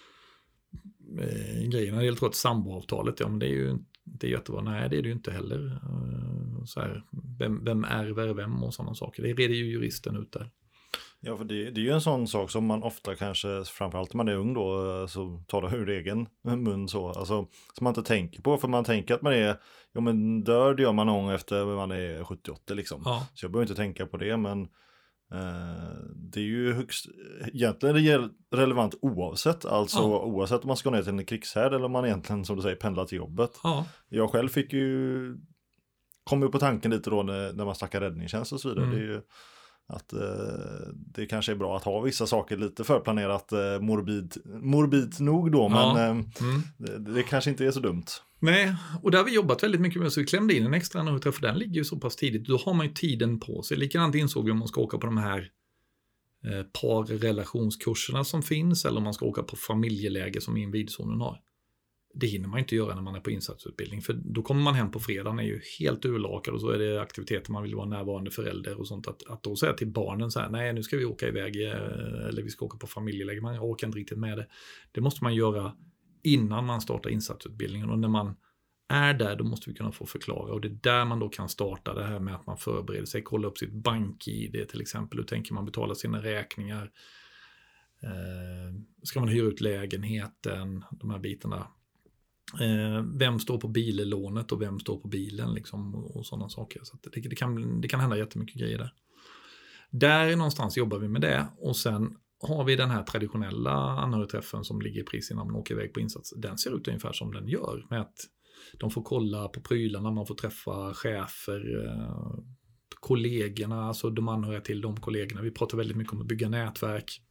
eh, grejerna. Jag tror att samboavtalet, ja men det är ju det är jättebra. Nej, det är det ju inte heller. Så här, vem, vem ärver vem och sådana saker. Det reder ju juristen ut där. Ja, för det, det är ju en sån sak som man ofta kanske, framförallt när man är ung då, så talar ur egen mun så. Alltså, som man inte tänker på, för man tänker att man är, ja men dör det gör man någon efter man är sjuttioåtta liksom. Ja. Så jag behöver inte tänka på det, men eh, det är ju högst, egentligen är det relevant oavsett, alltså Ja. oavsett om man ska ner till en krigshärd eller om man egentligen, som du säger, pendlar till jobbet. Ja. Jag själv fick ju, kom ju på tanken lite då när, när man snackar räddningstjänst och så vidare, Mm. det är ju att eh, det kanske är bra att ha vissa saker lite förplanerat eh, morbid, morbid nog då, men Ja. eh, Mm. det, det kanske inte är så dumt. Nej, och där har vi jobbat väldigt mycket med, så vi klämde in en extra anhörigträff, för den ligger ju så pass tidigt. Då har man ju tiden på sig. Likadant insåg vi om man ska åka på de här eh, parrelationskurserna som finns, eller om man ska åka på familjeläge som Invidzonen har. Det hinner man inte göra när man är på insatsutbildning, för då kommer man hem på fredagen, är ju helt urlakad och så är det aktiviteter man vill vara närvarande förälder och sånt. Att, att då säga till barnen så här, nej nu ska vi åka iväg eller vi ska åka på familjeläge, man åker inte riktigt med det. Det måste man göra innan man startar insatsutbildningen, och när man är där då måste vi kunna få förklara, och det är där man då kan starta det här med att man förbereder sig, kolla upp sitt bank-I D till exempel, hur tänker man betala sina räkningar, eh, ska man hyra ut lägenheten, de här bitarna. Eh, vem står på billånet och vem står på bilen liksom, och, och sådana saker. Så att det, det, kan, det kan hända jättemycket grejer där. Där någonstans jobbar vi med det, och sen har vi den här traditionella anhörigträffen som ligger i pris innan man åker iväg på insats. Den ser ut ungefär som den gör, med att de får kolla på prylarna, man får träffa chefer, eh, kollegorna, alltså de anhöriga till de kollegorna. Vi pratar väldigt mycket om att bygga nätverk.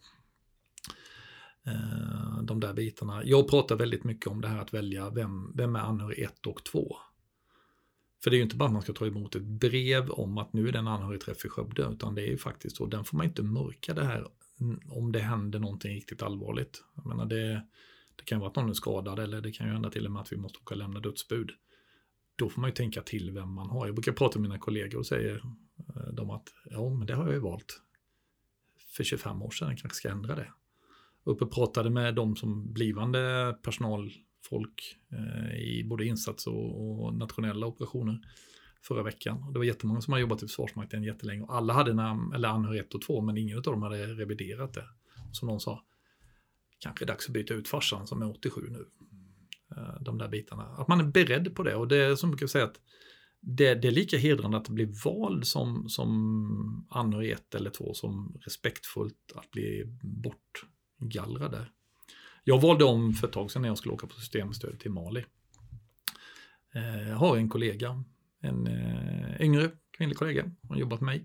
De där bitarna. Jag pratar väldigt mycket om det här att välja vem, vem är anhörig ett och två. För det är ju inte bara att man ska ta emot ett brev om att nu är det en anhörigträff i Skövde, utan det är ju faktiskt så, den får man inte mörka det här om det händer någonting riktigt allvarligt. Jag menar det, det kan ju vara att någon är skadad, eller det kan ju hända till och med att vi måste åka och lämna dödsbud. Då får man ju tänka till vem man har. Jag brukar prata med mina kollegor och säger de att ja, men det har jag ju valt för tjugofem år sedan, jag kanske ska ändra det. Uppe pratade med de som blivande personalfolk eh, i både insats och, och nationella operationer förra veckan. Det var jättemånga som har jobbat i Försvarsmakten jättelänge, och alla hade namn, eller anhörig ett och två, men ingen av dem hade reviderat det. Som någon sa, kanske är dags att byta ut farsan som är åttiosju nu. Eh, de där bitarna. Att man är beredd på det, och det är som brukar säga att det, det är lika hedrande att bli vald som, som anhörig ett eller två, som respektfullt att bli bort gallra där. Jag valde om för ett tag sedan när jag skulle åka på systemstöd till Mali. Eh, jag har en kollega, en eh, yngre kvinnlig kollega, hon har jobbat med mig,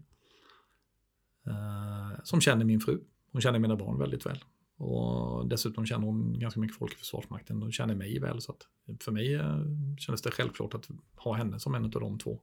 eh, som känner min fru. Hon känner mina barn väldigt väl. Och dessutom känner hon ganska mycket folk i Försvarsmakten och känner mig väl. Så att för mig eh, kändes det självklart att ha henne som en av de två.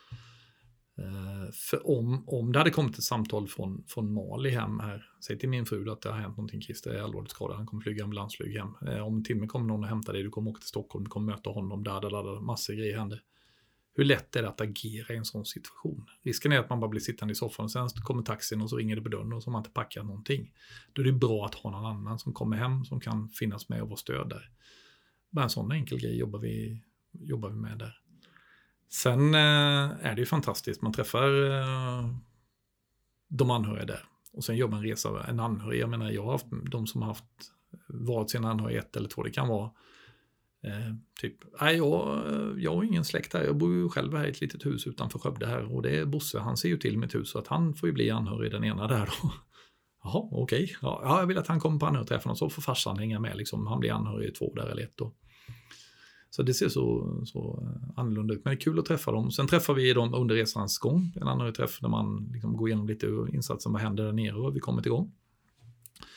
För om, om det hade kommit ett samtal från, från Mali hem här, säg till min fru att det har hänt någonting, Christer är allvarligt skadad, han kommer flyga ambulansflyg hem. Eh, om Timmy kommer någon och hämtar dig, du kommer åka till Stockholm, du kommer möta honom, där, där, där, massor grejer händer. Hur lätt är det att agera i en sån situation? Risken är att man bara blir sittande i soffan och sen kommer taxin och så ringer det på dörren och så har man inte packat någonting. Då är det bra att ha någon annan som kommer hem som kan finnas med och vara stöd där. Bara en sån enkel grej jobbar vi, jobbar vi med där. Sen eh, är det ju fantastiskt. Man träffar eh, de anhöriga där. Och sen gör man en resa, en anhörig. Jag menar, jag har haft de som har haft varit sin anhörig ett eller två. Det kan vara eh, typ, nej jag, jag har ingen släkt här. Jag bor ju själv här i ett litet hus utanför Skövde här. Och det är Bosse, han ser ju till mitt hus så att han får ju bli anhörig den ena där då. Jaha, okej. Okay. Ja, jag vill att han kommer på anhörigträffen och så får farsan hänga med liksom. Han blir anhörig i två där eller ett då. Så det ser så, så annorlunda ut. Men det är kul att träffa dem. Sen träffar vi dem under resans gång. En annan träff när man liksom går igenom lite insatsen. Vad händer där nere och vi kommer till igång.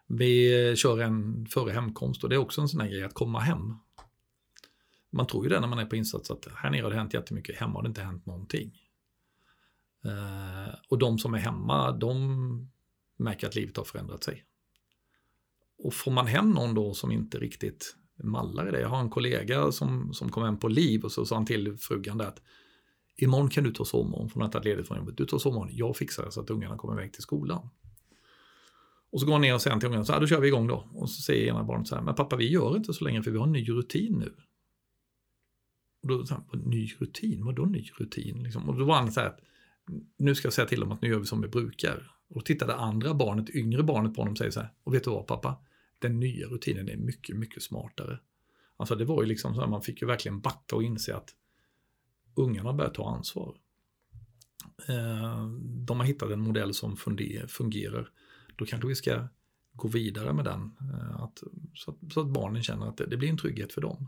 Vi kör en före hemkomst och det är också en sån här grej att komma hem. Man tror ju det när man är på insats att här nere har det hänt jättemycket, hemma har det inte hänt någonting. Uh, och de som är hemma, de märker att livet har förändrat sig. Och får man hem någon då som inte riktigt mallar i det. Jag har en kollega som, som kom hem på liv och så sa han till frugan där att imorgon kan du ta sovmorgon, för hon har tagit ledigt från jobbet. Du tar sovmorgon, jag fixar det så att ungarna kommer iväg till skolan. Och så går han ner och säger till ungarna så här, då kör vi igång då. Och så säger ena barnet så här, men pappa vi gör inte så länge för vi har en ny rutin nu. Och då sa han, ny rutin? Vadå ny rutin? Liksom. Och då var han så här, nu ska jag säga till dem att nu gör vi som vi brukar. Och då tittade andra barnet, yngre barnet på honom och säger så här, och vet du vad pappa? Den nya rutinen är mycket, mycket smartare. Alltså det var ju liksom så här, man fick ju verkligen backa och inse att ungarna börjar ta ansvar. Eh, de har hittat en modell som fungerar. Då kanske vi ska gå vidare med den. Eh, att, så, att, så att barnen känner att det, det blir en trygghet för dem.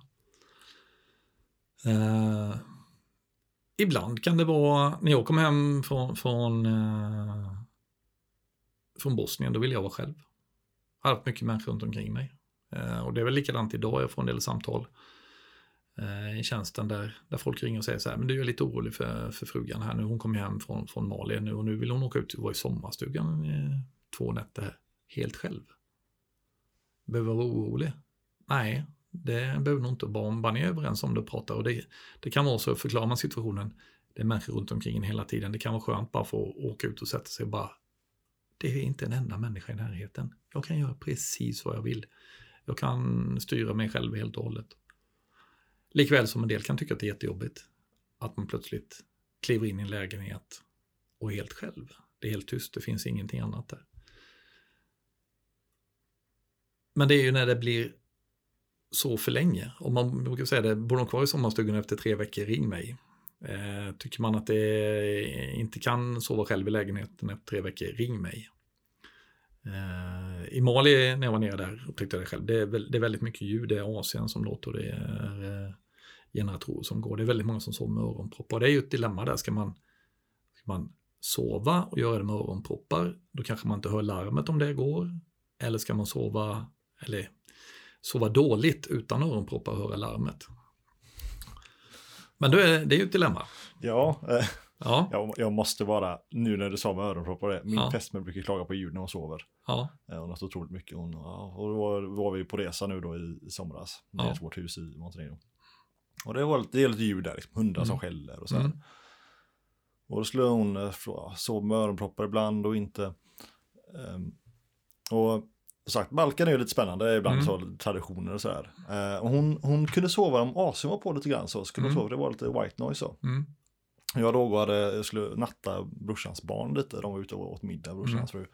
Eh, ibland kan det vara, när jag kom hem från, från, eh, från Bosnien, då ville jag vara själv. Jag har haft mycket människor runt omkring mig. Eh, och det är väl likadant idag, jag får en del samtal i tjänsten där, där folk ringer och säger så här, men du är lite orolig för, för frugan här nu, hon kommer hem från, från Mali nu och nu vill hon åka ut och vara i sommarstugan i två nätter här, helt själv. Behöver vara orolig? Nej, det behöver nog inte, bara om man är överens om det och pratar, och det, det kan vara så, förklarar man situationen, det är människor runt omkring hela tiden, det kan vara skönt bara få åka ut och sätta sig och bara, det är inte en enda människa i närheten, jag kan göra precis vad jag vill, jag kan styra mig själv helt och hållet. Likväl som en del kan tycka att det är jättejobbigt att man plötsligt kliver in i en lägenhet och är helt själv. Det är helt tyst, det finns ingenting annat där. Men det är ju när det blir så för länge. Om man brukar säga det, bor de kvar i sommarstugan efter tre veckor, ring mig. Eh, tycker man att det inte kan sova själv i lägenheten efter tre veckor, ring mig. I Mali när jag var nere där upptäckte jag det själv. Det är, det är väldigt mycket ljud, det är Asien som låter och det är generatorer som går. Det är väldigt många som sover med öronproppar. Det är ju ett dilemma där. Ska man, ska man sova och göra det med öronproppar, då kanske man inte hör larmet om det går. Eller ska man sova, eller sova dåligt utan öronproppar och höra larmet. Men då är, det är ju ett dilemma. Ja, eh. Ja. Jag, jag måste vara, nu när du sa med öronproppar det, min ja. fästmö brukar klaga på ljud när hon sover. Ja. Hon har så otroligt mycket. Hon, ja, och då var, var vi på resa nu då i, i somras. Det är ja. vårt hus i Montenegro. Och det var lite, det är lite ljud där, liksom, hundar mm. som skäller och så här. Mm. Och då skulle hon äh, sova med öronproppar ibland och inte. Um, och sagt, Balkan är ju lite spännande, ibland mm. så traditioner och så här. Uh, och hon, hon kunde sova om A C var på lite grann så skulle mm. hon sova, det var lite white noise så. Mm. Jag då hade, jag skulle natta brorsans barn lite. De var ute och åt middag, brorsans mm. fru.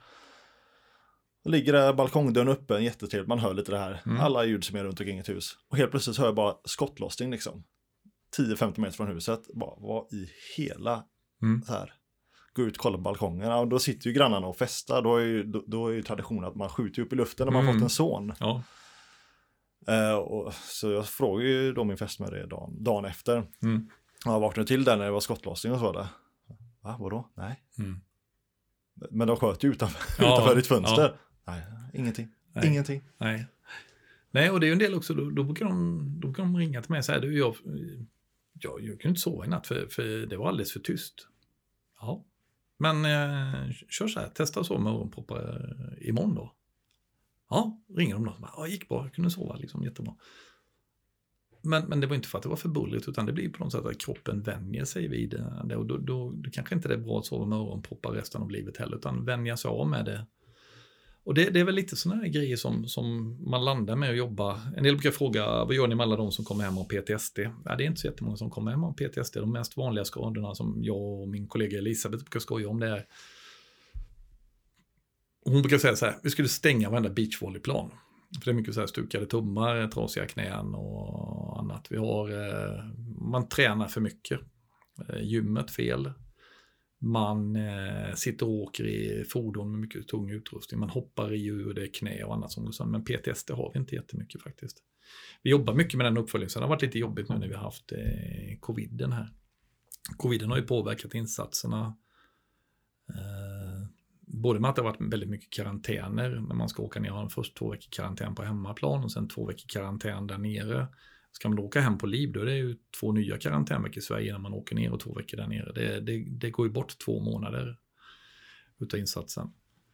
Då ligger där balkongdörren öppen, jättetrevligt. Man hör lite det här. Mm. Alla ljud som är runt omkring ett hus. Och helt plötsligt hör jag bara skottlossning liksom. tio till femton meter från huset. Bara, vad i hela mm. så här. Gå ut och kolla på balkongerna. Och då sitter ju grannarna och festar. Då är ju, då, då är ju traditionen att man skjuter upp i luften när man mm. fått en son. Ja. Uh, och, så jag frågade ju då min fästmö det dagen, dagen efter. Mm. Jag vaknade till där när det var skottlossning och så där. Va, vadå? Nej. Mm. Men de sköt ju utanför, ja, utanför ditt fönster. Ja. Nej, ingenting. Nej. Ingenting. Nej. Nej, och det är ju en del också, då, då, brukar de, då brukar de ringa till mig och säga, du, jag, jag, jag kunde inte sova i natt för, för det var alldeles för tyst. Ja. Men eh, kör så här, testa så med öronproppar imorgon då. Ja, ringer de då. Ja, gick bra, jag kunde sova liksom jättebra. Men, men det var inte för att det var för bullrigt, utan det blir på något sätt att kroppen vänjer sig vid det. Och då, då, då kanske inte det är bra att sova med öronproppar resten av livet heller, utan vänja sig av med det. Och det, det är väl lite sådana här grejer som, som man landar med att jobba. En del brukar fråga, vad gör ni med alla de som kommer hem av P T S D? Ja, det är inte så jättemånga som kommer hem av P T S D. De mest vanliga skadorna som jag och min kollega Elisabeth brukar skoja om, det är... Hon brukar säga så här, vi skulle stänga varenda beachvolleyplan. För det är mycket så här stukade tummar, trasiga knän och annat. Vi har, eh, man tränar för mycket. Eh, gymmet fel. Man eh, sitter och åker i fordon med mycket tung utrustning. Man hoppar i djur, det är knä och annat som går sönder. Men P T S D har vi inte jättemycket faktiskt. Vi jobbar mycket med den uppföljningen. Så det har varit lite jobbigt nu när vi har haft eh, coviden här. Coviden har ju påverkat insatserna eh, både med att det har varit väldigt mycket karantäner när man ska åka ner. Man först två veckor karantän på hemmaplan och sen två veckor karantän där nere. Ska man då åka hem på liv, då är det ju två nya karantänveckor i Sverige när man åker ner och två veckor där nere. Det, det, det går ju bort två månader utav insatsen.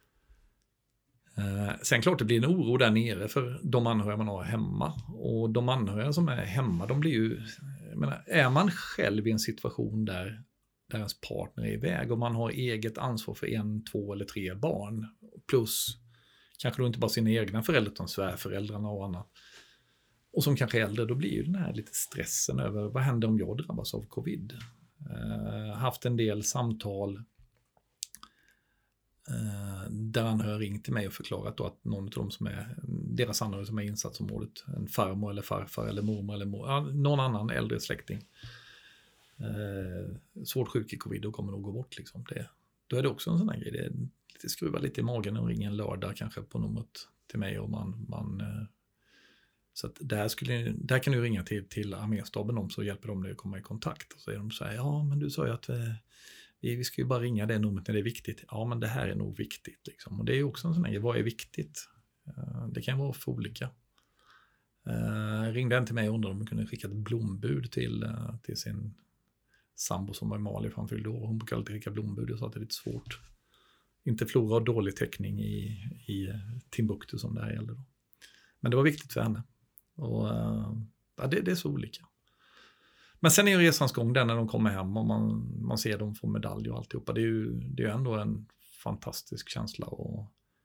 Eh, sen klart det blir en oro där nere för de anhöriga man har hemma. Och de anhöriga som är hemma, de blir ju... Jag menar, är man själv i en situation där, där ens partner är iväg och man har eget ansvar för en, två eller tre barn plus kanske då inte bara sina egna föräldrar utan svärföräldrarna och annat. Och som kanske är äldre, då blir ju den här lite stressen över vad händer om jag drabbas av covid. Uh, haft en del samtal uh, där anhöriga ringt till mig och förklarat då att någon av dem som är deras anhöriga som är i insatsområdet, en farmor eller farfar eller mormor eller mor, ja, någon annan äldre släkting uh, svårt sjuk i covid och kommer nog gå bort liksom. Det, då är det också en sån här grej, det är lite skruva lite i magen och ringa en lördag kanske på numret till mig och man, man uh, så att där, skulle, där kan du ringa till, till arméstaben om så hjälper de dig att komma i kontakt. Och så är de så här, ja men du sa ju att vi, vi ska ju bara ringa det numret när det är viktigt. Ja men det här är nog viktigt liksom. Och det är ju också en sån här, vad är viktigt? Det kan vara för olika. Uh, ringde en till mig och undrade om de kunde skicka ett blombud till, uh, till sin sambo som var i Mali för han fyllde år. Hon brukar alltid skicka blombud och sa att det är lite svårt. Inte förlora och dålig täckning i, i Timbuktu som det här gällde då. Men det var viktigt för henne. Och ja, det, det är så olika. Men sen är ju resans gång där när de kommer hem och man, man ser dem få medalj och alltihopa. Det är ju, det är ju ändå en fantastisk känsla. Och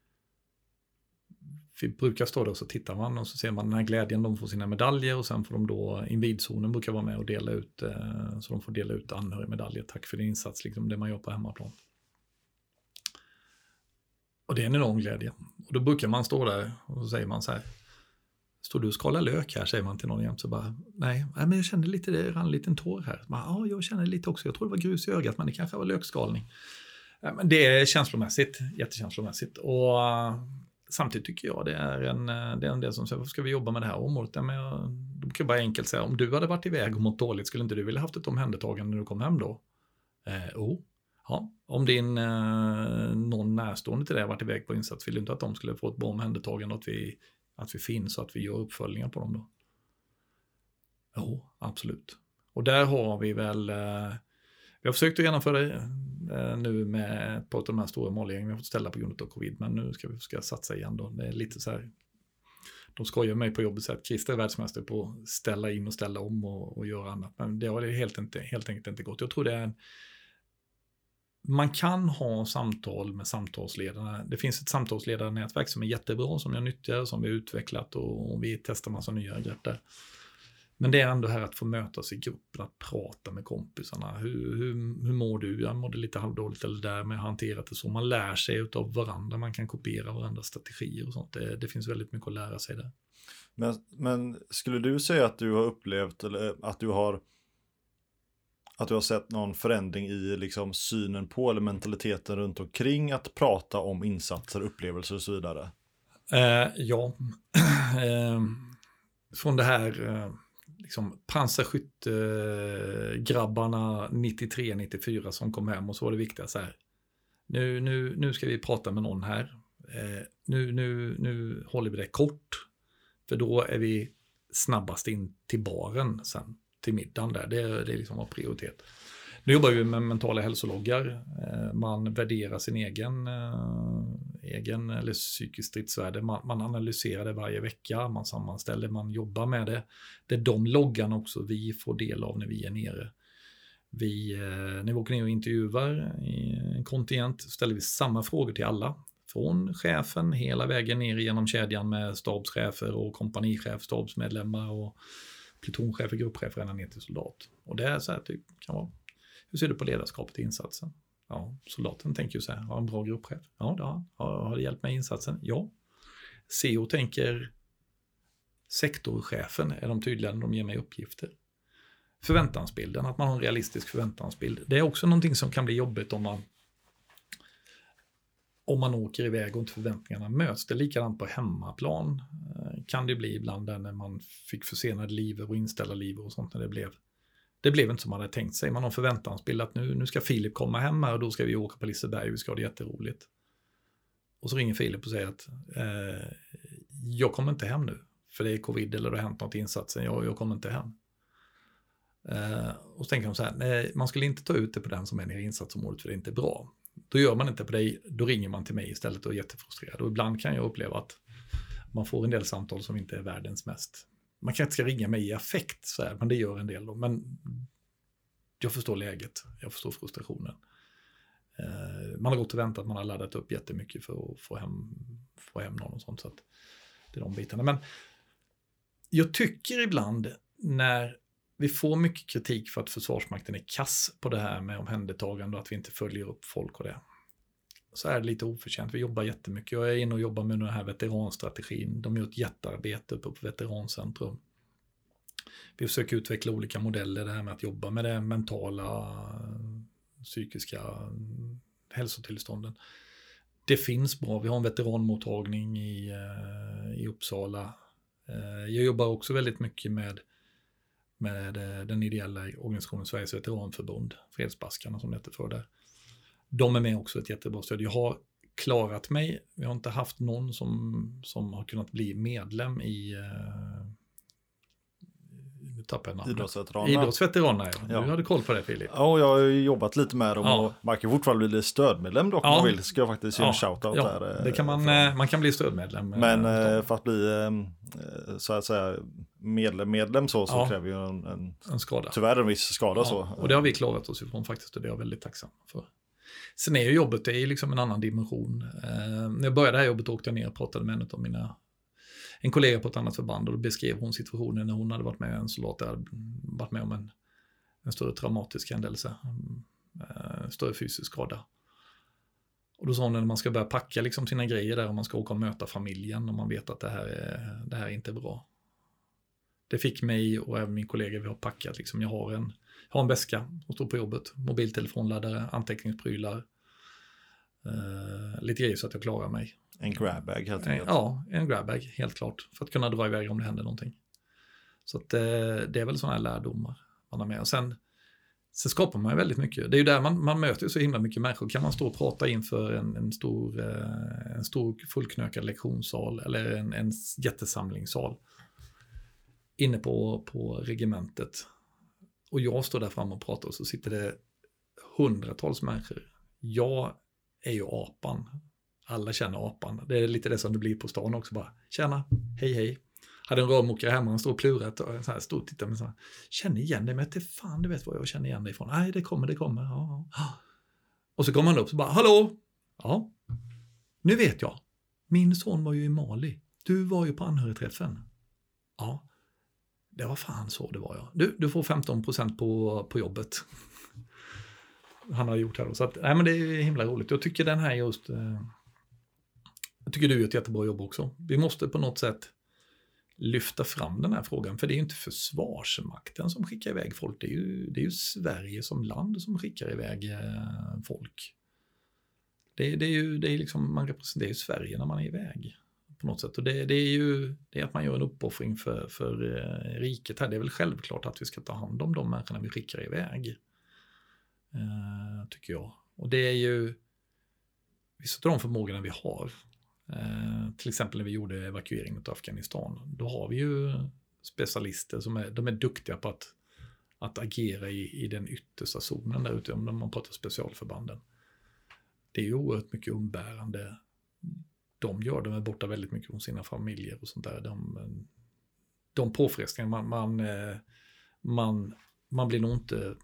vi brukar stå där och så tittar man och så ser man den här glädjen. De får sina medaljer och sen får de då, invidzonen brukar vara med och dela ut, så de får dela ut anhörigmedaljer. Tack för din insats, liksom det man gör på hemmaplan. Och det är en enorm glädje. Och då brukar man stå där och så säger man så här. Står du och skalar lök här, säger man till någon jämt. Så bara, nej, nej men jag kände lite, det rann en liten tår här. Bara, ja, jag kände lite också. Jag tror det var grus i ögat, men det kanske var lökskalning. Ja, men det är känslomässigt, jättekänslomässigt. Och uh, samtidigt tycker jag det är en, det är en del som säger, varför ska vi jobba med det här området? Ja, men jag, de kan bara enkelt säga, om du hade varit iväg och mått dåligt, skulle inte du vilja haft ett omhändertagande när du kom hem då? Eh, oh. Ja, om din eh, någon närstående till dig har varit iväg på insats, vill du inte att de skulle få ett bra omhändertagande och att vi Att vi finns och att vi gör uppföljningar på dem då? Jo, absolut. Och där har vi väl... Eh, vi har försökt att genomföra det eh, nu med ett par av de här stora målgängen vi har fått ställa på grund av covid. Men nu ska vi ska satsa igen då. Det är lite så här... De skojar mig på jobbet så att Christer är världsmästare på att ställa in och ställa om och, och göra annat. Men det har det helt, inte, helt enkelt inte gått. Jag tror det är en... Man kan ha samtal med samtalsledarna. Det finns ett samtalsledarnätverk som är jättebra, som jag nyttjar, som vi har utvecklat och, och vi testar massa nya grepp där. Men det är ändå här att få mötas i gruppen, att prata med kompisarna. Hur, hur, hur mår du? Jag mådde lite halvdåligt eller där, men jag har hanterat det så. Man lär sig av varandra, man kan kopiera varandras strategier och sånt. Det, det finns väldigt mycket att lära sig där. Men, men skulle du säga att du har upplevt, eller att du har Att du har sett någon förändring i liksom synen på eller mentaliteten runt omkring att prata om insatser, upplevelser och så vidare? Eh, ja. eh, från det här eh, liksom pansarskyttegrabbarna nittiotre nittiofyra som kom hem och så var det viktigt så här. Nu, nu, nu ska vi prata med någon här. Eh, nu, nu, nu håller vi det kort. För då är vi snabbast in till baren sen. Till middagen där, det är, det är liksom av prioritet. Nu jobbar vi med mentala hälsologgar. Man värderar sin egen, egen eller psykisk stridsvärde. Man, man analyserar det varje vecka, man sammanställer, man jobbar med det. Det är de loggarna också vi får del av när vi är nere. Vi, när vi åker ner och intervjuar i en kontingent ställer vi samma frågor till alla. Från chefen hela vägen ner genom kedjan med stabschefer och kompanichef, stabsmedlemmar och plutonchefer, gruppchefer ända ner till soldat. Och det är så här, det kan vara, hur ser du på ledarskapet i insatsen? Ja, soldaten tänker ju så här, har en bra gruppchef? Ja, det har, har, har det hjälpt mig i insatsen? Ja. C O tänker, sektorchefen, är de tydliga när de ger mig uppgifter? Förväntansbilden, att man har en realistisk förväntansbild. Det är också någonting som kan bli jobbigt om man om man åker iväg och inte förväntningarna möts. Det är likadant på hemmaplan. Kan det bli ibland där när man fick försenade liv och inställa liv och sånt när det blev. Det blev inte som man hade tänkt sig. Man har förväntansbild att nu, nu ska Filip komma hem här och då ska vi åka på Liseberg och vi ska ha det jätteroligt. Och så ringer Filip och säger att eh, jag kommer inte hem nu. För det är covid eller det har hänt något i insatsen. Jag, jag kommer inte hem. Eh, och så tänker de så här, nej, man skulle inte ta ut det på den som är nere i insatsområdet för det är inte bra. Då gör man inte på dig, då ringer man till mig istället och är jättefrustrerad. Och ibland kan jag uppleva att man får en del samtal som inte är världens mest. Man kanske inte ska ringa mig i affekt, så här, men det gör en del då. Men jag förstår läget, jag förstår frustrationen. Eh, man har gått och väntat, man har laddat upp jättemycket för att få hem, få hem någon och sånt. Så att det är de bitarna. Men jag tycker ibland när vi får mycket kritik för att Försvarsmakten är kass på det här med omhändertagande och att vi inte följer upp folk och det. Så är det lite oförtjänt. Vi jobbar jättemycket. Jag är inne och jobbar med den här veteranstrategin. De gör ett jättearbete uppe på Veterancentrum. Vi försöker utveckla olika modeller. Det här med att jobba med det mentala, psykiska hälsotillstånden. Det finns bra. Vi har en veteranmottagning i, i Uppsala. Jag jobbar också väldigt mycket med med den ideella organisationen Sveriges veteranförbund, Fredsbaskarna som det heter för där. De är med också ett jättebra stöd. Jag har klarat mig, vi har inte haft någon som, som har kunnat bli medlem i uh, Idrottsveteraner. Idrottsveteraner, ja. Ja. Du hade koll på det, Filip. Ja, jag har jobbat lite med dem ja. och man kan fortfarande bli stödmedlem dock, ja. om man vill. Ska jag faktiskt göra ja. en shoutout ja. där. Det kan man, för... man kan bli stödmedlem. Men för att bli så att säga medlem, medlem så, så ja. kräver ju en, en, en skada. Tyvärr en viss skada. Ja. Så. Och det har vi klarat oss ifrån faktiskt och det är jag väldigt tacksam för. Sen är ju jobbet, det är liksom en annan dimension. Eh, när jag började det här jobbet åkte jag ner och pratade med en av mina en kollega på ett annat förband och då beskrev hon situationen när hon hade varit med en soldat där hade varit med om en, en större traumatisk händelse, en större fysisk skada. Och då sa hon när man ska börja packa liksom sina grejer där och man ska åka och möta familjen och man vet att det här är, det här är inte bra. Det fick mig och även min kollega, vi har packat liksom, jag har en, jag har en väska som står på jobbet, mobiltelefonladdare, anteckningsprylar, eh, lite grejer så att jag klarar mig. En grabbag helt enkelt. Ja, en grabbag, helt klart. För att kunna dra iväg om det händer någonting. Så att, eh, det är väl sådana här lärdomar man har med. Och sen, sen skapar man ju väldigt mycket. Det är ju där man, man möter så himla mycket människor. Kan man stå och prata inför en, en, stor, eh, en stor fullknökad lektionssal eller en, en jättesamlingssal inne på, på regementet. Och jag står där framme och pratar och så sitter det hundratals människor. Jag är ju apan. Alla känner apan. Det är lite det som det blir på stan också. Bara, tjena, hej hej. Hade en rörmokare hemma, han stod och plurat och så här stod och tittade med så här, känner igen dig, men inte fan du vet vad jag känner igen dig ifrån. Nej, det kommer, det kommer. Ja, ja. Och så kommer han upp och bara, hallå? Ja, nu vet jag. Min son var ju i Mali. Du var ju på anhörigträffen. Ja, det var fan så det var jag. Du, du får femton procent på, på jobbet. Han har gjort här då. Så att, nej men det är himla roligt. Jag tycker den här just... Eh, jag tycker du gör ett jättebra jobb också. Vi måste på något sätt lyfta fram den här frågan. För det är ju inte Försvarsmakten som skickar iväg folk. Det är ju, det är ju Sverige som land som skickar iväg eh, folk. Det, det är ju det är liksom, man representerar ju Sverige när man är iväg. På något sätt. Och det, det är ju det är att man gör en uppoffring för, för eh, riket här. Det är väl självklart att vi ska ta hand om de människorna vi skickar iväg. Eh, tycker jag. Och det är ju vissa av de förmågorna vi har. Eh, till exempel när vi gjorde evakueringen av Afghanistan. Då har vi ju specialister som är, de är duktiga på att, att agera i, i den yttersta zonen där ute. Om man pratar specialförbanden. Det är ju oerhört mycket umbärande. De gör, de är borta väldigt mycket från sina familjer och sånt där. De, de påfrestningar man, man, man, man blir nog inte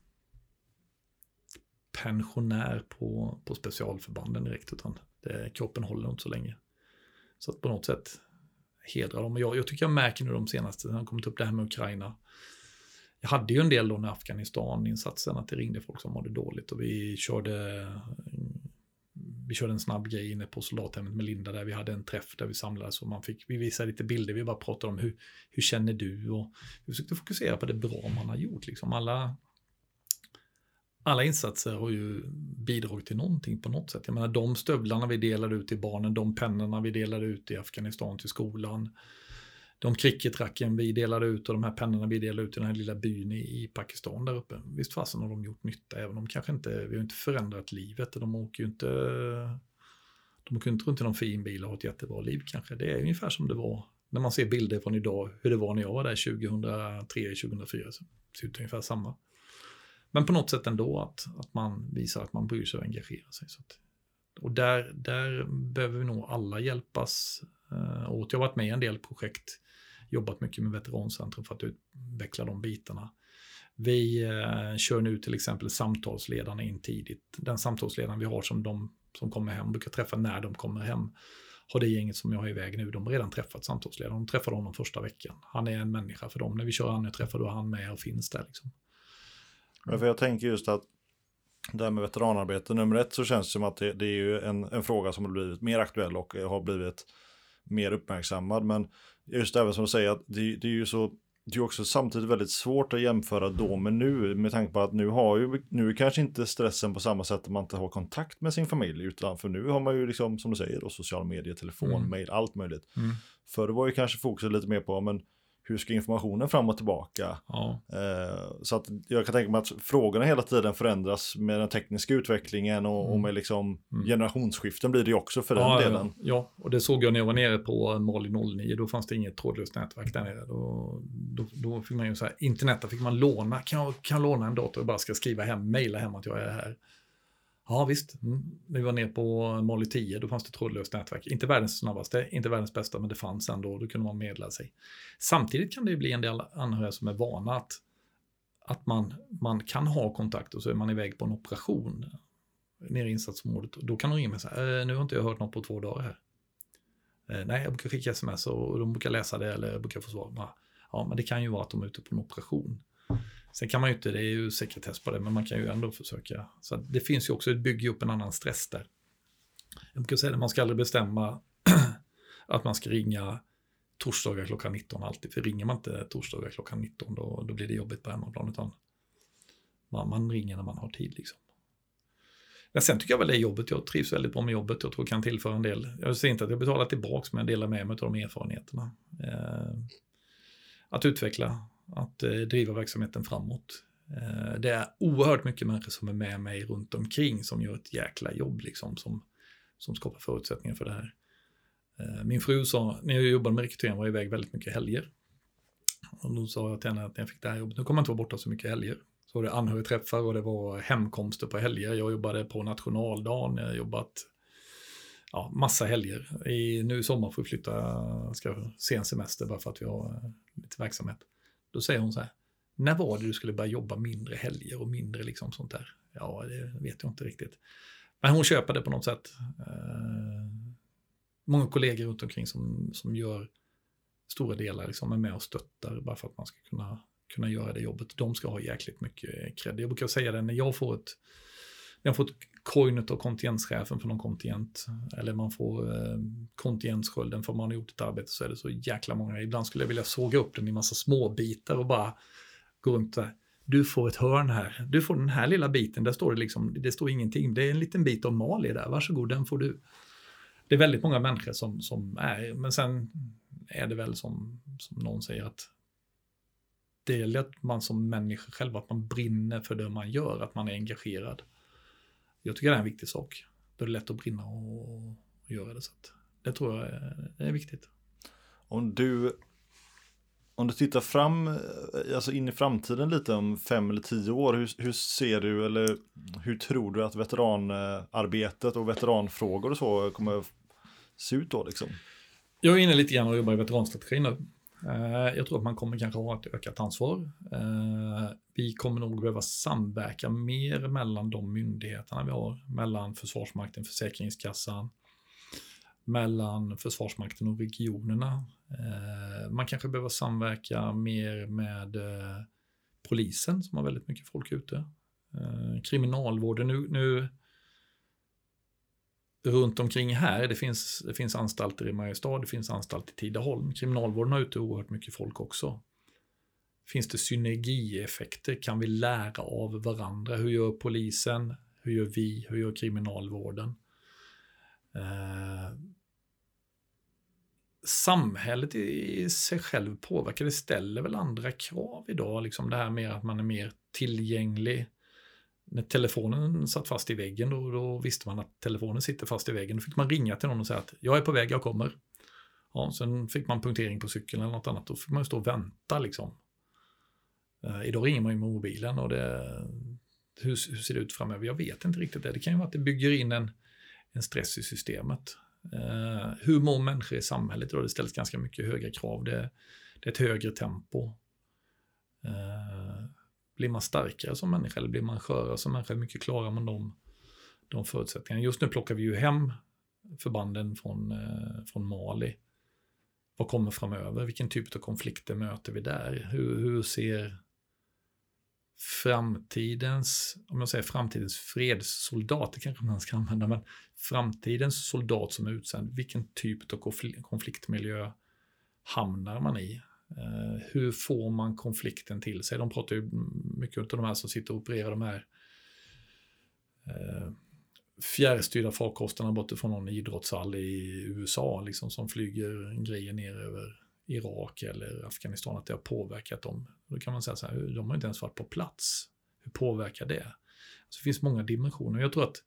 pensionär på, på specialförbanden direkt, utan det, kroppen håller inte så länge. Så att på något sätt hedrar dem. Och jag, jag tycker jag märker nu de senaste, när jag kommit upp det här med Ukraina. Jag hade ju en del då när Afghanistan-insatsen att det ringde folk som mådde dåligt och vi körde vi körde en snabb grej inne på soldathemmet med Linda där vi hade en träff där vi samlades och man fick, vi visade lite bilder, vi bara pratade om hur, hur känner du och vi försökte fokusera på det bra man har gjort liksom. Alla Alla insatser har ju bidragit till någonting på något sätt. Jag menar de stövlarna vi delade ut till barnen, de pennorna vi delade ut i Afghanistan till skolan, de kricketracken vi delade ut och de här pennorna vi delade ut i den här lilla byn i, i Pakistan där uppe. Visst fasen har de gjort nytta, även om de kanske inte, vi har inte förändrat livet. De åker ju inte, De åker inte runt i någon fin bil och har ett jättebra liv kanske. Det är ungefär som det var när man ser bilder från idag, hur det var när jag var där tjugohundratre tjugohundrafyra. Så det ser ut ungefär samma. Men på något sätt ändå att, att man visar att man bryr sig och engagerar sig. Så att, och där, där behöver vi nog alla hjälpas uh, åt. Jag har varit med i en del projekt, jobbat mycket med Veterancentrum för att utveckla de bitarna. Vi uh, kör nu till exempel samtalsledarna in tidigt. Den samtalsledaren vi har som de som kommer hem, brukar träffa när de kommer hem. Har det gänget som jag har iväg nu, de har redan träffat samtalsledaren. De träffade honom första veckan. Han är en människa för dem. När vi kör han och träffar, då är han med och finns där liksom. Ja, för jag tänker just att det här med veteranarbete, nummer ett så känns det som att det, det är ju en, en fråga som har blivit mer aktuell och har blivit mer uppmärksammad. Men just även som du säger, att det, det är ju så, det är också samtidigt väldigt svårt att jämföra då med nu, med tanke på att nu har ju, nu är kanske inte stressen på samma sätt att man inte har kontakt med sin familj, utan för nu har man ju liksom, som du säger, då, sociala medier, telefon, mm. mail, allt möjligt. Mm. För det var ju kanske fokuset lite mer på, men hur ska informationen fram och tillbaka? Ja. Eh, så att jag kan tänka mig att frågorna hela tiden förändras med den tekniska utvecklingen och, mm. och med liksom mm. generationsskiften blir det ju också för ja, den delen. Ja, och det såg jag när jag var nere på Mali noll nio. Då fanns det inget trådlöst nätverk där nere. Då, då, då fick man ju så här, internet, där fick man låna. Kan jag, kan jag låna en dator och bara ska skriva hem, mejla hem att jag är här? Ja, visst. Mm. Vi var ner på Mali tio, då fanns det trådlöst nätverk. Inte världens snabbaste, inte världens bästa, men det fanns ändå. Då kunde man medla sig. Samtidigt kan det ju bli en del anhöriga som är vana att, att man, man kan ha kontakt och så är man iväg på en operation nere i insatsområdet. Och då kan de ringa mig så här, nu har inte jag hört något på två dagar här. Eh, nej, jag brukar skicka sms och de brukar läsa det eller jag brukar få svar. Ja, men det kan ju vara att de är ute på en operation. Sen kan man ju inte, det är ju sekretess på det, men man kan ju ändå försöka. Så det finns ju också, det bygger upp en annan stress där. Jag brukar säga att man ska aldrig bestämma att man ska ringa torsdagar klockan nitton alltid. För ringer man inte torsdagar klockan nitton då, då blir det jobbigt på hemmaplan. Utan man, man ringer när man har tid liksom. Men sen tycker jag väl det är jobbet. Jag trivs väldigt bra med jobbet. Jag tror jag kan tillföra en del. Jag ser inte att jag betalar tillbaka, men jag delar med mig av de erfarenheterna. Eh, att utveckla. Att eh, driva verksamheten framåt. Eh, det är oerhört mycket människor som är med mig runt omkring som gör ett jäkla jobb liksom, som, som skapar förutsättningar för det här. Eh, min fru sa, när jag jobbade med rekrytering var jag iväg väldigt mycket helger. Och då sa jag till henne att när jag fick det här jobbet, nu kommer jag inte vara borta så mycket helger. Så var det anhörigträffar och det var hemkomster på helger. Jag jobbade på nationaldagen, jag har jobbat ja, massa helger. I, nu i sommar får vi flytta, ska se en semester bara för att vi har eh, lite verksamhet. Då säger hon så här, när var det du skulle börja jobba mindre helger och mindre liksom sånt där? Ja, det vet jag inte riktigt. Men hon köper det på något sätt. Eh, många kollegor runt omkring som, som gör stora delar, liksom är med och stöttar bara för att man ska kunna, kunna göra det jobbet. De ska ha jäkligt mycket cred. Jag brukar säga det när jag får ett, när jag får ett coin av kontingenschefen för någon kontingent, eller man får eh, kontingentskölden för man har gjort ett arbete, så är det så jäkla många. Ibland skulle jag vilja såga upp den i massa små bitar och bara gå runt där. Du får ett hörn här. Du får den här lilla biten. Där står det liksom, det står ingenting. Det är en liten bit av Mali där. Varsågod, den får du. Det är väldigt många människor som, som är, men sen är det väl som, som någon säger att det är lätt man som människa själv, att man brinner för det man gör, att man är engagerad. Jag tycker det är en viktig sak. Då är det lätt att brinna och, och göra det. Så att det tror jag är, är viktigt. Om du, om du tittar fram, alltså in i framtiden lite om fem eller tio år, hur, hur ser du eller hur tror du att veteranarbetet och veteranfrågor och så kommer se ut då liksom? Jag är inne lite grann och jobbar i veteranstrategin nu. Jag tror att man kommer kanske ha ett ökat ansvar. Vi kommer nog behöva samverka mer mellan de myndigheterna vi har. Mellan Försvarsmakten, Försäkringskassan, mellan Försvarsmakten och regionerna. Man kanske behöver samverka mer med polisen som har väldigt mycket folk ute. Kriminalvården nu... nu runt omkring här, det finns, det finns anstalter i Mariestad, det finns anstalter i Tidaholm. Kriminalvården har ute oerhört mycket folk också. Finns det synergieffekter? Kan vi lära av varandra? Hur gör polisen? Hur gör vi? Hur gör kriminalvården? Eh, samhället i sig själv påverkar, det ställer väl andra krav idag. Liksom det här med att man är mer tillgänglig. när telefonen satt fast i väggen, då, då visste man att telefonen sitter fast i väggen. Då fick man ringa till någon och säga att jag är på väg, jag kommer. Ja, sen fick man punktering på cykeln eller något annat. Då fick man ju stå och vänta liksom. Uh, idag ringer man ju med mobilen och det, hur, hur ser det ut framöver? Jag vet inte riktigt det. Det kan ju vara att det bygger in en, en stress i systemet. Uh, hur mår människor i samhället? Då det ställs ganska mycket höga krav. Det, det är ett högre tempo. Uh, blir man starkare som människa eller blir man skörare som människa? Mycket klarar man de, de förutsättningarna. Just nu plockar vi ju hem förbanden från, uh, från Mali. Vad kommer framöver? Vilken typ av konflikter möter vi där? Hur, hur ser framtidens, om jag säger framtidens fredssoldat, det kanske man ska använda, men framtidens soldat som är utsänd, vilken typ av konfliktmiljö hamnar man i? Eh, hur får man konflikten till sig? De pratar ju mycket om de här som sitter och opererar de här eh, fjärrstyrda farkosterna bort från någon idrottshall i U S A liksom, som flyger grejer ner över Irak eller Afghanistan, att det har påverkat dem. Då kan man säga så här, de har inte ens varit på plats. Hur påverkar det? Så det finns många dimensioner. Jag tror att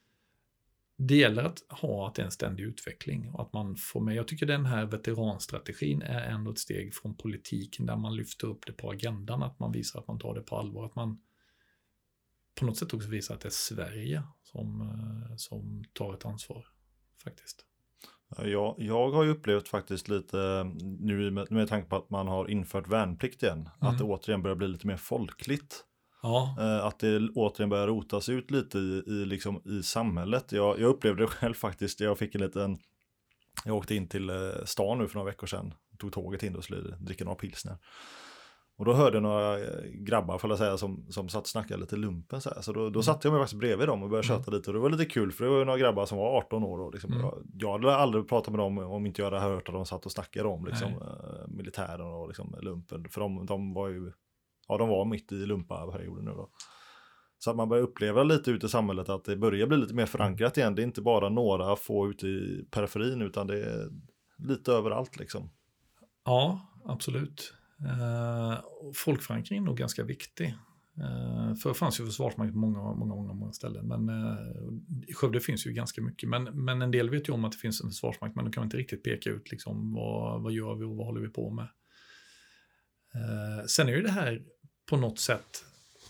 det gäller att ha att det är en ständig utveckling och att man får med. Jag tycker den här veteranstrategin är ändå ett steg från politiken där man lyfter upp det på agendan, att man visar att man tar det på allvar, att man på något sätt också visar att det är Sverige som, som tar ett ansvar faktiskt. Jag, jag har ju upplevt faktiskt lite, nu med, med tanke på att man har infört värnplikt igen, mm. att det återigen börjar bli lite mer folkligt. Ja. Att det återigen börjar rotas ut lite i, i, liksom, i samhället. Jag, jag upplevde det själv faktiskt. Jag fick en liten, jag åkte in till stan nu för några veckor sedan. Tog tåget in och skulle dricka några pilsner. Och då hörde jag några grabbar får jag säga, som, som satt och snackade lite lumpen. Så, här. så då, då mm. satt jag mig faktiskt bredvid dem och började köta mm. lite. Och det var lite kul för det var några grabbar som var arton år. Och liksom, mm. jag, jag hade aldrig pratat med dem om inte jag hade hört att de satt och snackade om liksom, uh, militären och liksom, lumpen. För de, de var ju ja, de var mitt i lumpa-perioden nu då. Så att man börjar uppleva lite ute i samhället att det börjar bli lite mer förankrat igen. Det är inte bara några få ute i periferin utan det är lite överallt liksom. Ja, absolut. Uh, folkförankring är nog ganska viktig. Uh, för det fanns ju försvarsmakt på många, många, många, många ställen. Men uh, i Skövde finns ju ganska mycket. Men, men en del vet ju om att det finns en försvarsmakt. Men de kan inte riktigt peka ut liksom, vad, vad gör vi och vad håller vi på med. Uh, sen är ju det här på något sätt.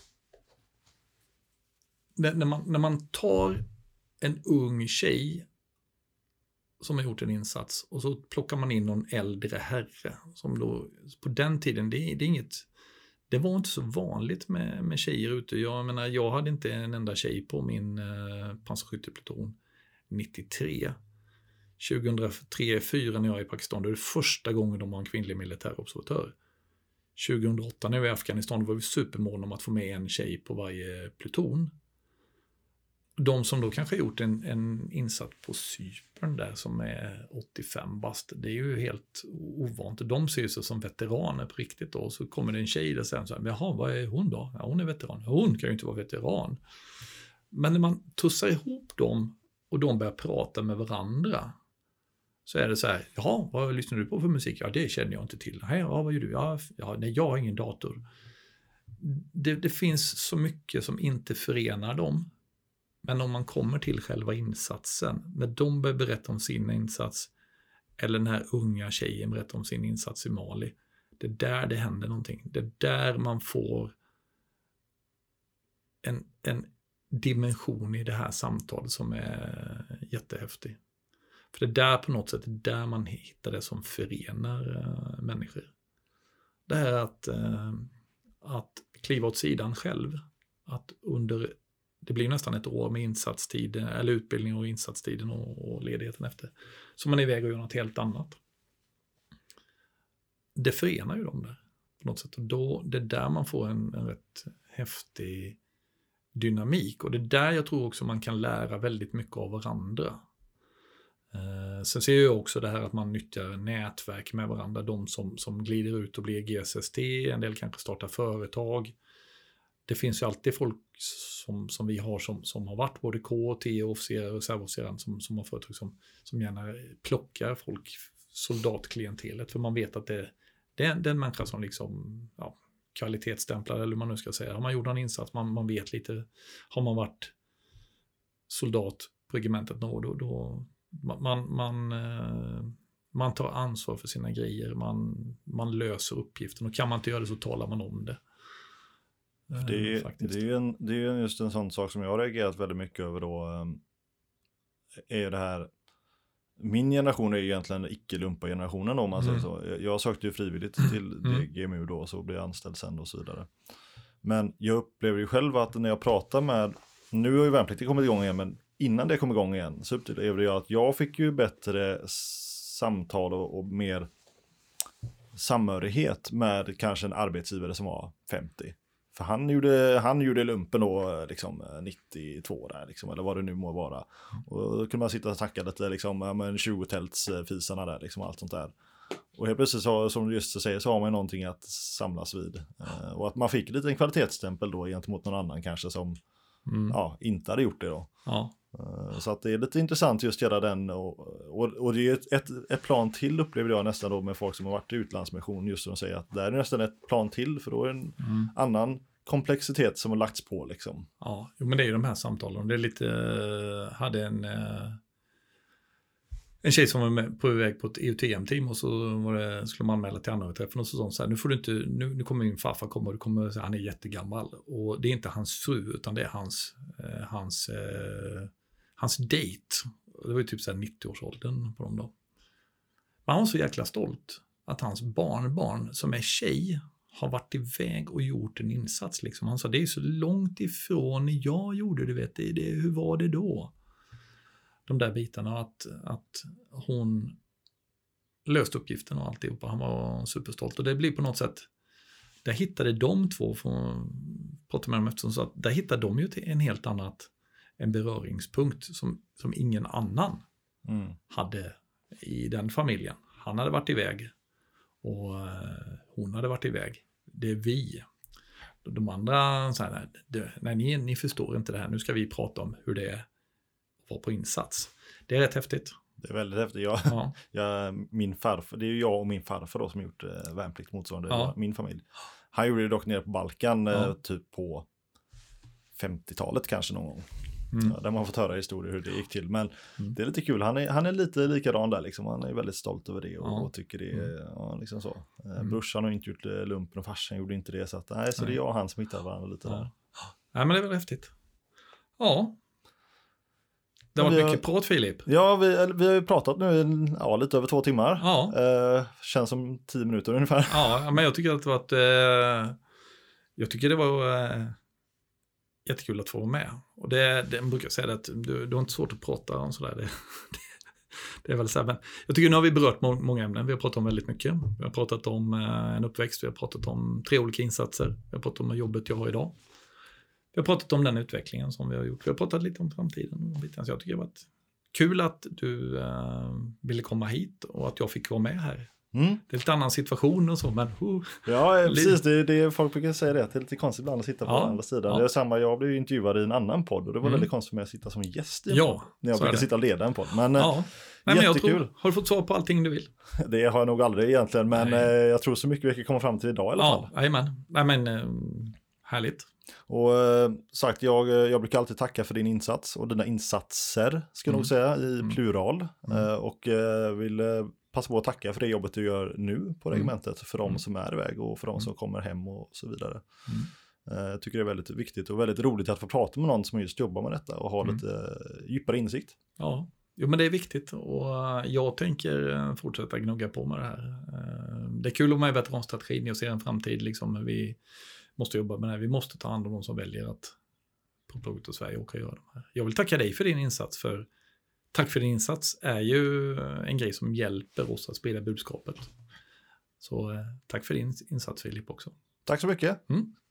När, när, man, när man tar en ung tjej som har gjort en insats och så plockar man in någon äldre herre som då på den tiden, det, det är inget, det var inte så vanligt med, med tjejer ute. Jag menar, jag hade inte en enda tjej på min eh, pansarskyttepluton nittiotre. tjugohundratre fyra när jag är i Pakistan, det är det första gången de har en kvinnlig militärobservatör. tjugohundraåtta när vi var i Afghanistan var vi supermåna om att få med en tjej på varje pluton. De som då kanske har gjort en, en insats på Cypern där som är åttiofem bast, det är ju helt ovant. De ser sig som veteraner på riktigt då. Och så kommer det en tjej där sen så här, jaha, vad är hon då? Ja, hon är veteran. Hon kan ju inte vara veteran. Men när man tussar ihop dem och de börjar prata med varandra så är det så här, jaha, vad lyssnar du på för musik? Ja, det känner jag inte till. Nej, ja, vad gör du? Ja, ja, nej, jag har ingen dator. Det, det finns så mycket som inte förenar dem. Men om man kommer till själva insatsen, när de börjar berätta om sin insats eller den här unga tjejen berättar om sin insats i Mali, det är där det händer någonting. Det är där man får en, en dimension i det här samtalet som är jättehäftig. För det är där på något sätt, där man hittar det som förenar äh, människor. Det här att, äh, att kliva åt sidan själv, att under det blir nästan ett år med insatstid eller utbildning och insatstiden och, och ledigheten efter. Så man är iväg och gör något helt annat. Det förenar ju dem där på något sätt. Och då, det är där man får en, en rätt häftig dynamik. Och det är där jag tror också man kan lära väldigt mycket av varandra. Eh, sen ser jag också det här att man nyttjar nätverk med varandra. De som, som glider ut och blir G S S T, en del kanske startar företag. Det finns ju alltid folk som, som vi har som, som har varit både K, T, officerare och reservofficerare som, som har företag som, som gärna plockar folk, soldatklientelet. För man vet att det, det, är, det är en människa som liksom, ja, kvalitetsstämplad eller hur man nu ska säga. Har man gjort någon insats, man, man vet lite, har man varit soldat på regementet då, då, då man, man, man tar ansvar för sina grejer, man, man löser uppgiften och kan man inte göra det så talar man om det. Det är, det är, en, det är just en sån sak som jag har reagerat väldigt mycket över då, är det här, min generation är egentligen icke-lumpa-generationen om man säger så. Jag sökte ju frivilligt till mm. G M U då, så blev jag anställd sen och så vidare. Men jag upplever ju själv att när jag pratar med, nu har ju värnplikten kommit igång igen, men innan det kom igång igen så upplevde jag att jag fick ju bättre samtal och, och mer samhörighet med kanske en arbetsgivare som var femtio. För han gjorde, han gjorde lumpen då liksom nittiotvå där liksom, eller vad det nu må vara. Och då kunde man sitta och tacka lite liksom, med tjugo-tältsfisarna där liksom, allt sånt där. Och helt plötsligt så, som du just säger, så har man någonting att samlas vid. Uh, och att man fick lite en kvalitetsstämpel då gentemot någon annan kanske som mm. ja, inte hade gjort det då. Ja. Uh, så att det är lite intressant just göra den. Och, och, och det är ett, ett, ett plan till upplever jag nästan då med folk som har varit i utlandsmission. Just som de säger att där är nästan ett plan till, för då är det en mm. annan komplexitet som har lagts på liksom. Ja, men det är ju de här samtalen. Det är lite, hade en en tjej som var med på väg på ett E U T M-team och så var det, skulle man anmäla till anhörigträffen och så sa så här, nu får du inte, nu, nu kommer min farfar komma och du kommer säga, han är jättegammal och det är inte hans fru utan det är hans eh, hans eh, hans date. Det var ju typ så här nittio-årsåldern på dem då. Men han var så jäkla stolt att hans barnbarn som är tjej har varit iväg och gjort en insats liksom. Han sa, det är så långt ifrån när jag gjorde det, vet du, det, hur var det då? De där bitarna, att, att hon löste uppgiften och alltihopa. Han var superstolt. Och det blir på något sätt, där hittade de två, för att prata med dem eftersom, så att där hittade de ju till en helt annat, en beröringspunkt som, som ingen annan mm. hade i den familjen. Han hade varit iväg och hon hade varit iväg. Det är vi. De andra så här, nej, ni, ni förstår inte det här. Nu ska vi prata om hur det är att vara på insats. Det är rätt häftigt. Det är väldigt häftigt. Jag, ja. jag, min farfar, det är ju jag och min farfar då som gjort eh, värnplikt motsvarande ja. min familj. Han gjorde det dock nere på Balkan ja. eh, typ på femtiotalet kanske någon gång. Mm. Ja, där man har fått höra historier hur det gick till. Men mm. det är lite kul. Han är, han är lite likadan där liksom. Han är väldigt stolt över det och, ja. och tycker det är mm. ja, liksom så. Mm. Brorsan har inte gjort lumpen och farsan gjorde inte det. Så, att, nej, så nej. det är jag och han som hittar varandra lite ja. där. Nej, men det är väl häftigt. Ja. Det var mycket prat, Filip. Ja, vi, vi har ju pratat nu ja, lite över två timmar. Ja. Eh, känns som tio minuter ungefär. Ja, men jag tycker att det var ett, eh, jag tycker det var eh, jättekul att få vara med. Och det, det jag brukar säga att du, du har inte svårt att prata om sådär. Det, det, det är väl så här, men jag tycker nu har vi berört må, många ämnen. Vi har pratat om väldigt mycket. Vi har pratat om eh, en uppväxt. Vi har pratat om tre olika insatser. Vi har pratat om jobbet jag har idag. Vi har pratat om den utvecklingen som vi har gjort. Vi har pratat lite om framtiden. Så jag tycker det var kul att du uh, ville komma hit och att jag fick vara med här. Mm. Det är lite annan situation och så, men... Uh, ja, precis. Det, det, folk brukar säga det. Det är lite konstigt ibland att sitta på ja, andra sidan. Ja. Det är samma, jag blev ju intervjuad i en annan podd och det var mm. väldigt konstigt för mig att sitta som gäst i en ja, podd. När jag brukar sitta och leda en podd. Men, ja. Nej, men jag tror, har du fått svar på allting du vill? Det har jag nog aldrig egentligen, men eh, jag tror så mycket vi kan komma fram till idag i alla ja, fall. Jajamän. Nej, men uh, härligt. Och eh, sagt, jag, jag brukar alltid tacka för din insats och dina insatser, ska jag mm. nog säga, i mm. plural. Mm. Eh, och eh, vill eh, passa på att tacka för det jobbet du gör nu på regementet, mm. för de mm. som är iväg och för de som kommer hem och så vidare. Mm. Eh, jag tycker det är väldigt viktigt och väldigt roligt att få prata med någon som just jobbar med detta och har mm. lite eh, djupare insikt. Ja, jo, men det är viktigt och jag tänker fortsätta gnugga på med det här. Eh, det är kul att med veteranstrategin, jag ser en framtid liksom vi måste jobba med det här. Vi måste ta hand om de som väljer att plocka ut i Sverige och göra de här. Jag vill tacka dig för din insats. För tack för din insats är ju en grej som hjälper oss att sprida budskapet. Så eh, tack för din insats, Filip, också. Tack så mycket. Mm.